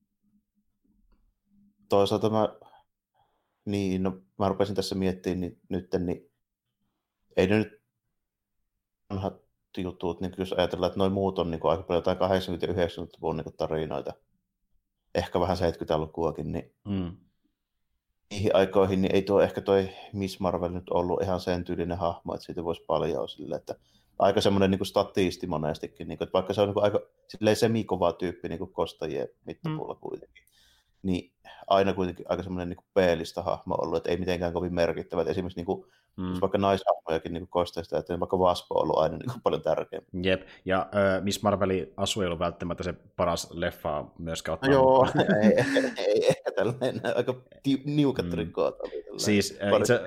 Toisaalta mä, niin, no, mä rupesin tässä miettimään niin, nyt, niin ei ne nyt vanhat jutut, niin jos ajatellaan, että noin muut on niin aika paljon jotain kahdeksankymmentä- ja yhdeksänkymmentäluvun niin tarinoita, ehkä vähän seitsemänkymmentälukuakin, niin mm. niihin aikoihin niin ei tuo ehkä toi Miss Marvel nyt ollut ihan sen tyylinen hahmo, että siitä voisi paljon sille, että aika semmoinen niin statisti monestikin, niin kuin, että vaikka se on niin kuin aika silleen semikova tyyppi niin kuin kostajien mittapuulla mm. kuitenkin, niin aina kuitenkin aika semmoinen niin peelistä hahmo ollut, että ei mitenkään kovin merkittävä. Esimerkiksi niin kuin, mm. jos vaikka naishahmojakin niin kosteista, että vaikka Wasp on ollut aina niin kuin paljon tärkeämpi. Jep, ja äh, Miss Marvelin asu ei ollut välttämättä se paras leffa myöskään ottaa. No joo, ei, ei, ei ehkä tällainen aika ti- niukat mm. rikkoot. Siis, äh, itse,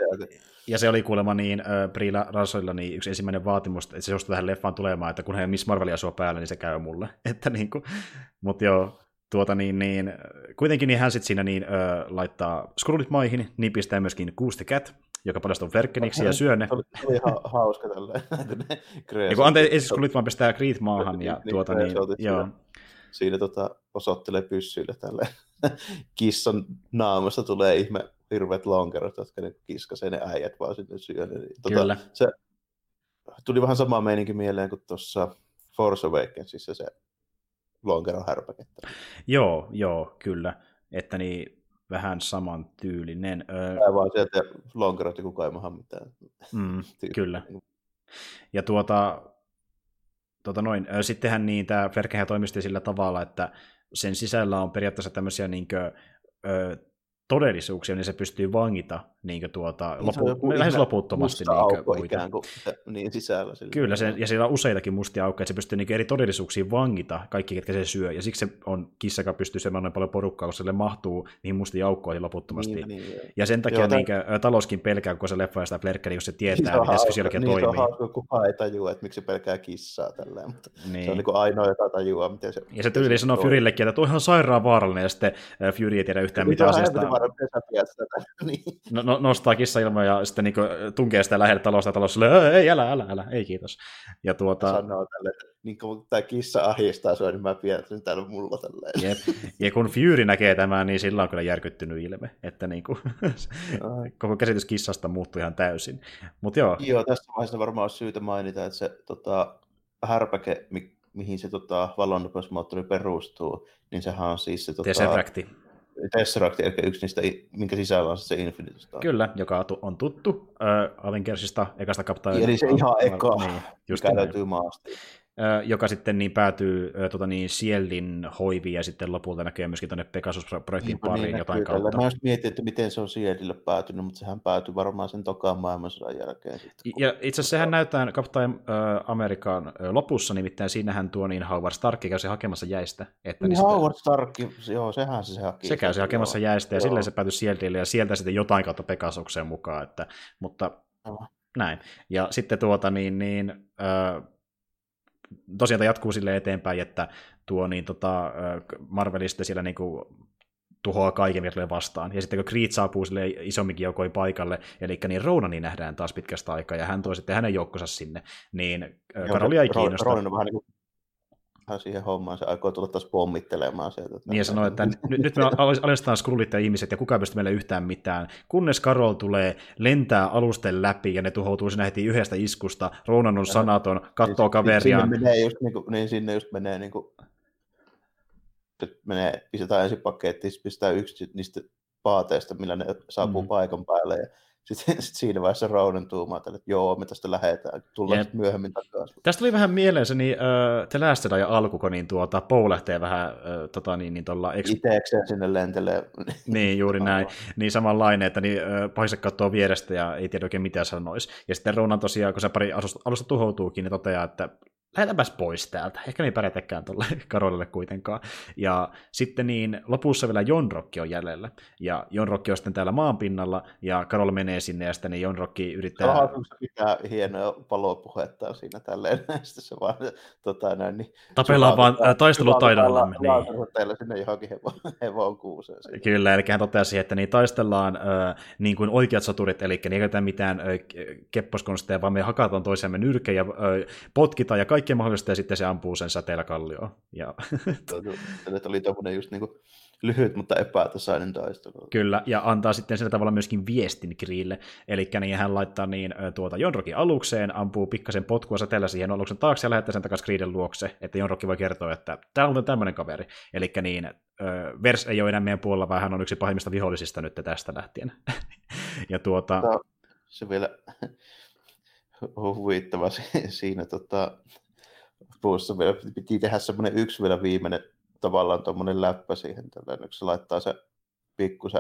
ja se oli kuulemma niin äh, Brie Larsonilla niin yksi ensimmäinen vaatimus, että se suostui tähän leffaan tulemaan, että kun hän Miss Marvelin asua päällä, niin se käy mulle. Että niin kuin, mutta joo. Tuota niin, niin, kuitenkin niin hän sitten siinä niin, ö, laittaa skrullit maihin, niin pistää myöskin Goose the Cat, joka paljastuu Verkeniksi ja syö ne. Se oli, se oli ha- hauska tälleen. Eiku, anteeksi, ei se skrullit, vaan pistää Creed maahan. Ja niin, tuota niin, joo. Siinä, siinä tota, osoittelee pyssyillä tälleen. Kissan naamasta tulee ihme hirveät lonkerot, jotka ne kiskasee ne äijät vaan sinne syö. Niin, tota, Kyllä. Se tuli vähän sama meininki mieleen kuin tuossa Force Awakensissa se lonkeron härpäkettä. Joo, joo, kyllä. Että niin vähän samantyylinen. Tämä vaan se, että lonkerot joku kaimahan mitään. Mm, kyllä. Ja tuota, tuota noin, sittenhän niin tämä Verkehän toimisti sillä tavalla, että sen sisällä on periaatteessa tämmöisiä niinkö, ö, todellisuuksia, niin se pystyy vangita niin tuota, lopu, lähes loputtomasti. Niin ikään kuin niin sisällä. Kyllä, se, ja siellä on useitakin mustia aukkoja, että se pystyy niin eri todellisuuksiin vangita kaikki, ketkä se syö, ja siksi se on kissa, joka pystyy syömään noin paljon porukkaa, koska sille mahtuu niihin mustiin aukkoihin loputtomasti. Niin, niin, ja sen takia joo, niin, tämän... talouskin pelkää, kun se leffa ja sitä Flerkeri, jos se tietää, niin miten se fysiologia niin, toimii. Se on hauska, kukaan ei tajua, että miksi se pelkää kissaa tälleen, mutta niin. Se on niin ainoa, joka tajuaa, miten se... Ja se tyyli sanoo Furyllekin, että tuo on ihan sairaan vaarallinen, ja sitten Fury ei tiedä yhtään mitä asiasta. Niin. No, no, nostaa kissa ilman ja sitten niinku tunkee sitä lähelle talosta ja talossa ei, älä, älä, älä, ei kiitos. Ja tuota... Sanoo tälle, että niin kun tämä kissa ahdistaa sua, niin mä pidän sen täällä mulla tälleen. Jep. Ja kun Fury näkee tämän, niin sillä on kyllä järkyttynyt ilme, että niinku, koko käsitys kissasta muuttui ihan täysin. Mut joo. Joo, tässä vaiheessa varmaan olisi syytä mainita, että se tota, härpäke, mi- mihin se tota, valonnopeusmoottori perustuu, niin sehän on siis se... Tota, Tesseracti. Tesseract, eli yksi niistä, minkä sisällä on se Infinity Star. Kyllä, joka on tuttu äh, Avengersista, ekasta kaptaanista. Eli se ihan eka, niin, mikä löytyy maasta. Äh, joka sitten niin päätyy äh, tota niin, Shieldin hoiviin ja sitten lopulta näkee myöskin tuonne Pegasus-projektin niin, pariin niin, jotain kautta. Mä just mietin, että miten se on Shieldille päätynyt, mutta sehän päätyi varmaan sen tokaan maailmansodan jälkeen. Sitten, ja itse asiassa sehän näyttää Captain äh, Amerikan äh, lopussa, nimittäin siinähän tuo niin Howard Stark käy se hakemassa jäistä. Että niin Howard Stark, joo, sehän se, se haki. Se käy se hakemassa joo. jäistä ja joo. silleen se päätyi Shieldille ja sieltä sitten jotain kautta Pegasukseen mukaan, että, mutta no. näin. Ja sitten tuota niin, niin äh, tosiaan jatkuu sille eteenpäin, että tuo niin, tota, Marvelista siellä niin kuin, tuhoaa kaiken, mitä tulee vastaan. Ja sitten kun Creed saapuu sille isomminkin joukoin paikalle, eli niin Ronani nähdään taas pitkästä aikaa, ja hän toi sitten hänen joukkonsa sinne, niin Karolia ei kiinnosta. Ronan on vähän niin kuin siihen hommaan, se aikoo tulla taas pommittelemaan sieltä. Niin ja sanoo, että nyt, nyt me aletaan skrullit ja ihmiset, ja kukaan ei pysty meille yhtään mitään. Kunnes Karol tulee, lentää alusten läpi, ja ne tuhoutuu sinä heti yhdestä iskusta. Ronan on sanaton, katsoo kaveria. Sinne menee just, niin, kuin, niin sinne just menee, niin kuin, menee pistetään ensin pakettiin, pistää yksi niistä paateista, millä ne saapuu mm. paikan päälle, ja sitten sit siinä vaiheessa Ronan tuumaa tälle, että joo, me tästä lähdetään, tullaan sitten myöhemmin takaisin. Tästä tuli vähän mieleen se niin, uh, The Last Jedi alku, kun niin, tuota, Poe lähtee vähän uh, tota, niin, niin, tolla... Eks... Iteekseen sinne lentelee. Niin, juuri näin. Niin samanlainen, että niin, uh, pahise katsoo vierestä ja ei tiedä oikein mitä sanoisi. Ja sitten Ronan tosiaan, kun se pari alusta tuhoutuukin, niin toteaa, että lähdetäänpäs pois täältä. Ehkä me ei pärjätäkään tuolle Karolille kuitenkaan. Ja sitten niin lopussa vielä John Rock on jäljellä. Ja John Rock on sitten täällä maanpinnalla, ja Karol menee sinne, ja sitten niin John Rock yrittää... Onhan se pitää hienoa palopuhettaan siinä tälleen, sitten se vaan tota, näin, niin... Tapellaan vaan äh, taistelutaidollamme. Niin. Teillä sinne johonkin hevoon kuuseen. Siinä. Kyllä, eli hän toteaa siihen, että niin taistellaan äh, niin kuin oikeat soturit, eli ei käytetä mitään äh, kepposkonsteja, vaan me hakataan toisiamme nyrkeen ja äh, potkitaan ja kaikki mahdollista, ja sitten se ampuu sen säteellä kallioon. Ja... Tämä oli tämmöinen just niin kuin lyhyt, mutta epätasainen taistelu. Kyllä, ja antaa sitten sillä tavalla myöskin viestin Kreelle, eli niin hän laittaa niin tuota John Rockin alukseen, ampuu pikkasen potkua säteellä siihen aluksen taakse ja lähettää sen takaisin Kreeden luokse, että John Rock voi kertoa, että tämä on tämmöinen kaveri. Eli niin Vers ei ole enää meidän puolella, vaan hän on yksi pahimmista vihollisista nyt tästä lähtien. Ja tuota... No, se vielä... huvittava siinä tota, puussa vielä piti tehdä semmoinen yksi vielä viimeinen tavallaan tuommoinen läppä siihen, tällainen, kun se laittaa se pikkusen,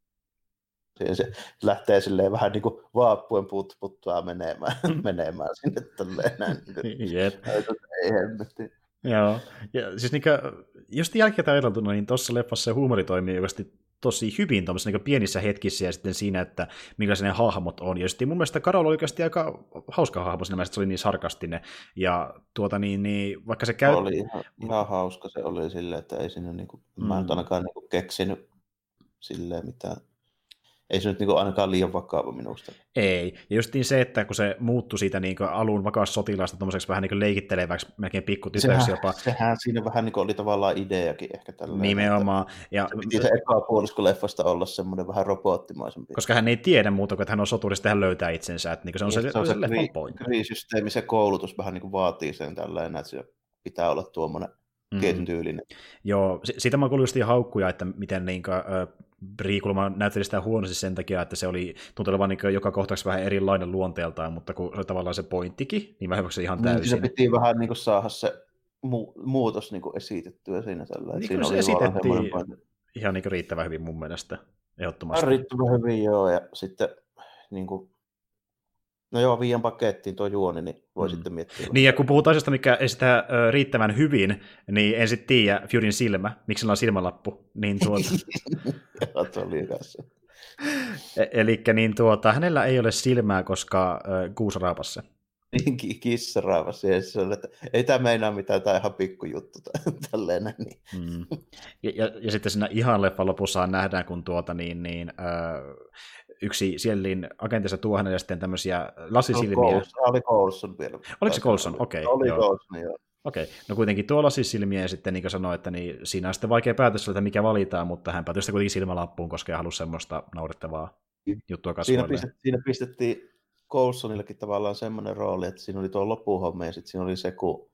se lähtee silleen vähän niin kuin vaappuen putputtaa menemään, menemään sinne tälleen näin. Niin Jep. Ei hemmetti. Joo, ja siis niinku, just jälkeen ajateltuna, niin tuossa leffassa se huumori toimii oikeasti tosi hyvin tuollaisissa niin pienissä hetkissä ja sitten siinä, että millaisia ne hahmot on. Ja sitten mun mielestä Karol oli oikeasti aika hauska hahmo siinä, että se oli niin sarkastinen. Ja tuota niin, niin vaikka se käy... Oli ihan, ihan hauska se oli silleen, että ei siinä niinku, mm. mä en ainakaan niinku keksinyt silleen mitään. Ei se nyt niinku ainakaan liian vakava minusta. Ei. Ja justiin se, että kun se muuttui siitä niin alun vakaasta sotilaasta tuommoiseksi vähän niin leikiteleväksi, melkein pikkutytöksi jopa. Sehän siinä vähän niin oli tavallaan ideakin ehkä tällä. Nimenomaan. Ja... Se piti se eka puolisko leffasta olla semmoinen vähän robottimaisempi. Koska hän ei tiedä muuta kuin, että hän on soturista, hän löytää itsensä. Että niin se on se, se, on se, se leffan pointti. Kriisysteemi, se koulutus vähän niin kuin vaatii sen tällainen, että se pitää olla tuommoinen mm. tietyn tyylinen. Joo, siitä mä kuulin just haukkuja, että miten niin kuin, äh, Brie kulma näytteli sitä huonosti sen takia, että se oli tuntuu olevan niin joka kohtaksi vähän erilainen luonteeltaan, mutta kun se oli tavallaan se pointtikin, niin mä hyväksyn ihan täysin. Niin, se piti vähän niin kuin saada se mu- muutos niin kuin esitettyä siinä tällä. Niin siinä se esitettiin ihan niin riittävän hyvin mun mielestä, ehdottomasti. Riittävän hyvin, joo, ja sitten niin kuin no joo, viian pakettiin tuo juoni, niin voi mm. sitten miettiä. Niin, ja kun puhutaan asiasta, mikä estää ö, riittävän hyvin, niin en sitten tiedä Furyn silmä, miksi sillä on silmälappu. Niin tuota... Joo, se oli kanssa. Eli niin tuota, hänellä ei ole silmää, koska ö, kuusi raapassa. Niin, kissa raapassa. Ja se on, että ei tämä meinaa mitään, tämä on ihan pikkujuttu. Tälleen näin. Niin. Mm. Ja, ja, ja sitten siinä ihan leffan lopussaan nähdään, kun tuota niin... niin ö, yksi Siellin agentissa tuo hänelle sitten tämmöisiä lasisilmiä. Oli Coulson vielä. Oliko se Coulson? Okei. Okay, oli Coulson, joo. Okei, okay. No kuitenkin tuo lasisilmiä ja sitten niin kuin sanoi, että niin, siinä on sitten vaikea päätös, että mikä valitaan, mutta hän päätyi sitten kuitenkin silmälappuun, koska ei halua semmoista naurettavaa juttua kasvoille. Siinä, pistet, siinä pistettiin Coulsonillekin tavallaan semmoinen rooli, että siinä oli tuo loppuhomme ja sitten siinä oli se, kun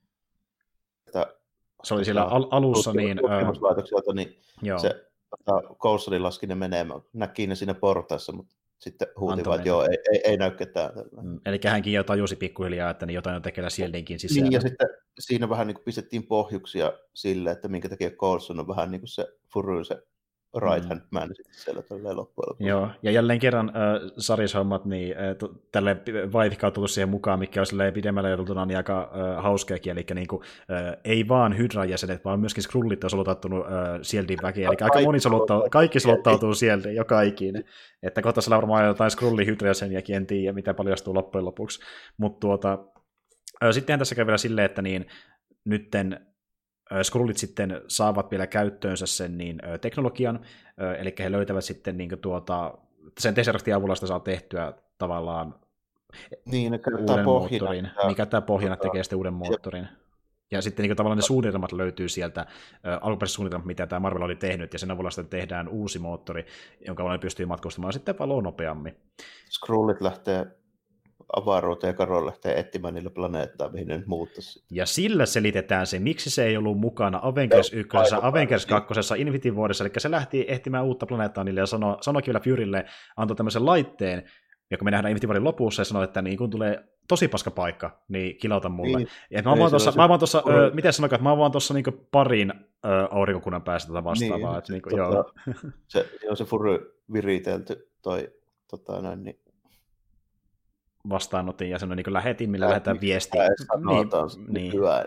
että, se oli siellä al- alussa, niin... Tutkimuslaitokselta, niin joo. Se Coulsonin laski ne menemään, näki ne siinä portaissa, mutta sitten huutivat, että joo, ei, ei, ei näy ketään. Mm, eli hänkin jo tajusi pikkuhiljaa, että niin jotain on tekeillä Sieldinkin sisällä. Niin, ja sitten siinä vähän niin kuin pistettiin pohjuksia sille, että minkä takia Coulson on vähän niin kuin se Furu, se right hand man mm. sitten siellä tälleen loppujen lopuksi. Joo, ja jälleen kerran äh, sarjashommat, niin äh, t- tälleen Vaivika on tullut siihen mukaan, mikä on silleen pidemmällä joutultuna niin aika äh, hauskeakin, eli niin kuin, äh, ei vaan Hydran jäsenet, vaan myöskin Skrullit on solutattunut äh, Sieldin väkeä, eli aika moni soluttaa, kaikki soluttautuu Sieldin, joka ikinen. Että kohta siellä varmaan jotain Skrulli Hydra-jäseniäkin, en tiedä, mitä paljastuu loppujen lopuksi. Mutta tuota, äh, sittenhän tässä käy vielä silleen, että niin nytten Skrullit sitten saavat vielä käyttöönsä sen niin, teknologian, eli he löytävät sitten niin, tuota, sen Tesseractin avulla sitä saa tehtyä tavallaan niin, uuden moottorin, mikä tämä pohjana tekee sitten uuden moottorin. Ja sitten niin, tavallaan ne suunnitelmat löytyy sieltä, alkuperäiset suunnitelmat, mitä tämä Marvel oli tehnyt, ja sen avulla sitten tehdään uusi moottori, jonka avulla ne pystyy matkustamaan sitten paljon nopeammin. Skrullit lähtee avaruuteen ja Karol lähtee etsimään niillä planeettaa, mihin ne nyt muuttaisi. Ja sillä selitetään se, miksi se ei ollut mukana Avengers yksi, Avengers kaksi, Infinity Warissa, eli se lähti ehtimään uutta planeettaa niille ja sanoi, sanoikin vielä Furylle, antoi tämmöisen laitteen, joka me nähdään Infinity Warin lopussa, ja sanoi, että niin kun tulee tosi paska paikka, niin kilauta mulle. Niin. Ja mä oon tuossa, mä oon tuossa, ö, miten sanoikaan, että mä oon tuossa niinku parin ö, aurinkokunnan päästä tätä vastaavaa. Niin, että niinku, tota, joo. Se, joo, se Furu viritelty toi, tota noin, niin vastaanotin ja sanoi, niin lähetin, millä lähdetään viestiä. Niin, niin. Hyvä.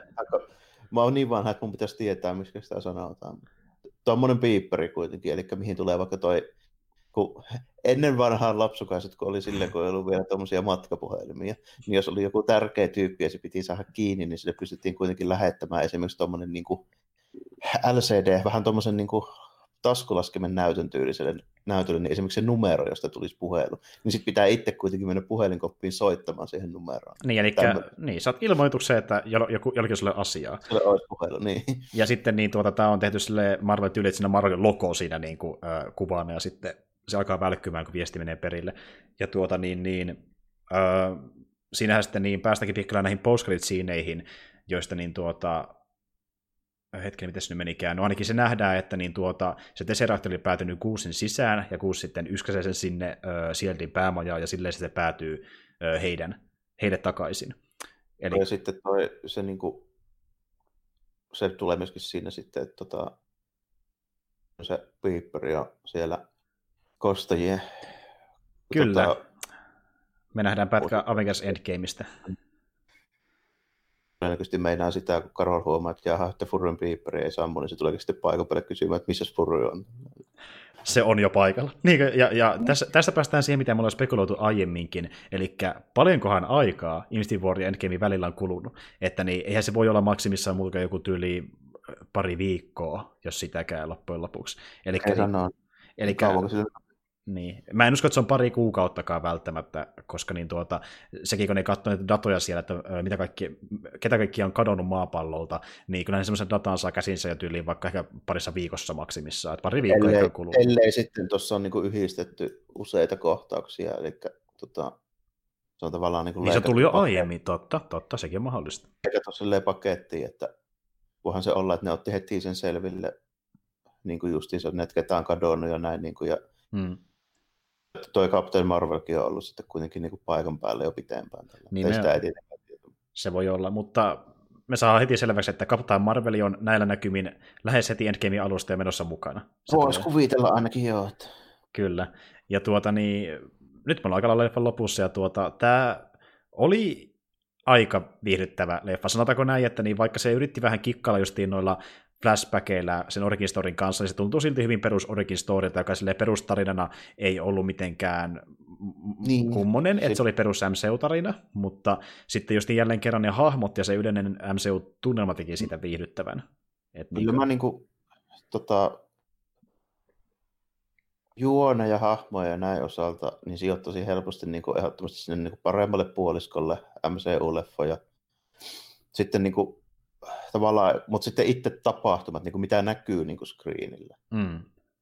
Mä oon niin vanha, että mun pitäisi tietää, miksi sitä sanotaan. Tuommoinen piipperi kuitenkin, eli mihin tulee vaikka toi, kun ennen vanhaan lapsukaiset, kun oli silleen, kun ei ollut vielä tuommoisia matkapuhelimia, niin jos oli joku tärkeä tyyppi ja se piti saada kiinni, niin sille pystyttiin kuitenkin lähettämään esimerkiksi tuommoinen niin kuin L C D, vähän tuommoisen niin kuin taskulaskimen näytön tyyliselle näytölle, niin esimerkiksi se numero, josta tulisi puhelu, niin sitten pitää itse kuitenkin mennä puhelinkoppiin soittamaan siihen numeroon. Niin, eli niin, saat ilmoituksen, että joku, jollakin sulle asiaa. Sille olisi puhelu, niin. Ja sitten niin, tuota, tämä on tehty sille Marvel-tyyli, että siinä Marvelin logo siinä niin kuin, äh, kuvana, ja sitten se alkaa välkkymään, kun viesti menee perille. Ja tuota niin, niin äh, siinähän sitten niin päästäkin pikkuilla näihin post-credit-siineihin, joista niin tuota hetken, miten se nyt menikään. No ainakin se nähdään, että niin tuota, se Tesseract oli päätynyt kuusin sisään, ja kuusi sitten yskäsee sen sinne äh, Shieldin päämajaan, ja silleen se päätyy äh, heidän heille takaisin. Eli... Ja sitten toi, se, niin kuin, se tulee myöskin siinä sitten, että tota, se Piipperi on siellä kostajien. Kyllä. Tota, me nähdään pätkä Avengers Endgameista. Melkeästi meinaa sitä, kun Karol huomaa, että jaha, että Furryn Piipperi ei sammu, niin se tuleekin sitten paikan päälle kysymään, että missä Furry on. Se on jo paikalla. Niin, ja ja tässä, tästä päästään siihen, mitä me ollaan spekuloitu aiemminkin, eli paljonkohan aikaa Infinity War ja Endgamein välillä on kulunut, että niin, eihän se voi olla maksimissaan muuta joku tyyli pari viikkoa, jos sitäkään loppujen lopuksi. Elikkä, ei sanoa. Eli, niin. Mä en usko, että se on pari kuukauttakaan välttämättä, koska niin tuota, sekin kun ne katsoo näitä datoja siellä, että mitä kaikki, ketä kaikki on kadonnut maapallolta, niin kyllä ne semmoisen datan saa käsinsä jo tyyliin vaikka ehkä parissa viikossa maksimissaan, että pari viikkoa ellei, ehkä kuluu. Ellei sitten tuossa on niinku yhdistetty useita kohtauksia, eli tota, se on tavallaan niin kuin niin se tuli jo aiemmin, totta, totta, sekin on mahdollista. Eikä tuossa pakettiin, että voihan se olla, että ne otti heti sen selville, niin kuin justiinsa, että ketä on kadonnut ja näin, niin kuin, ja hmm. toi Captain Marvelkin on ollut sitten kuitenkin niin kuin paikan päällä jo pitempään. Niin me... sitä ei se voi olla, mutta me saadaan heti selväksi, että Captain Marvel on näillä näkymin lähes heti Endgamein alusta ja menossa mukana. Voisi kuvitella ainakin joo. Että... Kyllä, ja tuota niin, nyt me ollaan aika lailla leffan lopussa, ja tuota, tämä oli aika viihdyttävä leffa. Sanotaanko näin, että niin vaikka se yritti vähän kikkailla justiin noilla flashbackeillä sen origin storyn kanssa, niin se tuntuu silti hyvin perus origin storylta, joka sille perustarinana ei ollut mitenkään niin, kummonen, että se oli perus M C U-tarina, mutta sitten just jälleen kerran ne hahmot ja se yleinen M C U-tunnelma teki siitä viihdyttävän. Et Kyllä niin mä niinku, tota, juone ja hahmoja ja näin osalta, niin sijoittaisin helposti niinku ehdottomasti sinne niinku paremmalle puoliskolle M C U-leffoja. Sitten niinku tavallaan, mutta sitten itse tapahtumat, niin kuin mitä näkyy niin kuin screenillä. Mm.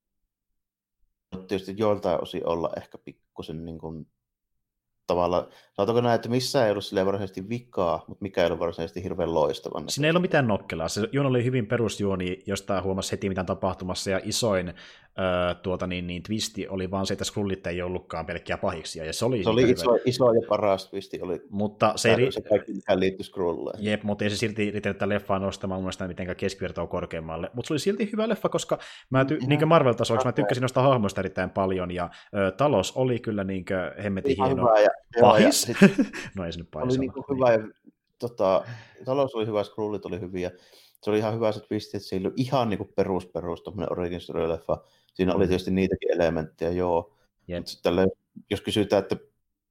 Tietysti joiltain osin olla ehkä pikkusen niin kuin, tavallaan, sanotaanko näin, että missään ei ollut silleen varsinaisesti vikaa, mutta mikä ei ollut varsinaisesti hirveän loistava. Siinä ei ollut mitään nokkelaa. Se juoni oli hyvin perusjuoni, josta huomasi heti mitään tapahtumassa, ja isoin öö, tuota, niin, niin, twisti oli vaan se, että Skrullit ei ollutkaan pelkkiä pahiksia. Ja se oli, se oli iso, iso ja paras twisti. Oli mutta se, ei, se kaikki, mikä liittyi Skrulleen. Jep, mutta ei se silti riittänyt tätä leffaa nostamaan mun mielestä mitenkään keskivertoa korkeammalle. Mutta se oli silti hyvä leffa, koska mä ty- niin Marvel-tasoiksi mä tykkäsin noista hahmoista erittäin paljon, ja ö, talous oli kyllä niin hemmetin hieno. Ja, pahis? Ja, sit, no ei se nyt pahis oli niin hyvä, ja tota, talous oli hyvä, Skrullit oli hyviä. Se oli ihan hyvä se twisti, että siinä oli ihan niin kuin perus perus tommoinen origin story-leffa. Siinä oli tietysti niitäkin elementtejä, joo. Yep. Tälle, jos kysytään, että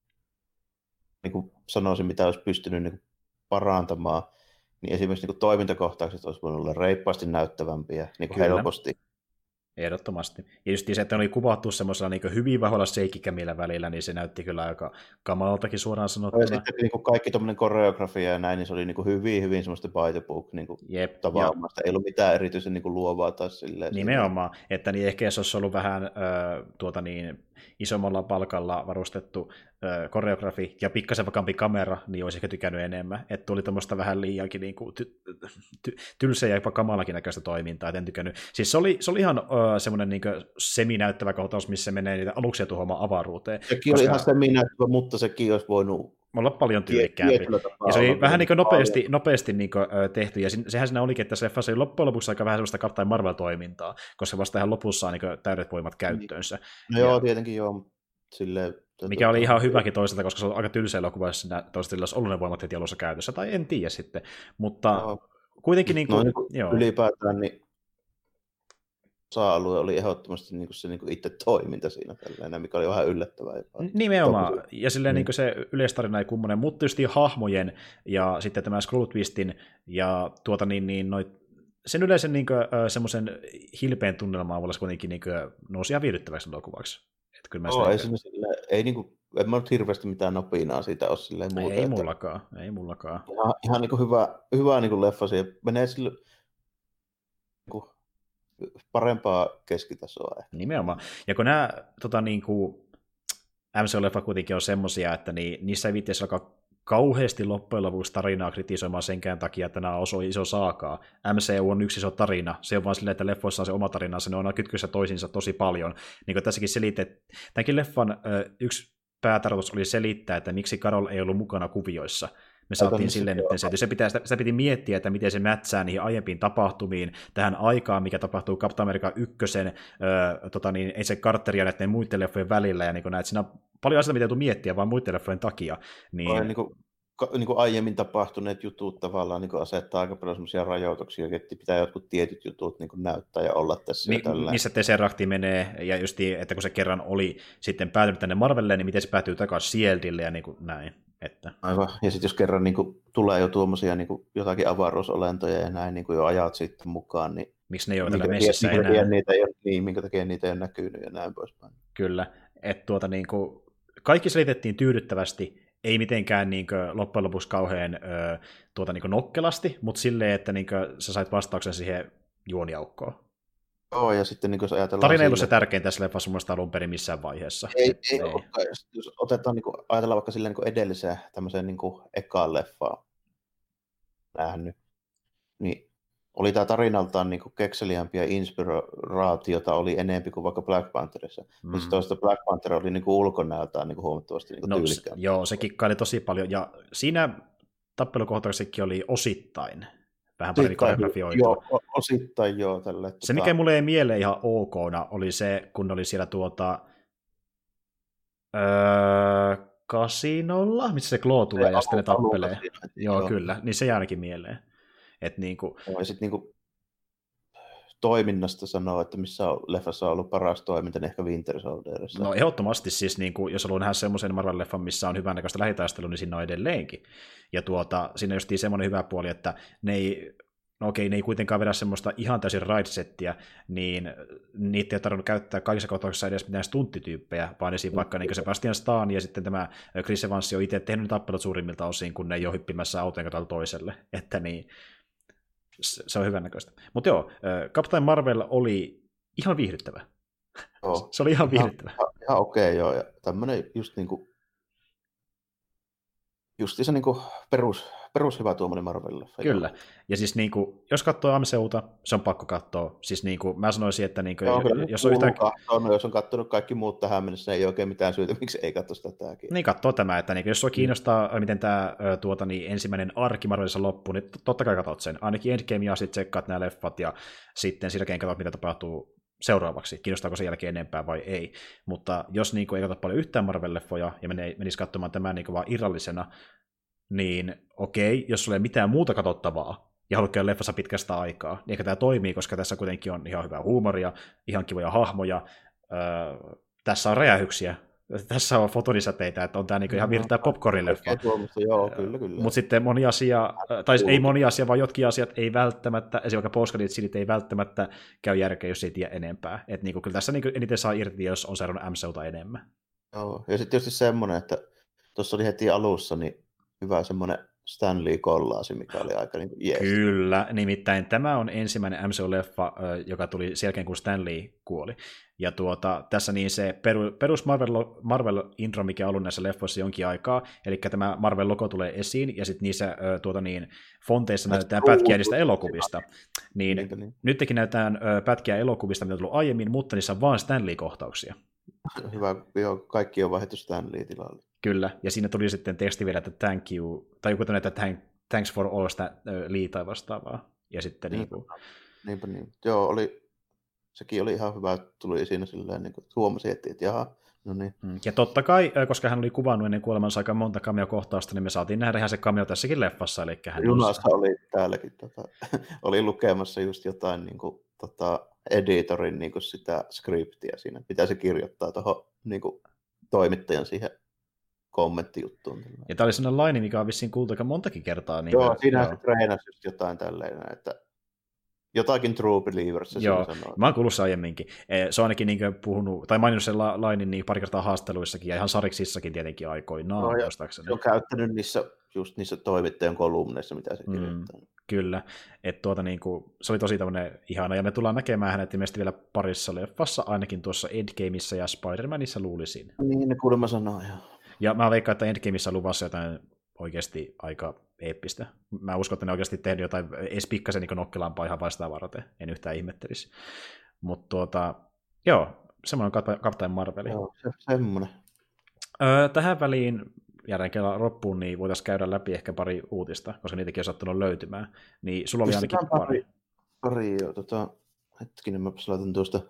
niin kuin sanoisin, mitä olisi pystynyt niin kuin parantamaan, niin esimerkiksi niin kuin toimintakohtaukset olisi voinut olla reippaasti näyttävämpiä, niin kuin helposti. Ehdottomasti. Ja just se, että ne oli kuvattu semmoisella niin hyvin vahvalla shakikämillä välillä, niin se näytti kyllä aika kamalaltakin suoraan sanottuna. Ja sitten niin kuin kaikki tuommoinen koreografia ja näin, niin se oli niin kuin hyvin, hyvin semmoista by the book niin kuin Jep, tavaamasta. Ei ollut mitään erityisen niin kuin luovaa tai silleen. Nimenomaan, että niin ehkä jos olisi ollut vähän äh, tuota niin, isommalla palkalla varustettu äh, koreografi ja pikkasen vakampi kamera, niin olisi ehkä tykännyt enemmän. Että tuli tuommoista vähän liiankin niin kuin ty- ty- tylsää ja jopa kamalakin näköistä toimintaa, et en tykännyt. Siis se oli, se oli ihan äh, semmoinen niin kuin seminäyttävä kohtaus, missä menee niitä aluksia tuhoamaan avaruuteen. Sekin koska... oli ihan seminäyttävä, mutta sekin olisi voinut olla paljon tyylikkäämpi. Ja se oli vähän niin kuin nopeasti, nopeasti niin kuin, ö, tehty, ja sehän siinä olikin, että se leffassa oli loppujen lopuksi aika vähän sellaista Captain Marvel-toimintaa, koska vasta ihan lopussa on niin täydet voimat käyttöönsä. No ja, joo, tietenkin joo. Silleen, mikä oli ihan hyväkin toisaalta, koska se on aika tylsä elokuva, jos siinä toisaalta olisi ollut ne voimat heti alussa käytössä, tai en tiedä sitten, mutta no, kuitenkin niin kuin, no, niin kuin joo. Ylipäätään niin osa-alue oli ehdottomasti niin kuin se niin kuin itse toiminta siinä, tällainen, mikä oli vähän yllättävää. Nimenomaan, Toki. ja silleen mm. niin kuin se yleistarina ei kummonen, mutta tietysti hahmojen ja sitten tämä Skrull-twistin ja tuota niin, niin noit, sen yleisen niin kuin, semmoisen hilpeen tunnelmaa voisi kuitenkin niin kuin, nousi ihan viihdyttäväksi elokuvaksi. Oh, ei, sille, ei niin kuin, en mä nyt hirveästi mitään nopinaa siitä ole silleen muuta. Ei mullakaan, ei mullakaan. Ihan, ihan niin kuin hyvä, hyvä niin kuin leffa siihen. Menee sille niin kuin parempaa keskitasoa. Ehkä. Nimenomaan. Ja kun nämä tota, niin kuin M C U-leffa kuitenkin on semmosia, että niin, niissä ei viitteessä alkaa kauheasti loppujen lopuksi tarinaa kritisoimaan senkään takia, että nämä on iso saakaa. M C U on yksi iso tarina. Se on vaan silleen, että leffoissa on se oma tarinansa, ne on kytkyssä toisiinsa tosi paljon. Niin kuin tässäkin selitin, että tämänkin leffan ö, yksi päätarkoitus oli selittää, että miksi Carol ei ollut mukana kuvioissa. Me saatiin silleen, että se, se, pitää, sitä, sitä piti miettiä, että miten se mätsää niihin aiempiin tapahtumiin, tähän aikaan, mikä tapahtuu Captain America ykkösen, äh, tota niin, ei se Carteria näiden muiden leffojen välillä, ja niin näet, siinä on paljon asioita, mitä ei tule miettiä, vaan muiden leffojen takia. Niin... Niin kuin, niin kuin aiemmin tapahtuneet jutut tavallaan niin kuin asettaa aika paljon sellaisia rajoituksia, että pitää jotkut tietyt jutut niin kuin näyttää ja olla tässä. Mi- missä Tesseracti menee, ja just, että kun se kerran oli sitten päätynyt tänne Marvelille, niin miten se päätyy takaisin Shieldille, ja niin kuin näin. Että... Aivan, ja sitten jos kerran niin kuin, tulee jo tuommoisia niin kuin, jotakin avaruusolentoja ja näin niin kuin jo ajat sitten mukaan, niin miksi ne ei ole täällä messissä enää? Minkä niitä ei ole, niin, minkä takia niitä ei ole näkynyt ja näin poispäin. Kyllä, että tuota niin kuin, kaikki selitettiin tyydyttävästi, ei mitenkään niin kuin, loppujen lopuksi kauhean ö, tuota, niin kuin nokkelasti, mutta silleen, että niin kuin, sä sait vastauksen siihen juoniaukkoon. Joo, ja sitten niin jos ajatellaan... Tarina ei ollut se tärkein tässä leffassa mun mielestä alun perin missään vaiheessa. Ei, ei, ei. Ole, jos otetaan, niin kuin, ajatellaan vaikka silleen niin edelliseen tämmöiseen niin ekaan leffaan nähnyt, niin oli tämä tarinaltaan niin kekseliämpi ja inspiraatiota oli enemmän kuin vaikka Black Pantherissa. Mm. Mutta toista Black Panther oli niin ulkonäöltään niin huomattavasti niin no, tyylikkäämpi. Joo, se kikkaili tosi paljon, ja siinä tappelukohtauksessakin oli osittain vähän paremmin koreografioitu. Joo, osittain joo. Tälle, se, tota... mikä mulle ei mieleen ihan okona, oli se, kun oli siellä tuota... Öö, kasinolla, missä se Claw tulee se ja sitten ne tappelee. Siinä, joo, joo, kyllä, niin se jää ainakin mieleen. Et niinku... Ja sitten niinku toiminnasta sanoo, että missä on leffassa on ollut paras toiminta, niin ehkä Winter Soldierissa. No ehdottomasti siis, niinku, jos haluaa nähdä semmoisen Marvel-leffan, missä on hyvännäköistä lähitaistelua, niin siinä on edelleenkin. Ja tuota, siinä justiin semmoinen hyvä puoli, että ne ei, no okei, ne ei kuitenkaan vedä semmoista ihan täysin ride-settiä, niin niitä ei ole tarvinnut käyttää kaikissa kohtauksissa edes mitään stunttityyppejä, vaan esim. Vaikka niin Sebastian Stan ja sitten tämä Chris Evans on itse tehnyt tappelut suurimmilta osin, kun ne ei ole hyppimässä autojen katsalla toiselle. Että niin, se on hyvän näköistä. Mutta joo, Captain Marvel oli ihan viihdyttävä. Joo. Se oli ihan viihdyttävä. Ihan, ihan okei, okay, joo. Ja tämmöinen just niinku, justi se niinku perus, perus hyvä tuommoinen Marvel-leffa. Kyllä. Ja siis niinku, jos katsoo M C U:ta, se on pakko katsoa. Siis niinku, mä sanoisin, että niinku, joo, jos on yhtään... katsoa, no, jos on katsonut kaikki muut tähän mennessä, ei oikein mitään syytä, miksi ei katso sitä tämäkin. Niin katsoo tämä, että niinku, jos on kiinnostaa, mm. miten tämä tuota, niin, ensimmäinen arki Marvelissa loppuu, niin totta kai katsot sen. Ainakin Endgamea sitten tsekkaat nämä leffat ja sitten silläkin katsot, mitä tapahtuu seuraavaksi, kiinnostaako sen jälkeen enempää vai ei. Mutta jos niinku, ei katso paljon yhtään Marvel-leffoja ja menisi katsomaan tämän niinku, vaan irrallisena, niin okei, jos sulla ei mitään muuta katsottavaa ja haluat käydä leffassa pitkästä aikaa, niin ehkä tämä toimii, koska tässä kuitenkin on ihan hyvää huumoria, ihan kivoja hahmoja, öö, tässä on räjähyksiä, tässä on fotonisäteitä, että on tämä niinku ihan virtaa popcorn-leffa. Joo, kyllä, kyllä. Mutta sitten moni asia, tai ei moni asia, vaan jotkin asiat ei välttämättä, esimerkiksi vaikka post-credit ei välttämättä käy järkeä, jos ei tiedä enempää. Että niinku, kyllä tässä niinku eniten saa irti, jos on seurannut M C U:ta enemmän. Joo, ja sitten tietysti semmoinen, että tuossa oli heti alussa, niin hyvä semmoinen Stan Lee-kollaasi, mikä oli aika niin kuin jees. Kyllä, nimittäin tämä on ensimmäinen M C U-leffa, joka tuli sen jälkeen, kun Stan Lee kuoli. Ja tuota, tässä niin se peru, perus Marvel, Marvel-intro, mikä on ollut näissä leffoissa jonkin aikaa, eli tämä Marvel-logo tulee esiin, ja sitten niissä tuota niin, fonteissa näytetään pätkiä niistä elokuvista. Niin, niin, niin. Nytkin näytetään pätkiä elokuvista, mitä on tullut aiemmin, mutta niissä on vain Stan Lee-kohtauksia. Hyvä, joo, kaikki on vaihdettu Stan Lee-tilalle. Kyllä, ja siinä tuli sitten teksti vielä, että thank you, tai joku tämmöinen, että thanks for all Stan Lee tai vastaavaa. Ja sitten niinpä, niin kuin... niinpä niin. Joo, oli, sekin oli ihan hyvä, tuli siinä silleen, niin kuin huomasi, että jaha, no niin. Ja totta kai, koska hän oli kuvannut ennen kuolemansa aika monta cameo-kohtausta, niin me saatiin nähdä ihan se cameo tässäkin leffassa. Eli hän junassa on... oli täälläkin, tota, oli lukemassa just jotain niin kuin, tota, editorin niin kuin sitä skriptiä siinä. Pitäisi kirjoittaa tuohon niin kuin, toimittajan siihen kommenttijuttuun. Ja tämä oli sellainen laini, mikä on vissiin kuultu aika montakin kertaa. Niin joo, kuin, siinä se treenasi just jotain tälleen, että jotakin True Believers se joo, sanoo. Mä oon kuullut se aiemminkin. Se on ainakin niin puhunut, tai maininnut sen lainin niin pari kertaa haasteluissakin, ja ihan sariksissakin tietenkin aikoinaan. No, se on käyttänyt niissä, just niissä toimittajan kolumneissa, mitä se kirjoittaa. Mm, kyllä, että tuota, niin kuin, se oli tosi tämmöinen ihana, ja me tullaan näkemään hänet ilmeisesti vielä parissa leffassa, ainakin tuossa Endgameissa ja Spider-Manissa luulisin. Niin, ne kuulemma sanoo, joo. Ja mä veikkaan, että Endgameissa on luvassa jotain oikeasti aika eeppistä. Mä uskon, että ne oikeasti tehnyt jotain edes pikkasen niin nokkelampaa ihan vastaan varten. En yhtään ihmettelisi. Mutta tuota, joo, semmoinen Captain Marvel. Joo, se, semmoinen. Öö, tähän väliin jälleen kerran loppuun, niin voitaisiin käydä läpi ehkä pari uutista, koska niitäkin on sattunut löytymään. Niin sulla oli ainakin Pistetään pari. pari, pari jo, tota, hetkinen, mä laitan tuosta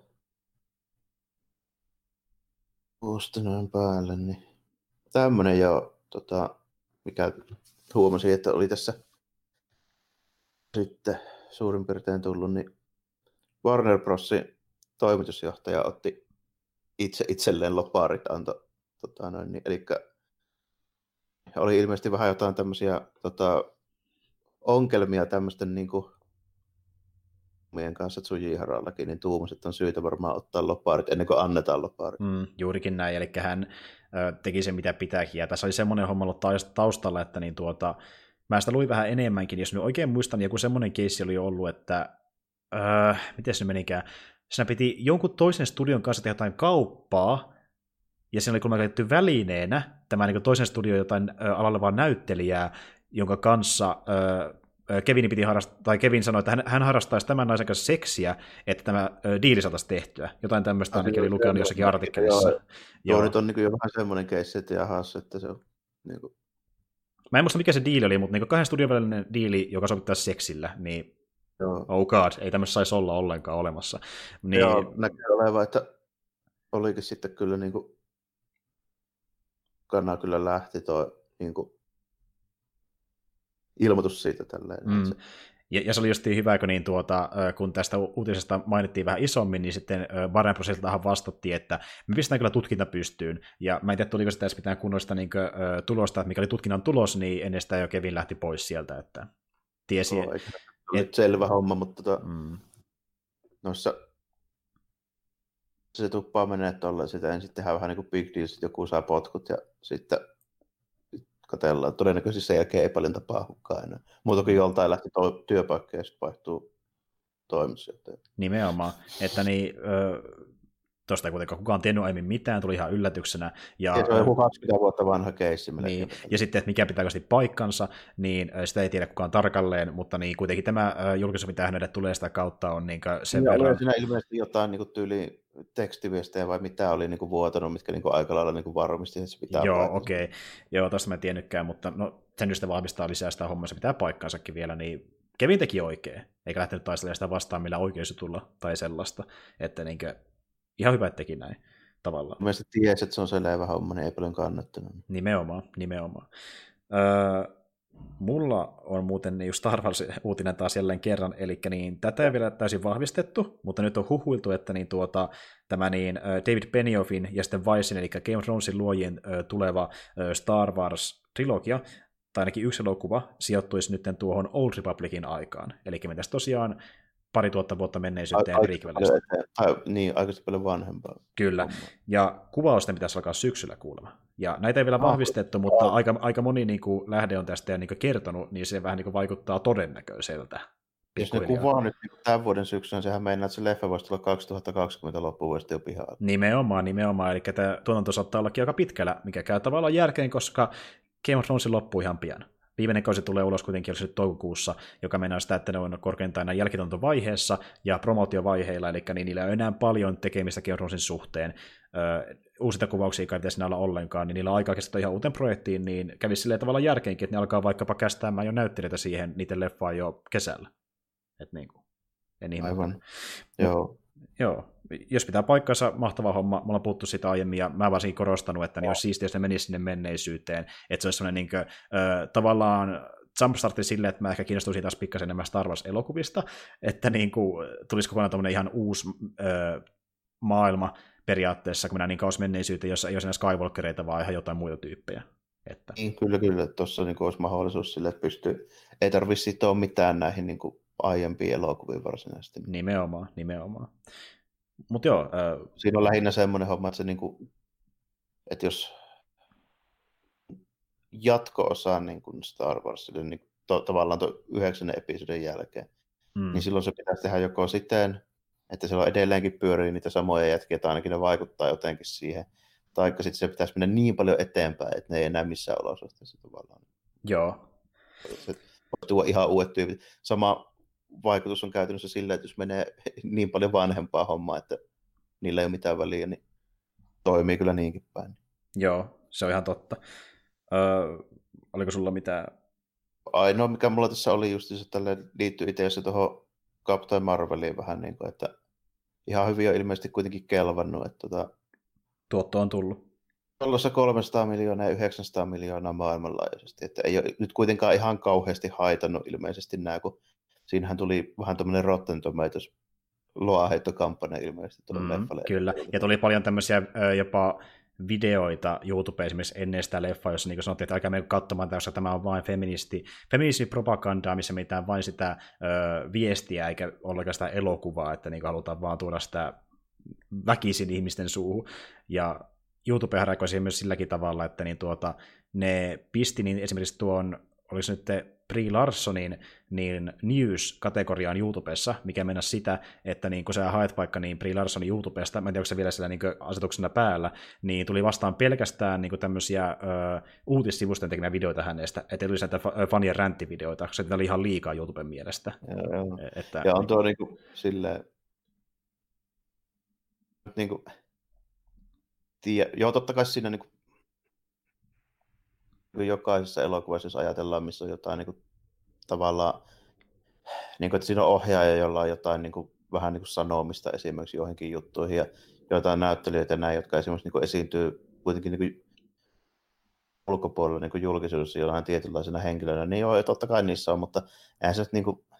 tuosta noin päälle, niin tämmönen jo, tota, mikä huomasin, että oli tässä sitten suurin piirtein tullut, niin Warner Brosin toimitusjohtaja otti itse itselleen loparit, antoi, tota noin, niin, eli oli ilmeisesti vähän jotain tämmöisiä tota, ongelmia tämmöisten niin kuin meidän kanssa Tsujiharallakin, niin tuumasin, että on syytä varmaan ottaa loparit ennen kuin annetaan loparit. Mm, juurikin näin, eli hän ö, teki sen mitä pitääkin, ja tässä oli semmoinen homma ollut taustalla, että niin tuota, mä sitä luin vähän enemmänkin, jos nyt oikein muistan, niin joku semmoinen keissi oli ollut, että öö, miten se menikään, siinä piti jonkun toisen studion kanssa tehdä jotain kauppaa, ja siinä oli kuulemma käytetty välineenä tämä niin toisen studion jotain ö, alalle vaan näyttelijää, jonka kanssa ö, Kevin piti harrastaa, tai Kevin sanoi, että hän, hän harrastaisi tämän naisen kanssa seksiä, että tämä ö, diili saataisiin tehtyä. Jotain tämmöistä ainakin oli lukenut jossakin artikkelissa. Joo, joo. Tuo nyt on niin jo vähän semmoinen keissi, että jahas, että se on niin kuin... Mä en muista mikä se diili oli, mutta niin kahden studion välinen diili, joka sovittaisi seksillä, niin joo. Oh god, ei tämmöistä saisi olla ollenkaan olemassa. Niin... Joo, näkyy olevan, että olikin sitten kyllä niin kuin kannaa kyllä lähti tuo niin kuin ilmoitus siitä tälleen. Mm. Se... Ja, ja se oli justiin hyvä, kun, niin tuota, kun tästä uutisesta mainittiin vähän isommin, niin sitten Warner Brosiltahan vastattiin, että me pistetään kyllä tutkinta pystyyn. Ja mä en tiedä, tuliko sitä edes mitään kunnollista niin kuin, tulosta, että mikä oli tutkinnan tulos, niin ennen sitä jo Kevin lähti pois sieltä. Että tiesi, no, et... selvä homma, mutta tota, mm. noissa se tuppaa menee tolleen, sitä ensin tehdään vähän niin kuin big deal, sitten joku saa potkut ja sitten katsellaan. Todennäköisesti sen jälkeen ei paljon tapahdukaan enää. Muuta kuin joltain lähti to- työpaikka ja sitten vaihtuu toimitusjohtaja. Nimenomaan, että niin, ö, tuosta ei kuitenkaan kukaan tiennyt aiemmin mitään, tuli ihan yllätyksenä. Ja, ja se on joku kaksikymmentä vuotta vanha keissi. Niin, ja sitten, että mikä pitää paikkansa, niin sitä ei tiedä kukaan tarkalleen, mutta niin kuitenkin tämä julkisuus, mitä hänelle tulee sitä kautta, on niin sen ja verran... siinä ilmeisesti jotain niin tyyliin tekstiviestejä vai mitä oli niin vuotanut, mitkä niin aika lailla niin varmisti, että se pitää Joo, paikkansa. okei. Okay. Joo, tosta mä en tiennytkään, mutta no, sen just vahvistaa lisää sitä hommaa, se pitää paikkansakin vielä, niin Kevin teki oikein, eikä lähtenyt taistelemaan sitä vastaan, millä oikeus tulla tai sellaista, että niin kuin, ihan hyvä, että teki näin tavallaan. Mielestäni tiesi, että se on selvä homma, niin ei paljon kannattanut. Nimenomaan, nimenomaan. Öö, mulla on muuten just Star Wars-uutinen taas jälleen kerran, eli niin, tätä ei vielä täysin vahvistettu, mutta nyt on huhuiltu, että niin, tuota, tämä niin, David Benioffin ja sitten Weissin, eli Game of Thronesin luojien tuleva Star Wars-trilogia, tai ainakin yksi elokuva, sijoittuisi nyt tuohon Old Republicin aikaan. Eli mentäisiin tosiaan pari tuhatta vuotta menneisyyteen prequelista. Niin, aikaisesti paljon vanhempaa. Kyllä, ja kuvausten pitäisi alkaa syksyllä kuulemma. Ja näitä ei vielä vahvistettu, oh, mutta oh. Aika, aika moni niin kuin, lähde on tästä ja niin kuin, kertonut, niin se vähän niin kuin, vaikuttaa todennäköiseltä. Jos ne kuvaa nyt niin tämän vuoden syksynä, sehän meinaa, että se leffa voisi tulla kaksituhattakaksikymmentä loppuvuodesta jo pihaan. Nimenomaan, nimenomaan. Eli tämä tuotanto saattaa ollakin aika pitkällä, mikä käy tavallaan järkeen, koska Game of Thrones loppuu ihan pian. Viimeinen kausi tulee ulos kuitenkin nyt toukokuussa, joka meinaa sitä, että ne on korkeintaan näin jälkituntovaiheessa ja promotiovaiheilla, eli niin niillä ei ole enää paljon tekemistä Game of Thronesin suhteen. Öö, uusita kuvauksia ei pitäisi olla ollenkaan, niin niillä on aikaa kestää ihan uuteen projektiin, niin kävisi silleen tavallaan järkeenkin, että ne alkaa vaikkapa kästäämään jo näyttelijöitä siihen niiden leffaan jo kesällä. Et niin kuin, en ihan aivan, Mut, joo. Joo, jos pitää paikkansa, mahtava homma, me ollaan puhuttu sitä aiemmin, ja mä varsinkin korostanut, että niin olisi siistiä, jos ne menisi sinne menneisyyteen, että se olisi sellainen niin kuin, äh, tavallaan jumpstartti silleen, että mä ehkä kiinnostuisin taas pikkasen enemmän Star Wars-elokuvista, että niin kuin, tulisi kokonaan tämmöinen ihan uusi äh, maailma periaatteessa, kun mennään niin kauas menneisyyteen, jossa ei ole enää Skywalkereita, vaan ihan jotain muita tyyppejä. Että... Niin, kyllä, kyllä, että tuossa niin olisi mahdollisuus sille, että pystyy, ei tarvitse sitoa mitään näihin niin kuin aiempiin elokuviin varsinaisesti. Nimenomaan, nimenomaan. Mut joo, äh... siinä on lähinnä semmoinen homma, että, se niinku, että jos jatko-osa niin kuin Star Warsille niin to, tavallaan tuon yhdeksännen episodin jälkeen, mm. niin silloin se pitäisi tehdä joko siten, että siellä edelleenkin pyörii niitä samoja jätkiä, tai ainakin ne vaikuttaa jotenkin siihen, tai sitten se pitäisi mennä niin paljon eteenpäin, että ne ei enää missään olosuhteessa tavallaan. Joo. Se tuo ihan uudet tyypit. Sama vaikutus on käytännössä sillä, että jos menee niin paljon vanhempaa hommaa, että niillä ei ole mitään väliä, niin toimii kyllä niinkin päin. Joo, se on ihan totta. Öö, oliko sulla mitään? Ainoa, mikä mulla tässä oli just se, että liittyy itse asiassa tuohon Captain Marveliin vähän niin kuin, että ihan hyvin on ilmeisesti kuitenkin kelvannut, että tota, tuotto on tullut. Tuollaisessa kolmesataa miljoonaa ja yhdeksänsataa miljoonaa maailmanlaajuisesti, että ei ole nyt kuitenkaan ihan kauheasti haitannut ilmeisesti nämä, kun siinähän tuli vähän tämmöinen Rotten Tomatoes loaheittokampanja ilmeisesti tuolle mm, leffalle. Kyllä, ja tuli paljon tämmöisiä jopa videoita YouTubeen esimerkiksi ennen sitä leffaa, jossa niin sanottiin, että älkää mene katsomaan, koska tämä on vain feministi, feministipropagandaa, missä mitään vain sitä ö, viestiä eikä ollenkaan sitä elokuvaa, että niin halutaan vaan tuoda sitä väkisin ihmisten suuhun. Ja YouTube reagoi siihen myös silläkin tavalla, että niin tuota, ne pisti niin esimerkiksi tuon, oliko se nyt Brie Larsonin niin news-kategoriaan YouTubessa, mikä mennä sitä, että niin kun sä haet vaikka niin Brie Larsonin YouTubesta, mä en tiedä, onko se vielä siellä niin asetuksena päällä, niin tuli vastaan pelkästään niin tämmöisiä ö, uutissivusten tekemiä videoita hänestä, että ei tulisi näitä fanien ränttivideoita, koska se oli ihan liikaa YouTuben mielestä. Joo, joo. Että, ja on tuo niin kuin, silleen, niin kuin, tiedä, joo, totta kai siinä niin kuin, jokaisessa elokuvassa, jos ajatellaan, missä on jotain niin kuin, tavallaan, niin kuin, että siinä on ohjaaja, jolla on jotain niin kuin, vähän niin kuin sanomista esimerkiksi joihinkin juttuihin, ja joitain näyttelijöitä näin, jotka esimerkiksi niin kuin, esiintyy kuitenkin niin kuin, ulkopuolella niin kuin julkisuudessa jollain tietynlaisena henkilönä, niin joo, totta kai niissä on, mutta eihän se niin kuin,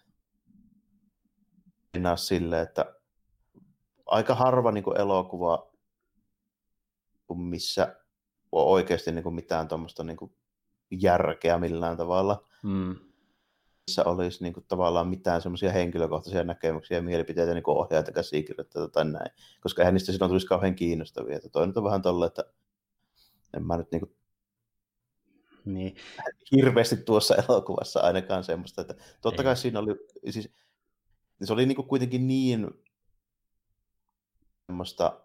enää silleen, että aika harva niin kuin, elokuva, missä on oikeasti niin kuin, mitään tuommoista niin kuin, järkeä millään tavalla, mm. missä olisi niin kuin, tavallaan mitään semmoisia henkilökohtaisia näkemyksiä ja mielipiteitä niin ohjaajat käsikirjoittajia tai näin, koska eihän niistä silloin tulisi kauhean kiinnostavia. Että toi nyt on vähän tolle, että en mä nyt niin kuin, niin. hirveästi tuossa elokuvassa ainakaan semmoista, että totta kai Ei. siinä oli, siis se oli niin kuin kuitenkin niin semmoista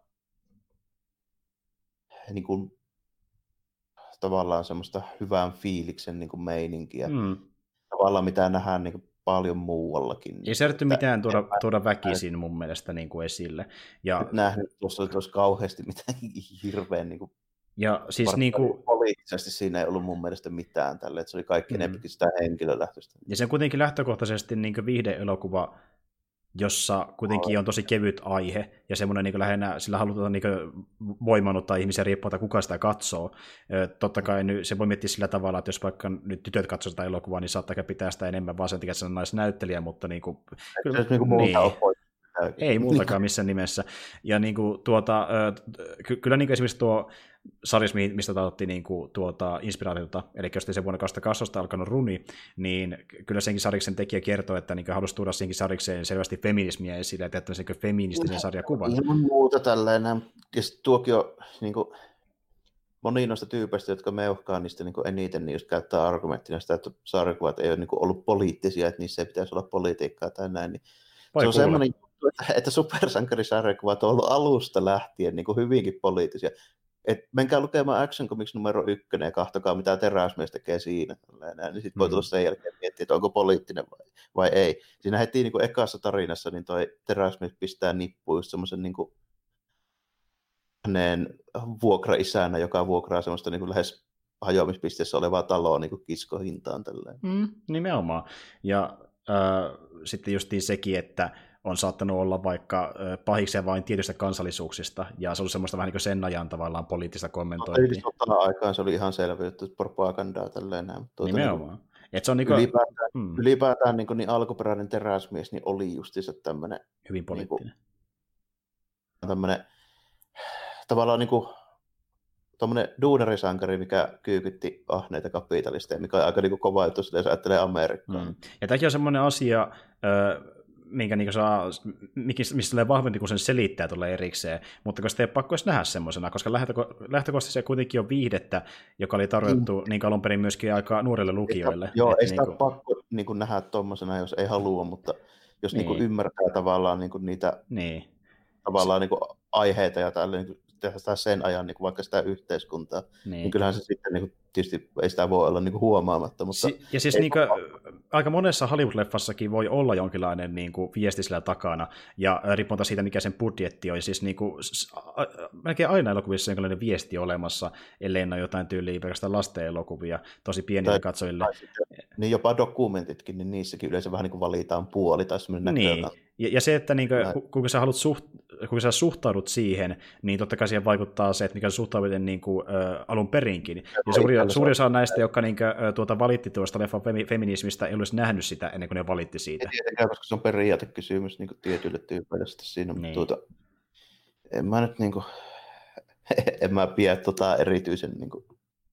niin kuin, tavallaan semmoista hyvän fiiliksen niin kuin meininkiä. Mm. Tavallaan mitä nähdään niin kuin paljon muuallakin. Ei se mitään tuoda, tuoda väkisin mun mielestä niin kuin esille. Ja nyt nähnyt, tuossa oli tuossa kauheasti mitään hirveän niin kuin, ja siis niin kuin, poliittisesti siinä ei ollut mun mielestä mitään tälle, että se oli kaikki mm. enemmänkin sitä henkilölähtöistä. Ja se on kuitenkin lähtökohtaisesti niin kuin viihde-elokuva, jossa kuitenkin on tosi kevyt aihe, ja semmoinen niin lähinnä, sillä halutaan niin voimannuttaa ihmisiä riippuen, kuka sitä katsoo. Totta kai nyt se voi miettiä sillä tavalla, että jos vaikka nyt tytöt katsoo sitä elokuvaa, niin saattaa pitää sitä enemmän vaan sen takia, että se on naisnäyttelijä, mutta niin kuin, kyllä, se niin niin. Ei muutakaan missään nimessä. Ja niin kuin, tuota, ky- kyllä niin kuin esimerkiksi tuo sarjas, mistä otettiin niin kuin, tuota, inspiraatiota, eli jos se vuonna kaksituhattakaksitoista alkanut runi, niin kyllä senkin sarjiksen tekijä kertoo, että niin halusi tuoda senkin sarjikseen selvästi feminismiä esille, ja tehdä sen feministisen sarjakuvan. Ilman muuta tällainen. Ja tuokin on niin kuin, moni noista tyypeistä, jotka meuhkaa niistä niin kuin eniten, niin jos käyttää argumenttina sitä, että sarjakuvat ei ole niin kuin, ollut poliittisia, että niissä ei pitäisi olla politiikkaa tai näin, niin Vai se on kuule. semmoinen, että supersankarisarjakuvat on ollut alusta lähtien niin kuin hyvinkin poliittisia. Et menkää lukemaan Action Comics numero ykkönen ja kahtokaa, mitä Teräsmies tekee siinä. Niin sitten voi tulla sen jälkeen miettiä, että onko poliittinen vai, vai ei. Siinä heti niin kuin ekassa tarinassa niin toi Teräsmies pistää nippuun just semmoisen niin kuin hänen vuokraisänä, joka vuokraa semmoista niin kuin lähes hajoamispisteessä olevaa taloa niin kuin kiskohintaan. Mm, nimenomaan. Ja äh, sitten justiin sekin, että on saattanut olla vaikka pahiksia vain tietystä kansallisuuksista, ja se on semmoista vähän niin kuin sen ajan tavallaan poliittista kommentointia. No, aikaan se oli ihan selvä juttu, propagandaa tälleen näin. Tuota, nimenomaan. Niin Et se on niin kuin, ylipäätään, hmm. ylipäätään niin, niin alkuperäinen Teräsmies niin oli justiinsa tämmöinen hyvin poliittinen. Niin tämmöinen tavallaan niin kuin tuommoinen duunarisankari, mikä kyykytti ahneita kapitalisteja, mikä on aika niin kuin kova juttu, jos ajattelee Amerikkaa. Hmm. Ja tämäkin on semmoinen asia, minkä niin saa, missä tulee vahvempi, kun sen selittää tulee erikseen, mutta kun sitä ei ole pakko edes nähdä semmoisena, koska lähtökohtaisesti se kuitenkin on viihdettä, joka oli tarjottu mm. niin alun perin myöskin aika nuorille lukijoille. Joo, Et ei sitä niin kuin... pakko niin kuin nähdä tuommoisena, jos ei halua, mutta jos niin. Niin kuin ymmärtää tavallaan niin kuin niitä niin. tavallaan niin kuin aiheita ja tälle, niin tehdä sen ajan niin kuin vaikka sitä yhteiskuntaa, niin, niin niin kyllähän se sitten niin kuin, tietysti ei sitä voi olla niin kuin huomaamatta. Mutta si- ja siis niin kuin, aika monessa Hollywood-leffassakin voi olla jonkinlainen niin kuin, viesti sillä takana, ja riippuen siitä, mikä sen budjetti on. Siis niin kuin, melkein aina elokuvissa on jonkinlainen viesti olemassa, ellei ne ole jotain tyyliä pelkästään lasten elokuvia, tosi pienille katsojille. Niin jopa dokumentitkin, niin niissäkin yleensä vähän niin kuin valitaan puoli tai semmoinen niin. näkökanta. Ja, ja se, että niin kuin, kun, sä haluat suht, kun sä suhtaudut siihen, niin totta kai siihen vaikuttaa se, että mikä se suhtautuminen niin kuin, ä, alun perinkin. Ja suuri, suuri osa näistä, jotka niin kuin, tuota, valitti tuosta leffan feminismistä, ei olisi nähnyt sitä ennen kuin ne valitti siitä. Ei tietenkään, koska se on periaatekysymys niin kuin tietyille tyypeille siinä. Niin. Tuota, en mä nyt niin kuin, en mä pidä tota erityisen... Niin kuin,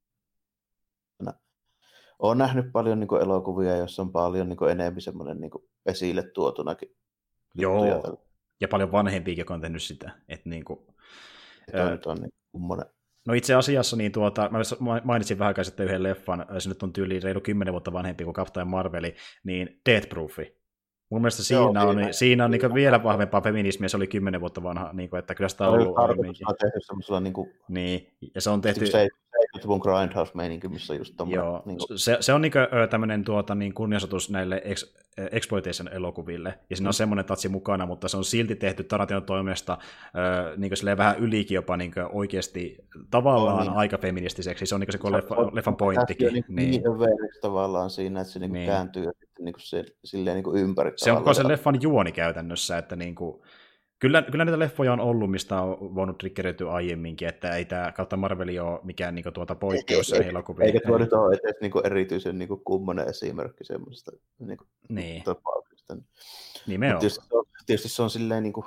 olen nähnyt paljon niin kuin, elokuvia, joissa on paljon niin kuin, enemmän semmoinen niin kuin, esille tuotunakin. Joo, ja paljon vanhempiakin, joka on tehnyt sitä. Että, niin kuin, Tämä nyt on niin kummonen. No itse asiassa, niin tuota, mä mainitsin vähän aikaa sitten yhden leffan, se nyt on tyyliin reilu kymmenen vuotta vanhempi kuin Captain Marveli, niin Death Proofi. Mun mielestä siinä Joo, on, niin, siinä on niin vielä vahvempaa feminismiä, se oli kymmenen vuotta vanha, niin kuin, että kyllä sitä on ollut aiemminkin. On tehty semmoisella niin kuin... Niin, ja se on tehty... seitsemänkymmentäluvun Grindhouse-meininki, missä just tommoinen... Joo, niin kuin... se, se on niin tämmöinen tuota, niin kunniasoitus näille ex, exploitation-elokuville, ja siinä on semmoinen tatsi mukana, mutta se on silti tehty Tarantinon toimesta äh, niin kuin vähän ylikin jopa niin oikeasti tavallaan oh, niin. aika feministiseksi, se on niin se, se leffa, leffan pointtikin. Niin, niin. niin tavallaan siinä, että se niin niin. kääntyy niin kuin se, silleen niin kuin ympäri. Se on koko sen leffan juoni käytännössä, että niin kuin, kyllä, kyllä niitä leffoja on ollut, mistä on voinut triggeröityä aiemminkin, että ei tämä kautta Marveli ole mikään niin kuin, tuota poikkeus elokuvia. Eikä tuo nyt ole edes niin kuin, erityisen niin kuin, kummonen esimerkki semmoisesta niin kuin, niin. tapauksesta. Nimenomaan. Tietysti se on, tietysti se on silleen niin kuin,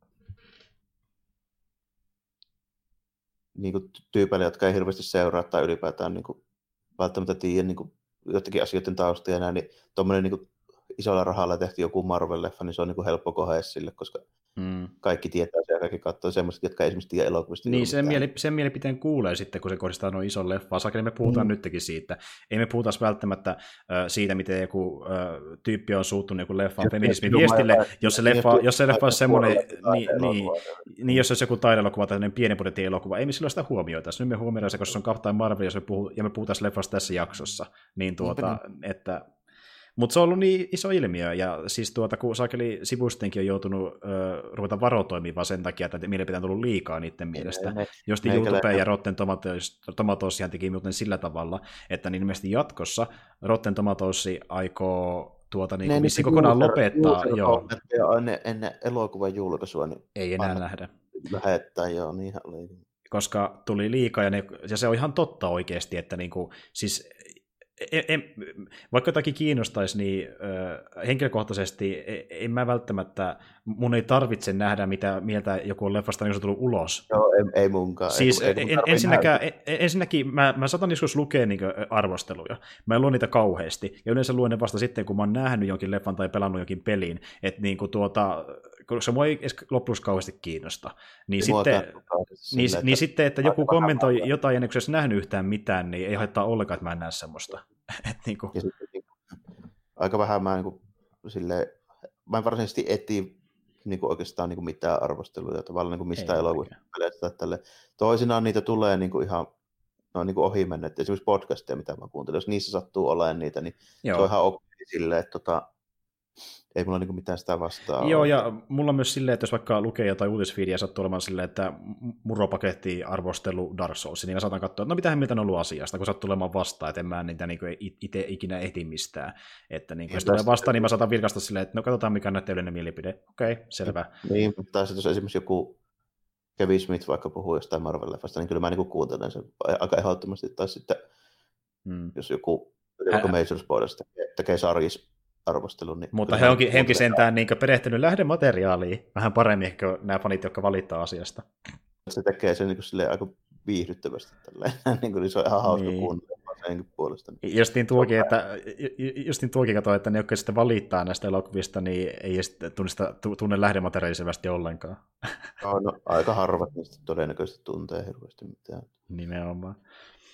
niin kuin tyypeille, jotka ei hirveästi seuraa tai ylipäätään niin kuin, välttämättä tiedä niin kuin, jotenkin asioiden taustia ja näin, niin tuommoinen niin kuin, isolla rahalla tehty joku Marvel-leffa, niin se on niin kuin helppo kohea sille, koska mm. kaikki tietää se ja kaikki katsoo semmoiset, jotka ei esimerkiksi tiedä elokuvista. Niin, sen, mieli, sen mielipiteen kuulee sitten, kun se kohdistaa noin ison leffaan. Sakeli me puhutaan mm. nytkin siitä. Ei me puhuta välttämättä äh, siitä, miten joku äh, tyyppi on suuttunut joku leffan feminismin viestille, jos se leffa, jos se leffa on semmoinen, niin, niin, niin, jos se olisi joku taideelokuva tai pienen budjetin elokuva, ei me silloin sitä huomioitaisi. Nyt me huomioidaan se, koska se on Captain Marvel, jos me puhu, ja me puhutaan leffasta tässä jaksossa. Niin tuota, että... Mutta se on ollut niin iso ilmiö, ja siis tuota, kun saakeli sivustenkin on joutunut ö, ruveta varotoimimaan vaan sen takia, että mielipiteet on tullut liikaa niiden mielestä. Ne, Josti YouTube ja Rotten Tomatoes, Tomatoes teki muuten sillä tavalla, että niin ilmeisesti jatkossa Rotten Tomatoes aikoo tuota, niin ne, vissiin kokonaan user, lopettaa. User, joo. Ennen, ennen elokuvan julkaisua. Niin ei enää nähdä. Lähettää, joo, niin oli. Koska tuli liikaa, ja, ne, ja se on ihan totta oikeasti, että niinku, siis... En, en, vaikka jotakin kiinnostaisi, niin äh, henkilökohtaisesti en, en mä välttämättä, mun ei tarvitse nähdä, mitä mieltä joku on leffasta, niin se on tullut ulos. Joo, ei, ei munkaan. Siis ei, ei en, ensinnäkään, en, ensinnäkin mä, mä saatan joskus lukea niin kuin, arvosteluja. Mä en lue niitä kauheasti. Ja yleensä luen ne vasta sitten, kun mä oon nähnyt jonkin leffan tai pelannut jonkin pelin. Että niin kuin, tuota, koska mua ei lopuksi kauheasti kiinnosta. Niin, sitten, niin, niin sitten, että joku kommentoi jotain ennen kuin se olisi nähnyt yhtään mitään, niin ei haittaa ollenkaan, että mä en näe semmoista. Et niin kuin... sitten, aika vähän mä, niin kuin, silleen, mä en varsinaisesti eti niin kuin oikeastaan niin kuin mitään arvosteluja tavallaan niin kuin mistään elokuvista. Toisinaan niitä tulee niin kuin ihan no, niin kuin ohi menneet. Esimerkiksi podcasteja, mitä mä kuuntelen. Jos niissä sattuu olemaan niitä, niin Joo. se on ihan okei silleen, että tota, ei mulla niinku mitään sitä vastaan. Joo, ole. Ja mulla on myös silleen, että jos vaikka lukee jotain uutisfiidiä, sattuu olemaan silleen, että muropaketti arvostelu Dark Souls, niin mä saatan katsoa, että no mitähän mieltä on ollut asiasta, kun sattuu olemaan vastaan, että en mä niitä niinku itse ikinä eti mistään. Että niinku, jos tulee vastaan, niin mä saatan vilkaista silleen, että no katsotaan mikä on näiden yleinen mielipide. Okei, okay, selvä. Niin, tai sitten jos esimerkiksi joku Kevin Smith vaikka puhuu jostain Marvel-leffasta, niin kyllä mä niinku kuuntelen sen aika ehdottomasti. Tai sitten hmm. jos joku, joku Major Spoilers tekee, tekee sarjis arvostelun. Niin mutta he onkin, he onkin sentään niin perehtynyt lähdemateriaaliin vähän paremmin kuin nämä fanit, jotka valittaa asiasta. Se tekee sen niin aika viihdyttävästi. niin kuin, se on ihan hauska niin. Kuunnella senkin puolesta. Justiin tuokin, että, justiin tuokin kato, että ne, jotka sitten valittaa näistä elokuvista, niin ei sitten tunnista, tunne lähdemateriaalia selvästi ollenkaan. No, no, aika harvat niistä todennäköisesti tuntee hirveästi mitään. Nimenomaan.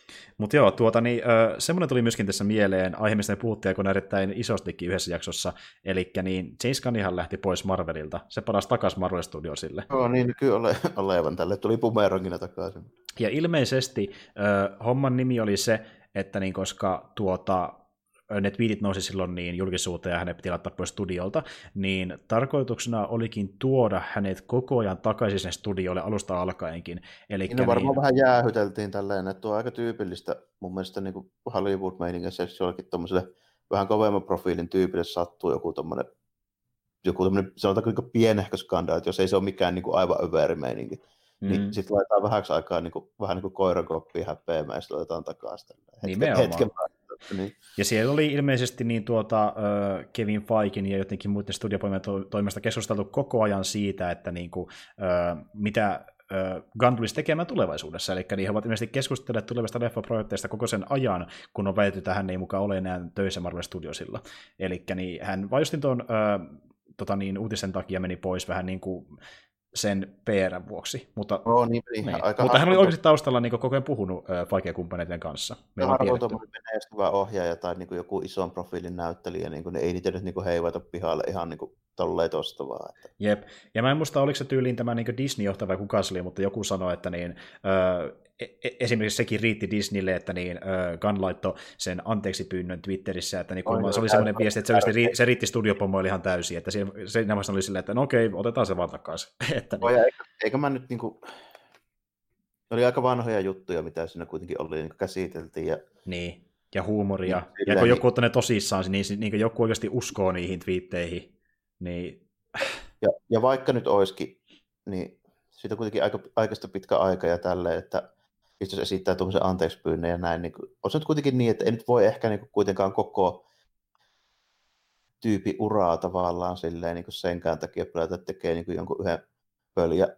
Mutta joo, tuota, niin, ö, semmoinen tuli myöskin tässä mieleen, aihe, mistä me puhuttiin, kun erittäin isostikin yhdessä jaksossa, eli niin James Gunnihan lähti pois Marvelilta, se palasi takaisin Marvel Studiosille. Joo, niin kyllä ole, olevan tälle, tuli bumerangina takaisin. Ja ilmeisesti ö, homman nimi oli se, että niin, koska tuota, ne tweetit nousi silloin niin julkisuuteen ja hänet piti laittaa pois studiolta, niin tarkoituksena olikin tuoda hänet koko ajan takaisin sinne studiolle alusta alkaenkin. Elikkä niin varmaan niin, vähän jäähyteltiin tälleen, että tuo on aika tyypillistä mun mielestä niin kuin Hollywood-meiningissä, jollekin tuommoiselle vähän kovemman profiilin tyypille sattuu joku tuommoinen, joku tuommoinen, sanotaanko niin pienehkö skandaali, että jos ei se ole mikään niin kuin aivan överimeininki, mm. niin sitten laitetaan vähäksi aikaa niin kuin, vähän niin kuin koirankoppiin häpeämään ja sitten otetaan takaisin. Hetken, hetken niin. Ja siellä oli ilmeisesti niin tuota, uh, Kevin Feigen ja jotenkin muiden studiopoimien toimesta keskusteltu koko ajan siitä, että niin kuin, uh, mitä uh, Gunn tulisi tekemään tulevaisuudessa. Eli niin he ovat ilmeisesti keskustelleet tulevista leffaprojekteista koko sen ajan, kun on väitetty, että hän ei mukaan ole enää töissä Marvel Studiosilla. Eli niin, hän vain justin tuon uh, tota niin, uutisen takia meni pois vähän niin kuin sen P R:n vuoksi. Mutta, oh, niin, niin, niin. aika Mutta hän oli oikeasti taustalla niin koko ajan puhunut äh, Feige-kumppaneiden kanssa. Harvoin tuommoinen menestyvä ohjaaja tai niin kuin joku ison profiilin näyttelijä, niin kuin, ei niitä nyt niin heivata pihalle ihan niin kuin tolleen tosta vaan. Että. Jep, ja mä en muista, oliko se tyyliin tämä niin Disney-johtava vai kuka se oli, mutta joku sanoi, että niin, äh, esimerkiksi sekin riitti Disneylle, että niin, äh, Gunn laittoi sen anteeksi pyynnön Twitterissä, että niin, oh, se oli sellainen viesti, että se, ri, se riitti studiopomoille ihan täysin, että siinä, siinä vaiheessa oli silleen, että no okei, otetaan se vaan takaisin. että, niin. eikö, eikö mä nyt niin kuin... Ne oli aika vanhoja juttuja, mitä siinä kuitenkin oli, niin käsiteltiin. Ja... Niin, ja huumoria. Niin, ja kun joku ottaa ne tosissaan, niin, niin joku oikeasti uskoo niihin twiitteihin. Niin... Ja, ja vaikka nyt olisikin, niin siitä on kuitenkin aika, aikaista pitkä aika ja tälleen, että jos esittää tuommoisen anteeksi pyynnön ja näin, niin on se nyt kuitenkin niin, että ei nyt voi ehkä niin kuitenkaan koko tyypi uraa tavallaan silleen niin senkään takia pelätä, että tekee niin jonkun yhden pöljä.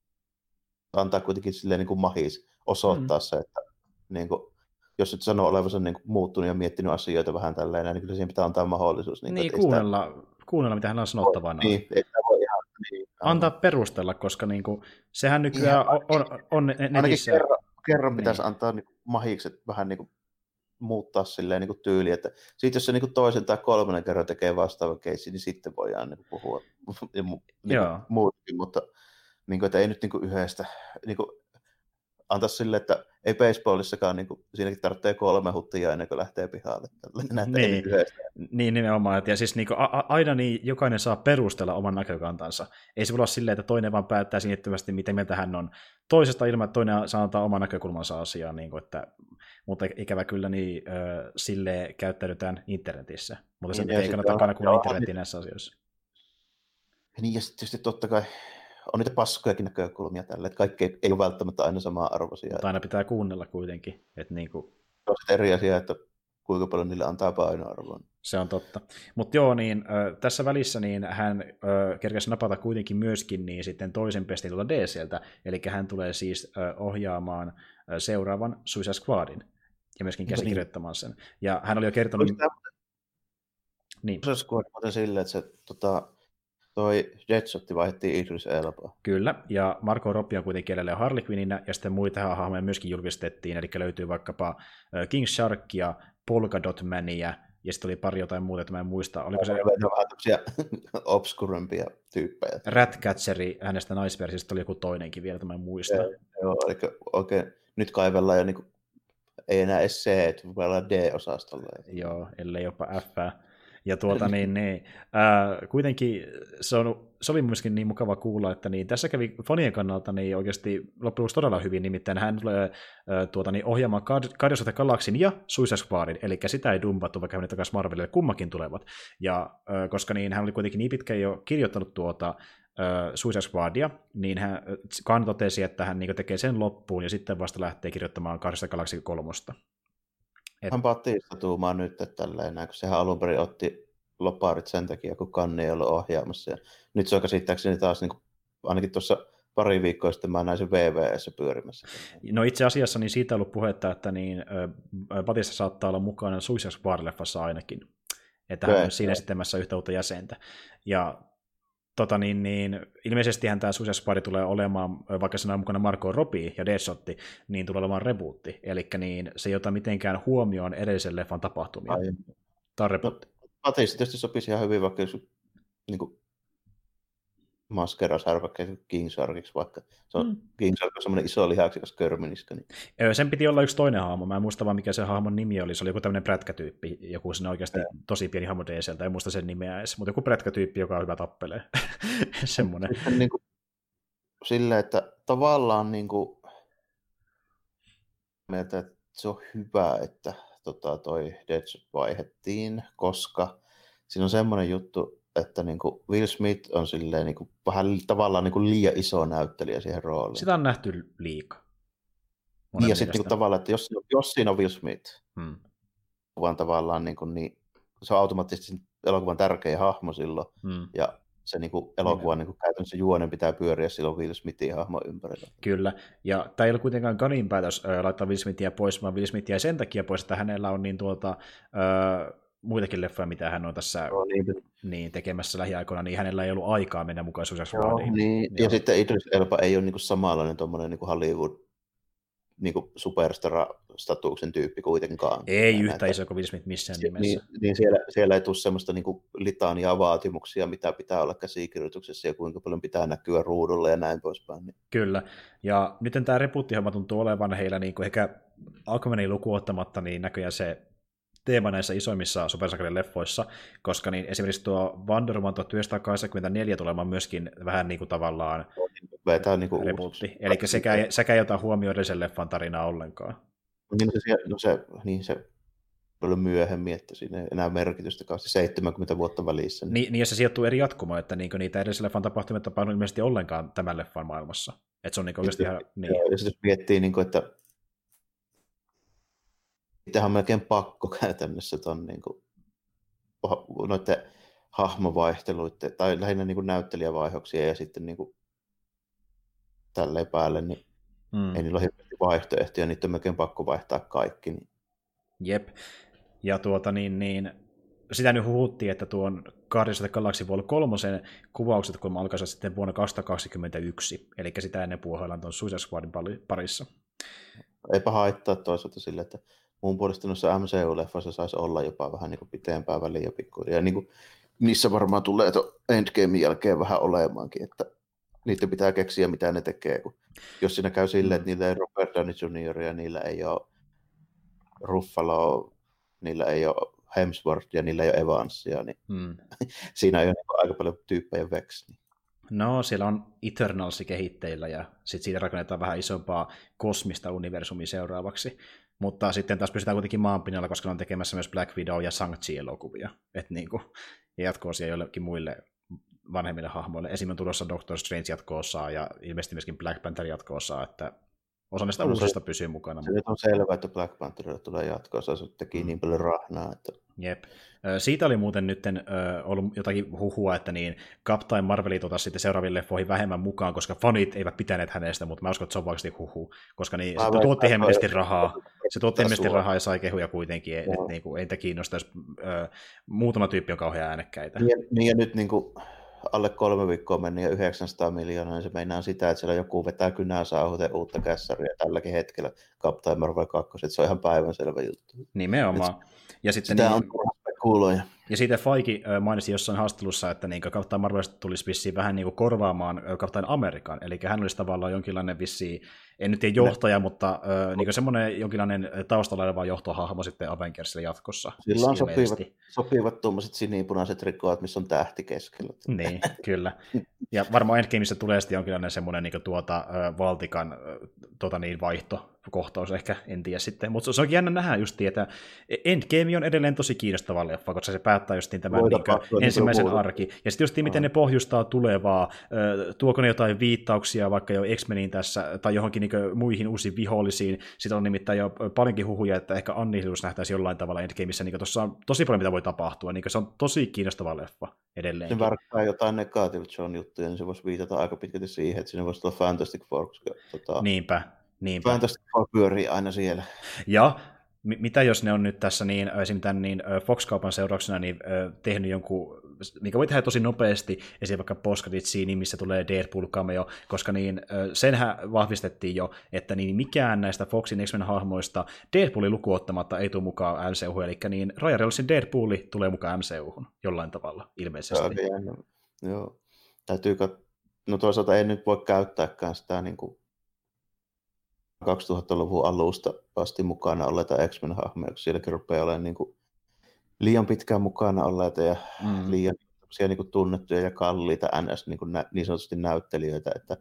Antaa kuitenkin silleen niin kuin mahis osoittaa mm. se, että niin kuin, jos et sanoo olevansa niin kuin muuttunut ja miettinyt asioita vähän tälleen, niin kyllä siihen pitää antaa mahdollisuus. Niin, niin kuunnella, sitä... kuunnella, mitä hän on sanottavana. Niin, että voi ihan, niin, antaa perustella, koska niin kuin, sehän nykyään ihan, on, on, on netissä. Ainakin kerran, kerran niin. Pitäisi antaa niin mahikset vähän niin kuin muuttaa silleen niin kuin tyyli, että sitten jos se niin kuin toisen tai kolmannen kerran tekee vastaava keissi, niin sitten voidaan niin kuin puhua ja mu- niin kuin muutkin, mutta niin kuin, että ei nyt niin kuin yhdestä niin kuin, antaa silleen, että ei baseballissakaan, niin kuin, siinäkin tarvitsee kolme huttia ennen kuin lähtee pihalle. Niin, niin nimenomaan. Ja siis niin kuin, a- aina niin jokainen saa perustella oman näkökantansa. Ei se voi olla silleen, että toinen vaan päättää sinittyvästi, miten mieltä hän on toisesta ilman, että toinen saa antaa oman näkökulmansa asiaan. Niin kuin, että, mutta ikävä kyllä niin äh, silleen käyttäydytään internetissä. Mutta niin, se ei kannata aina kuulla internetin näissä asioissa. Niin, ja sitten tietysti totta kai on niitä paskojakin näkökulmia tälle, että kaikki ei, ei ole välttämättä aina samaa arvoisia. Mutta aina pitää kuunnella kuitenkin. Että niin kuin... Se on sitten eri asia, että kuinka paljon niille antaa painoarvoa. Se on totta. Mutta joo, niin äh, tässä välissä niin hän äh, kerkesi napata kuitenkin myöskin niin sitten toisen pestin tuolta D C:ltä, eli hän tulee siis äh, ohjaamaan äh, seuraavan Suicide Squadin ja myöskin käsikirjoittamaan sen. Ja hän oli jo kertonut... Tämä... Niin. Suicide Squad muuten silleen, että se tota... Toi Jetsotti vaihdettiin Idris Elbaa. Kyllä, ja Marco Robbie on kuitenkin edelleen Harley Quinninä, ja sitten muita hahmoja myöskin julkistettiin, eli löytyy vaikkapa King Sharkia, Polka Dot Mania, ja sitten oli pari jotain muuta, että mä en muista. Oliko se... Vähän tämmöisiä obskurempia tyyppejä. Ratcatcheri, hänestä naisversista oli joku toinenkin vielä, että mä en muista. Ja, joo, eli oikein nyt kaivellaan, ja niin kuin, ei enää edes C, että voi olla D-osastolla. Joo, ellei jopa F. Ja tuota niin, niin ää, kuitenkin se, on, se oli myöskin niin mukava kuulla, että niin, tässä kävi fanien kannalta niin oikeasti loppujen lopuksi todella hyvin, nimittäin hän tulee ää, tuota, niin, ohjaamaan Guardians of the Galaxyn ja Suicide Squadin, eli sitä ei dumpattu, vaikka hän takaisin Marvelille, kummakin tulevat. Ja ää, koska niin, hän oli kuitenkin niin pitkään jo kirjoittanut tuota ää, Suicide Squadia, niin hän Gunn totesi, että hän niin, tekee sen loppuun ja sitten vasta lähtee kirjoittamaan Guardians of the Galaxy kolmosta. Et... Hän Batista tuumaa nyt tälleen, kun sehän alun perin otti loparit sen takia, kun Kanni ei ollut ohjaamassa. Ja nyt se on käsittääkseni taas, niin kuin, ainakin tuossa pari viikkoa sitten mä näin sen V V S:ssä pyörimässä. No itse asiassa niin siitä on ollut puhetta, että niin, äh, Batista saattaa olla mukana Suicide Squad-leffassa ainakin. Että hän on siinä esittämässä yhtä uutta jäsentä. Ja tota niin, niin, ilmeisestihän tämä Suicide Squad tulee olemaan, vaikka siinä on mukana Margot Robbie ja Deadshot, niin tulee olemaan rebootti, eli niin, se ei ota mitenkään huomioon edellisen leffan tapahtumia. Ai. Tämä on rebootti. No, Batista tietysti sopisi ihan hyvin, vaikka jos niin kuin maskeras vaikka King Sharkiksi, vaikka se on, mm. King Shark on semmoinen iso lihaksikas körminiska. Niin. Sen piti olla yksi toinen hahmo, mä en muista vaan mikä se hahmon nimi oli, se oli joku tämmöinen prätkätyyppi, joku sinne oikeasti ja. tosi pieni hahmo D C:ltä, en muista sen nimeä edes, mutta joku prätkätyyppi, joka on hyvä tappelee. Semmoinen. Niin kuin, silleen, että tavallaan niin kuin, mieltä, että se on hyvä, että tota, toi Deadshot vaihdettiin, koska siinä on semmoinen juttu, että niin kuin Will Smith on silleen niin kuin vähän tavallaan niin kuin liian iso näyttelijä siihen rooliin. Sitä on nähty liikaa. Niin, ja sitten niin tavallaan, että jos, jos siinä on Will Smith, hmm. vaan tavallaan niin kuin, niin, se on automaattisesti elokuvan tärkeä hahmo silloin, hmm. ja se niin kuin, elokuvan niin kuin, käytännössä juonen pitää pyöriä silloin Will Smithin hahmo ympärillä. Kyllä, ja tämä ei ole kuitenkaan Gunnin päätös äh, laittaa Will Smithia pois, vaan Will Smith jäi sen takia pois, että hänellä on niin tuota... Äh, muitakin leffoja, mitä hän on tässä no, niin. Niin, tekemässä lähiaikoina, niin hänellä ei ollut aikaa mennä mukaan Suicide Squadiin. Niin. Ja, ja sitten Idris Elba ei ole niin kuin samanlainen tuommoinen niin kuin Hollywood niin kuin superstar-statuksen tyyppi kuitenkaan. Ei yhtä iso kuin Will Smith missään nimessä. Niin, niin siellä, siellä ei tule semmoista niin kuin litaniaa vaatimuksia, mitä pitää olla käsikirjoituksessa ja kuinka paljon pitää näkyä ruudulla ja näin poispäin. Niin. Kyllä. Ja nyt tämä rebuuttihomma tuntuu olevan heillä niin kuin ehkä Aquamanin lukuun ottamatta, niin näköjään se teema näissä isoimmissa supersankarileffoissa, koska niin esimerkiksi tuo Wonder Woman tuhatyhdeksänsataakahdeksankymmentäneljä tulemaan myöskin vähän niin kuin tavallaan niin kuin rebootti. Eli sekä, sekä ei ota huomioon edellisen leffan tarinaa ollenkaan. Niin se, no se, niin se paljon myöhemmin, että siinä ei enää merkitystä kanssa seitsemänkymmentä vuotta välissä. Niin, niin, niin ja se sijoittuu eri jatkumoon, että niin niitä edellisen leffan tapahtumia tapahtuu ilmeisesti ollenkaan tämän leffan maailmassa. Että se on niin oikeasti ihan... Niin. Ja sitten jos miettii, niin kuin, että itsehän on melkein pakko käytännössä ton, niin kuin, noiden hahmovaihteluiden, tai lähinnä niin kuin näyttelijävaihoksia ja sitten niin kuin, tälleen päälle, niin mm. ei niillä ole hirveästi vaihtoehtoja, niitä on melkein pakko vaihtaa kaikki. Niin. Jep. Ja tuota niin, niin sitä nyt huhuttiin, että tuon Guardians of the Galaxy Vol kolmosen kuvaukset, kun alkaisivat sitten vuonna kaksituhattakaksikymmentäyksi, eli sitä ennen puuhaillaan tuon Suicide Squadin parissa. Eipä haittaa toisaalta sille, että mun puolesta noissa M C U-leffoissa saisi olla jopa vähän niin kuin pitempää väliä ja pikkuja. Ja niin kuin, niissä varmaan tulee tuon Endgamein jälkeen vähän olemaankin, että niiden pitää keksiä, mitä ne tekee. Kun jos siinä käy silleen, että niillä ei ole Robert Downey junior ja niillä ei ole Ruffalo, niillä ei ole Hemsworth ja niillä ei ole Evansia, niin hmm. siinä ei ole niin aika paljon tyyppejä veksi. No, siellä on Eternalsi kehitteillä ja sitten siitä rakennetaan vähän isompaa kosmista universumia seuraavaksi. Mutta sitten taas pysytään kuitenkin maanpinnalla, koska ne on tekemässä myös Black Widow ja Shang-Chi-elokuvia. Että niinku, ja jatko-osia joillekin muille vanhemmille hahmoille. Esimerkiksi on tulossa Doctor Strange jatko-osaa ja ilmeisesti myöskin Black Panther jatko-osaa, että osa näistä no, uusista pysyy mukana. Se on selvää, että Black Pantherille tulee jatko-osa, se teki mm. niin paljon rahnaa. Että... Jep. Siitä oli muuten nyt ollut jotakin huhua, että niin Captain Marvelit ota sitten seuraaviin leffoihin vähemmän mukaan, koska fanit eivät pitäneet hänestä, mutta mä uskon, että se on vaikasti huhu, koska niin, se tuotti hemmellisesti rahaa. Se tuotti hemmellisesti rahaa ja sai kehuja kuitenkin, että niin kuin, ei niitä kiinnosta, jos ö, muutama tyyppi on kauhean äänekkäitä. Niin, niin ja nyt niin kuin, alle kolme viikkoa mennyt ja yhdeksänsataa miljoonaa, niin se meinaa sitä, että siellä joku vetää kynää saahuten uutta kässäriä tälläkin hetkellä Captain Marvel kaksi, että se on ihan päivänselvä juttu. Nimenomaan. Ja sitten sitä niin, on kuuloja. Ja siitä Feige mainitsi jossain haastattelussa, että niin Captain Marvelista tulisi vissiin vähän niin kuin korvaamaan Captain American, eli hän olisi tavallaan jonkinlainen vissiin, en nyt tiedä johtaja, ne. mutta niin semmoinen jonkinlainen taustalla oleva johtohahmo sitten Avengersille jatkossa. Sillä on sopivat, sopivat tuommoiset sinipunaiset rikkoat, missä on tähti keskellä. Niin, kyllä. Ja varmaan Endgameissa tulee sitten jonkinlainen semmoinen niin tuota, Valtikan tuota niin, vaihtokohtaus ehkä, en tiedä sitten. Mutta se onkin jännä nähdä just, että Endgame on edelleen tosi kiinnostava leffa, koska se päättää just tämän niin ensimmäisen arki. Ja sitten just miten ne pohjustaa tulevaa, tuoko ne jotain viittauksia vaikka jo X-Meniin tässä, tai johonkin niin muihin uusiin vihollisiin. Sitten on nimittäin jo paljonkin huhuja, että ehkä Annihilus nähtäisiin jollain tavalla Endgameissa, niin tuossa on tosi paljon mitä voi tapahtua, niin se on tosi kiinnostava leffa edelleen. Se värkkää jotain Negative John-juttuja, niin se voisi viitata aika pitkälti siihen, että siinä voisi olla Fantastic Four, koska tota, niinpä, niinpä. Fantastic Four pyörii aina siellä. Ja mitä jos ne on nyt tässä niin, esimerkiksi tämän niin Fox-kaupan seurauksena niin, tehnyt jonkun mikä voi tehdä tosi nopeasti, esim. Vaikka post-credit-scene, missä tulee Deadpool-cameo, koska niin, senhän vahvistettiin jo, että niin mikään näistä Foxin X-Men-hahmoista Deadpoolin lukuottamatta ei tule mukaan M C U:hun, eli niin Ryan Reynoldsin Deadpool tulee mukaan M C U:hun jollain tavalla, ilmeisesti. Joo, joo. Täytyy kat... No toisaalta ei nyt voi käyttääkään sitä niin kuin kaksituhattaluvun alusta asti mukana olleita X-Men-hahmoja, kun sielläkin rupeaa olemaan niin kuin liian pitkään mukana olleita ja mm. liian niin kuin tunnettuja ja kalliita N S niin, kuin nä- niin sanotusti näyttelijöitä, että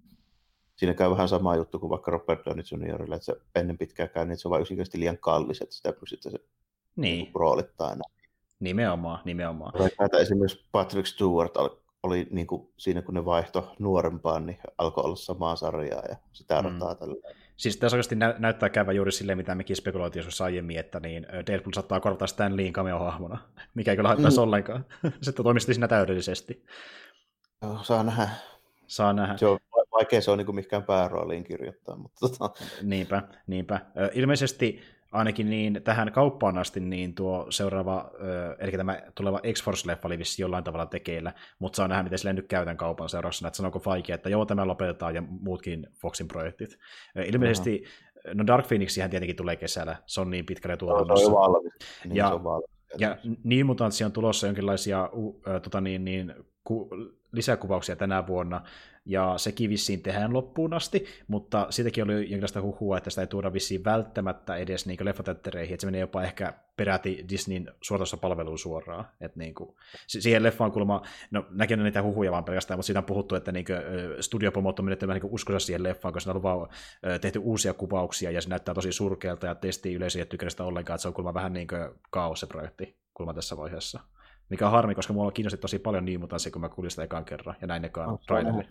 siinä käy vähän sama juttu kuin vaikka Robert Downey juniorilla, että se ennen pitkään käy, niin että se on vain yksinkertaisesti liian kallis, että sitä pystytään se niin. niin roolittaa enää. Nimenomaan, nimenomaan. Esimerkiksi Patrick Stewart oli niin kuin siinä, kun ne vaihto nuorempaan, niin alkoi olla samaa sarjaa ja sitä mm. rataa tällä. Siis tässä oikeasti nä- näyttää käyvä juuri silleen, mitä mekin spekuloitiin joskus aiemmin, että niin Deadpool saattaa korvata Stan Leein cameo-hahmona, mikä ei kyllä haittaisi mm. ollenkaan. Se toimisti siinä täydellisesti. Joo, saa nähdä. Saa nähdä. Se on vaikea, se on niin kuin mikään päärooliin kirjoittaa. Mutta tota. Niinpä, niinpä. Ilmeisesti ainakin niin tähän kauppaan asti niin tuo seuraava, eli tämä tuleva X-Force-leffa oli vissi jollain tavalla tekeillä, mutta saa nähdä, miten sille nyt käytän kaupan seurauksena, että sanooko Feige, että joo, tämä lopetetaan ja muutkin Foxin projektit. Ilmeisesti, uh-huh. no Dark Phoenixihän tietenkin tulee kesällä, se on niin pitkälle tuotannossa. No, valmis. Niin, ja, se on valmis. Ja New Mutantsi on tulossa jonkinlaisia uh, tota niin, niin, ku, lisäkuvauksia tänä vuonna, ja sekin vissiin tehdään loppuun asti, mutta siitäkin oli jonkinlaista huhua, että sitä ei tuoda vissiin välttämättä edes niin leffateattereihin, että se menee jopa ehkä peräti Disneyn suoratossa palveluun suoraan. Että niin kuin, siihen leffaan kuulemma, no näkee niitä huhuja vaan pelkästään, mutta siitä on puhuttu, että niin studiopomot on mennyt niin uskossa siihen leffaan, koska siinä on vaan tehty uusia kuvauksia, ja se näyttää tosi surkealta, ja testi yleisö ei tykkää sitä ollenkaan, että se on kuulemma vähän niin kuin kaos se projekti kuulemma tässä vaiheessa. Mikä on harmi, koska mulla kiinnosti tosi paljon niin mutanssia, kun mä kuulin sitä ekan kerran, ja näin ekaan trailerin.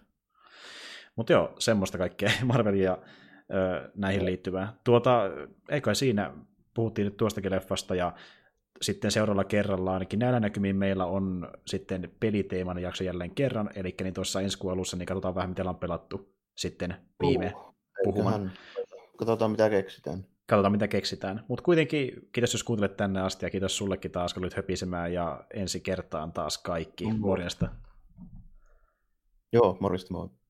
Mutta joo, semmoista kaikkea Marvelia ö, näihin no. liittyvää. Tuota, ei kai siinä, puhuttiin nyt tuostakin leffasta, ja sitten seuraavalla kerralla ainakin näillä näkymin meillä on sitten peliteeman jakso jälleen kerran, eli niin tuossa ensi kuun alussa, niin katsotaan vähän, miten on pelattu sitten viime uh, puhumaan. Katsotaan, mitä keksitään. Katsotaan, mitä keksitään. Mutta kuitenkin, kiitos jos kuuntelet tänne asti, ja kiitos sullekin taas, kun olit höpisemään, ja ensi kertaan taas kaikki. Mm-hmm. Morjesta. Joo, morjesta moi.